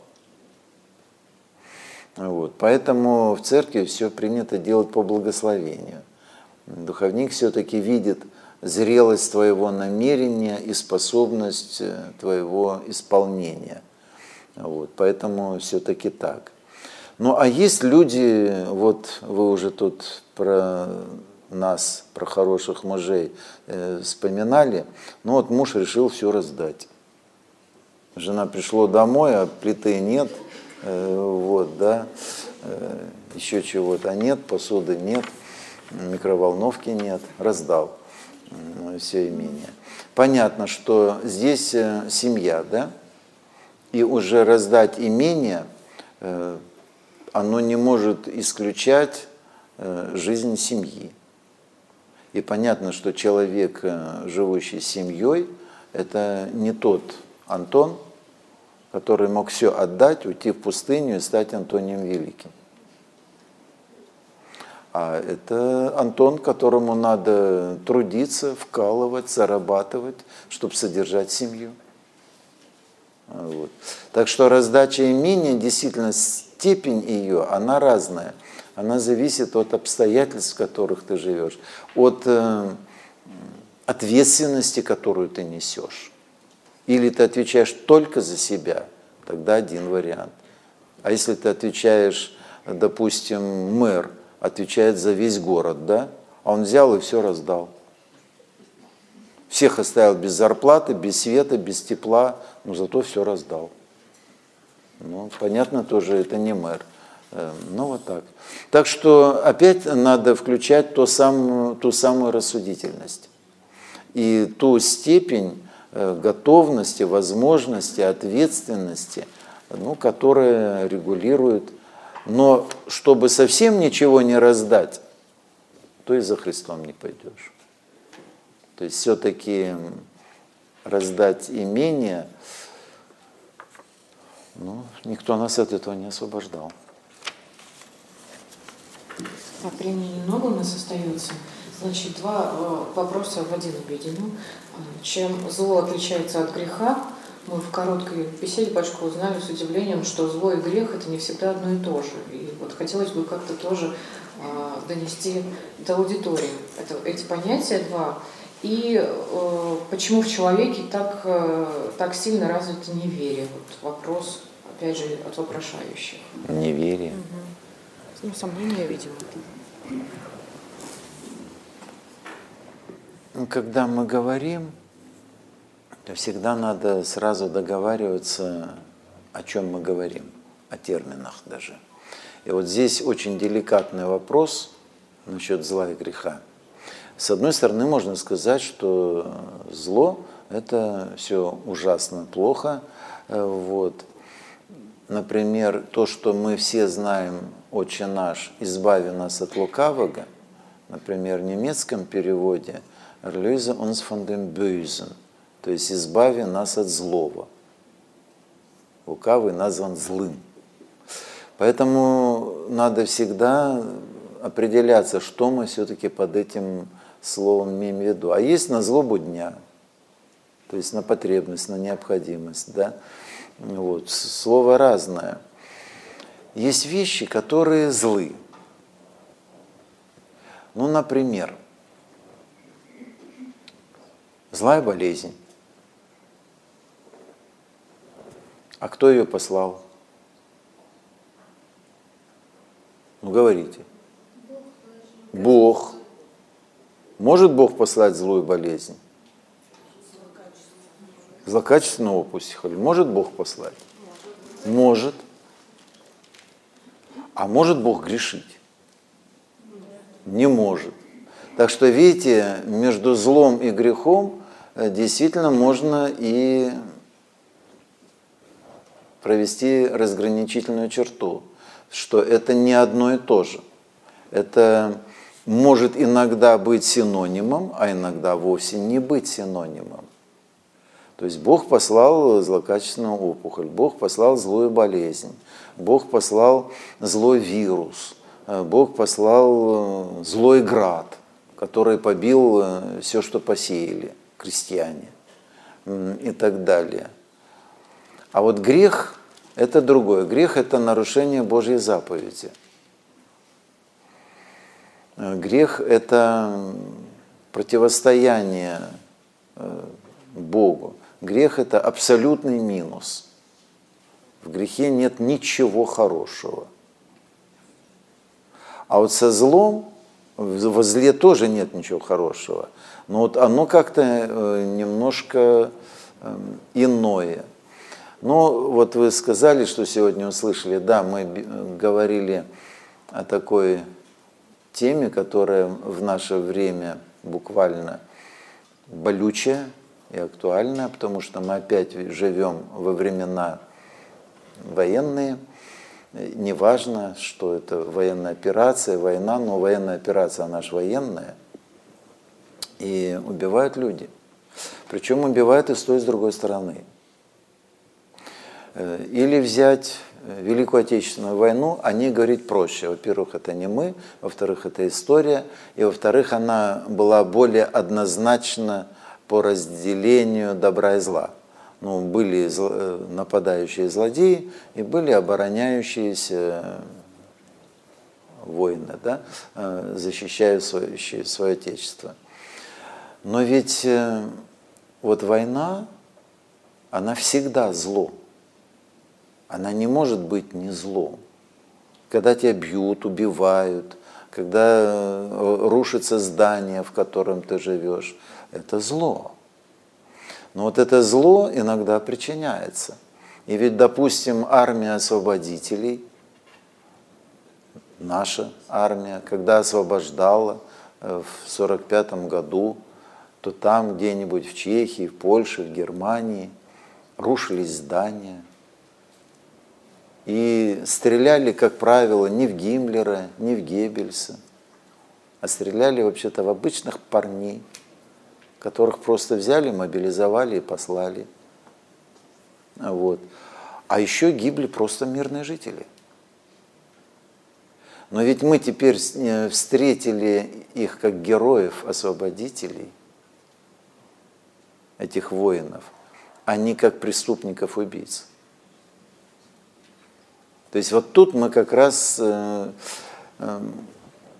Вот. Поэтому в церкви все принято делать по благословению. Духовник все-таки видит зрелость твоего намерения и способность твоего исполнения. Вот. Поэтому все-таки так. Ну а есть люди, вот вы уже тут про нас, про хороших мужей э, вспоминали, ну вот муж решил все раздать. Жена пришла домой, а плиты нет, э, вот, да, э, еще чего-то нет, посуды нет, микроволновки нет, раздал э, все имение. Понятно, что здесь э, семья, да, и уже раздать имение, э, оно не может исключать э, жизнь семьи. И понятно, что человек, живущий с семьей, это не тот Антон, который мог все отдать, уйти в пустыню и стать Антонием Великим. А это Антон, которому надо трудиться, вкалывать, зарабатывать, чтобы содержать семью. Вот. Так что раздача имения, действительно, степень ее, она разная. Она зависит от обстоятельств, в которых ты живешь, от э, ответственности, которую ты несешь. Или ты отвечаешь только за себя, тогда один вариант. А если ты отвечаешь, допустим, мэр отвечает за весь город, да, а он взял и все раздал. Всех оставил без зарплаты, без света, без тепла, но зато все раздал. Ну, понятно, тоже это не мэр. Ну, вот так. Так что опять надо включать ту самую, ту самую рассудительность и ту степень готовности, возможности, ответственности, ну, которая регулирует. Но чтобы совсем ничего не раздать, то и за Христом не пойдешь. То есть все-таки раздать имение, ну, никто нас от этого не освобождал. Так, времени немного у нас остается. Значит, два э, вопроса в один объединю. Чем зло отличается от греха? Мы в короткой беседе Пашко узнали с удивлением, что зло и грех – это не всегда одно и то же. И вот хотелось бы как-то тоже э, донести до аудитории это, эти понятия два. И э, почему в человеке так, э, так сильно развито неверие? Вот вопрос, опять же, от вопрошающих. Неверие. Угу. Ну, сомнения, видимо. Ну, когда мы говорим, то всегда надо сразу договариваться, о чем мы говорим, о терминах даже. И вот здесь очень деликатный вопрос насчет зла и греха. С одной стороны, можно сказать, что зло – это все ужасно плохо. Вот. Например, то, что мы все знаем, «Отче наш, избави нас от лукавого», например, в немецком переводе «Erlöse uns von dem Bösen», то есть «избави нас от злого». Лукавый назван злым. Поэтому надо всегда определяться, что мы все-таки под этим словом имеем в виду. А есть на злобу дня, то есть на потребность, на необходимость. Да? Вот. Слово разное. Есть вещи, которые злы. Ну, например, злая болезнь. А кто ее послал? Ну, говорите. Бог. Может Бог послать злую болезнь? Злокачественную опухоль. Может Бог послать? Может. А может Бог грешить? Не может. Так что, видите, между злом и грехом действительно можно и провести разграничительную черту, что это не одно и то же. Это может иногда быть синонимом, а иногда вовсе не быть синонимом. То есть Бог послал злокачественную опухоль, Бог послал злую болезнь, Бог послал злой вирус, Бог послал злой град, который побил все, что посеяли крестьяне и так далее. А вот грех – это другое. Грех – это нарушение Божьей заповеди. Грех – это противостояние Богу. Грех – это абсолютный минус. В грехе нет ничего хорошего. А вот со злом, во зле тоже нет ничего хорошего. Но вот оно как-то немножко иное. Ну, вот вы сказали, что сегодня услышали, да, мы говорили о такой теме, которая в наше время буквально болючая и актуальная, потому что мы опять живем во времена военные. Неважно, что это военная операция, война, но военная операция, она же военная. И убивают люди. Причем убивают и с той, и с другой стороны. Или взять Великую Отечественную войну, о ней говорить проще. Во-первых, это не мы, во-вторых, это история, и во-вторых, она была более однозначна по разделению добра и зла. Ну, были нападающие злодеи и были обороняющиеся воины, да, защищающие свое Отечество. Но ведь вот война, она всегда зло. Она не может быть не злом. Когда тебя бьют, убивают, когда рушится здание, в котором ты живешь, это зло. Но вот это зло иногда причиняется. И ведь, допустим, армия освободителей, наша армия, когда освобождала в сорок пятом году, то там где-нибудь в Чехии, в Польше, в Германии рушились здания. И стреляли, как правило, не в Гиммлера, не в Геббельса, а стреляли вообще-то в обычных парней, которых просто взяли, мобилизовали и послали. Вот. А еще гибли просто мирные жители. Но ведь мы теперь встретили их как героев-освободителей, этих воинов, а не как преступников-убийц. То есть вот тут мы как раз э, э,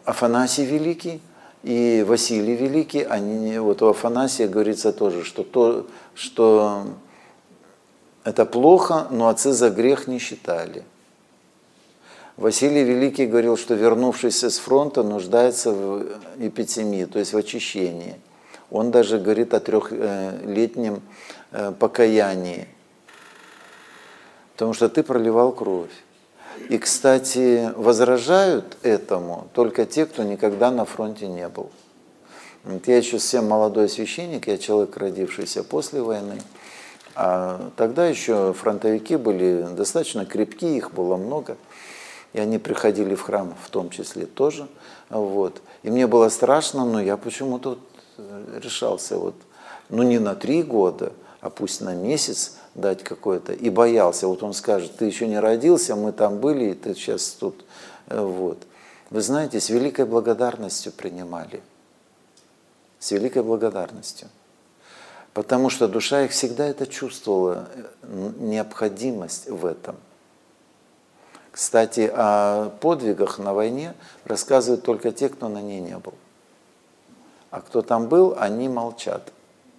Афанасий Великий и Василий Великий, они, вот у Афанасия говорится тоже, что, то, что это плохо, но отцы за грех не считали. Василий Великий говорил, что вернувшийся с фронта нуждается в эпитемии, то есть в очищении. Он даже говорит о трехлетнем покаянии, потому что ты проливал кровь. И, кстати, возражают этому только те, кто никогда на фронте не был. Я еще совсем молодой священник, я человек, родившийся после войны. А тогда еще фронтовики были достаточно крепкие, их было много. И они приходили в храм в том числе тоже. Вот. И мне было страшно, но я почему-то решался, вот, ну не на три года, а пусть на месяц дать какое-то. И боялся, вот он скажет, ты еще не родился, мы там были, и ты сейчас тут. Вот. Вы знаете, с великой благодарностью принимали. С великой благодарностью. Потому что душа их всегда это чувствовала, необходимость в этом. Кстати, о подвигах на войне рассказывают только те, кто на ней не был. А кто там был, они молчат.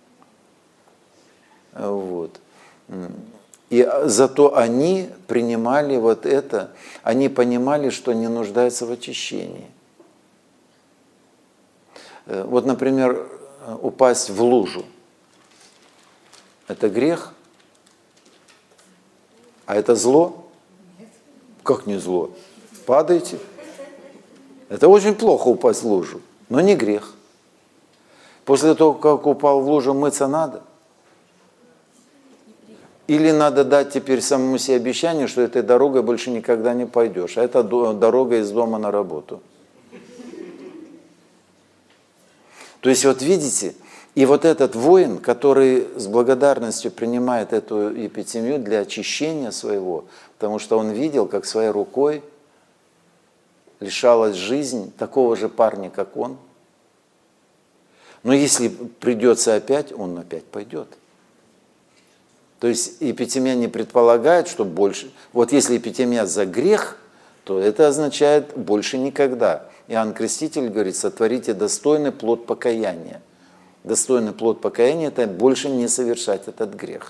Вот. И зато они принимали вот это, они понимали, что не нуждаются в очищении. Вот, например, упасть в лужу. Это грех? А это зло? Как не зло? Падайте. Это очень плохо упасть в лужу, но не грех. После того, как упал в лужу, мыться надо? Или надо дать теперь самому себе обещание, что этой дорогой больше никогда не пойдешь, а это дорога из дома на работу. То есть вот видите, и вот этот воин, который с благодарностью принимает эту эпитемию для очищения своего, потому что он видел, как своей рукой лишалась жизнь такого же парня, как он. Но если придется опять, он опять пойдет. То есть эпитемия не предполагает, что больше... Вот если эпитемия за грех, то это означает больше никогда. Иоанн Креститель говорит, сотворите достойный плод покаяния. Достойный плод покаяния – это больше не совершать этот грех.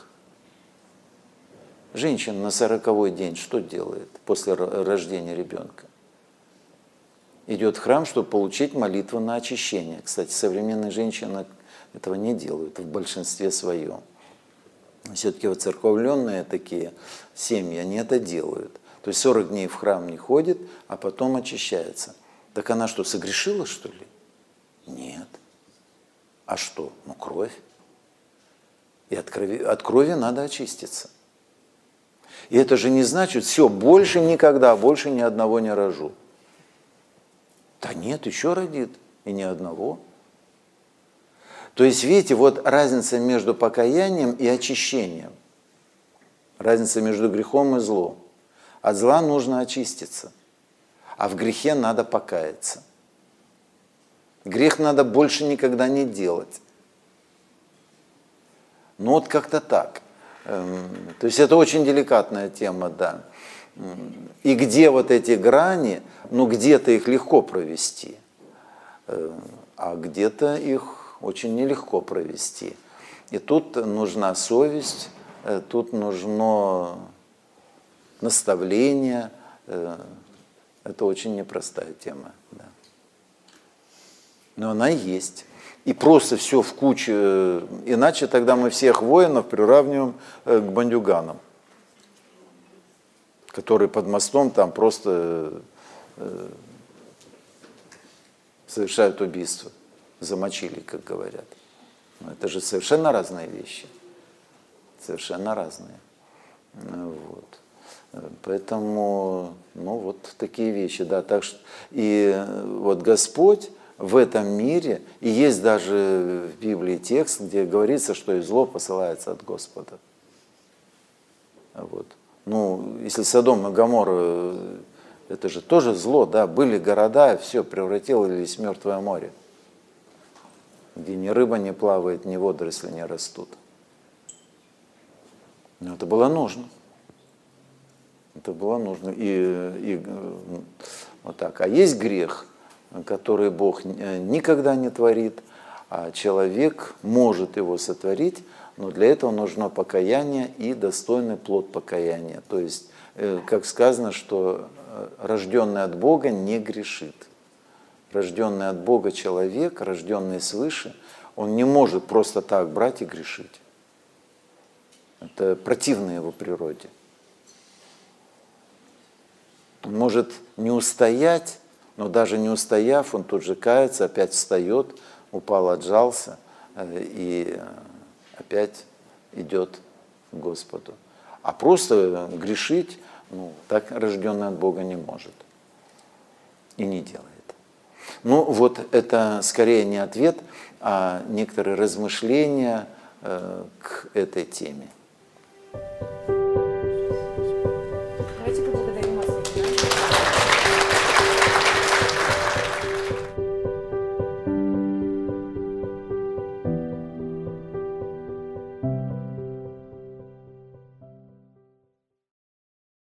Женщина на сороковой день что делает после рождения ребенка? Идет в храм, чтобы получить молитву на очищение. Кстати, современные женщины этого не делают в большинстве своем. Все-таки вот церковленные такие семьи, они это делают. То есть сорок дней в храм не ходит, а потом очищается. Так она что, согрешила, что ли? Нет. А что? Ну, кровь. И от крови, от крови надо очиститься. И это же не значит, все, больше никогда, больше ни одного не рожу. Да нет, еще родит, и ни одного. То есть, видите, вот разница между покаянием и очищением. Разница между грехом и злом. От зла нужно очиститься, а в грехе надо покаяться. Грех надо больше никогда не делать. Ну вот как-то так. То есть это очень деликатная тема, да. И где вот эти грани, ну где-то их легко провести, а где-то их очень нелегко провести. И тут нужна совесть, тут нужно наставление. Это очень непростая тема. Да. Но она есть. И просто все в куче, иначе тогда мы всех воинов приравниваем к бандюганам, которые под мостом там просто совершают убийство. Замочили, как говорят. Но это же совершенно разные вещи. Совершенно разные. Вот. Поэтому, ну, вот такие вещи, да. Так что, и вот Господь в этом мире, и есть даже в Библии текст, где говорится, что и зло посылается от Господа. Вот. Ну, если Содом и Гоморра, это же тоже зло, да, были города, и все превратилось в мертвое море, где ни рыба не плавает, ни водоросли не растут. Но это было нужно. Это было нужно. И, и вот так. А есть грех, который Бог никогда не творит, а человек может его сотворить, но для этого нужно покаяние и достойный плод покаяния. То есть, как сказано, что рожденный от Бога не грешит. Рожденный от Бога человек, рожденный свыше, он не может просто так брать и грешить. Это противно его природе. Он может не устоять, но даже не устояв, он тут же кается, опять встает, упал, отжался и опять идет к Господу. А просто грешить, ну, так рожденный от Бога не может и не делает. Ну вот это скорее не ответ, а некоторые размышления э, к этой теме.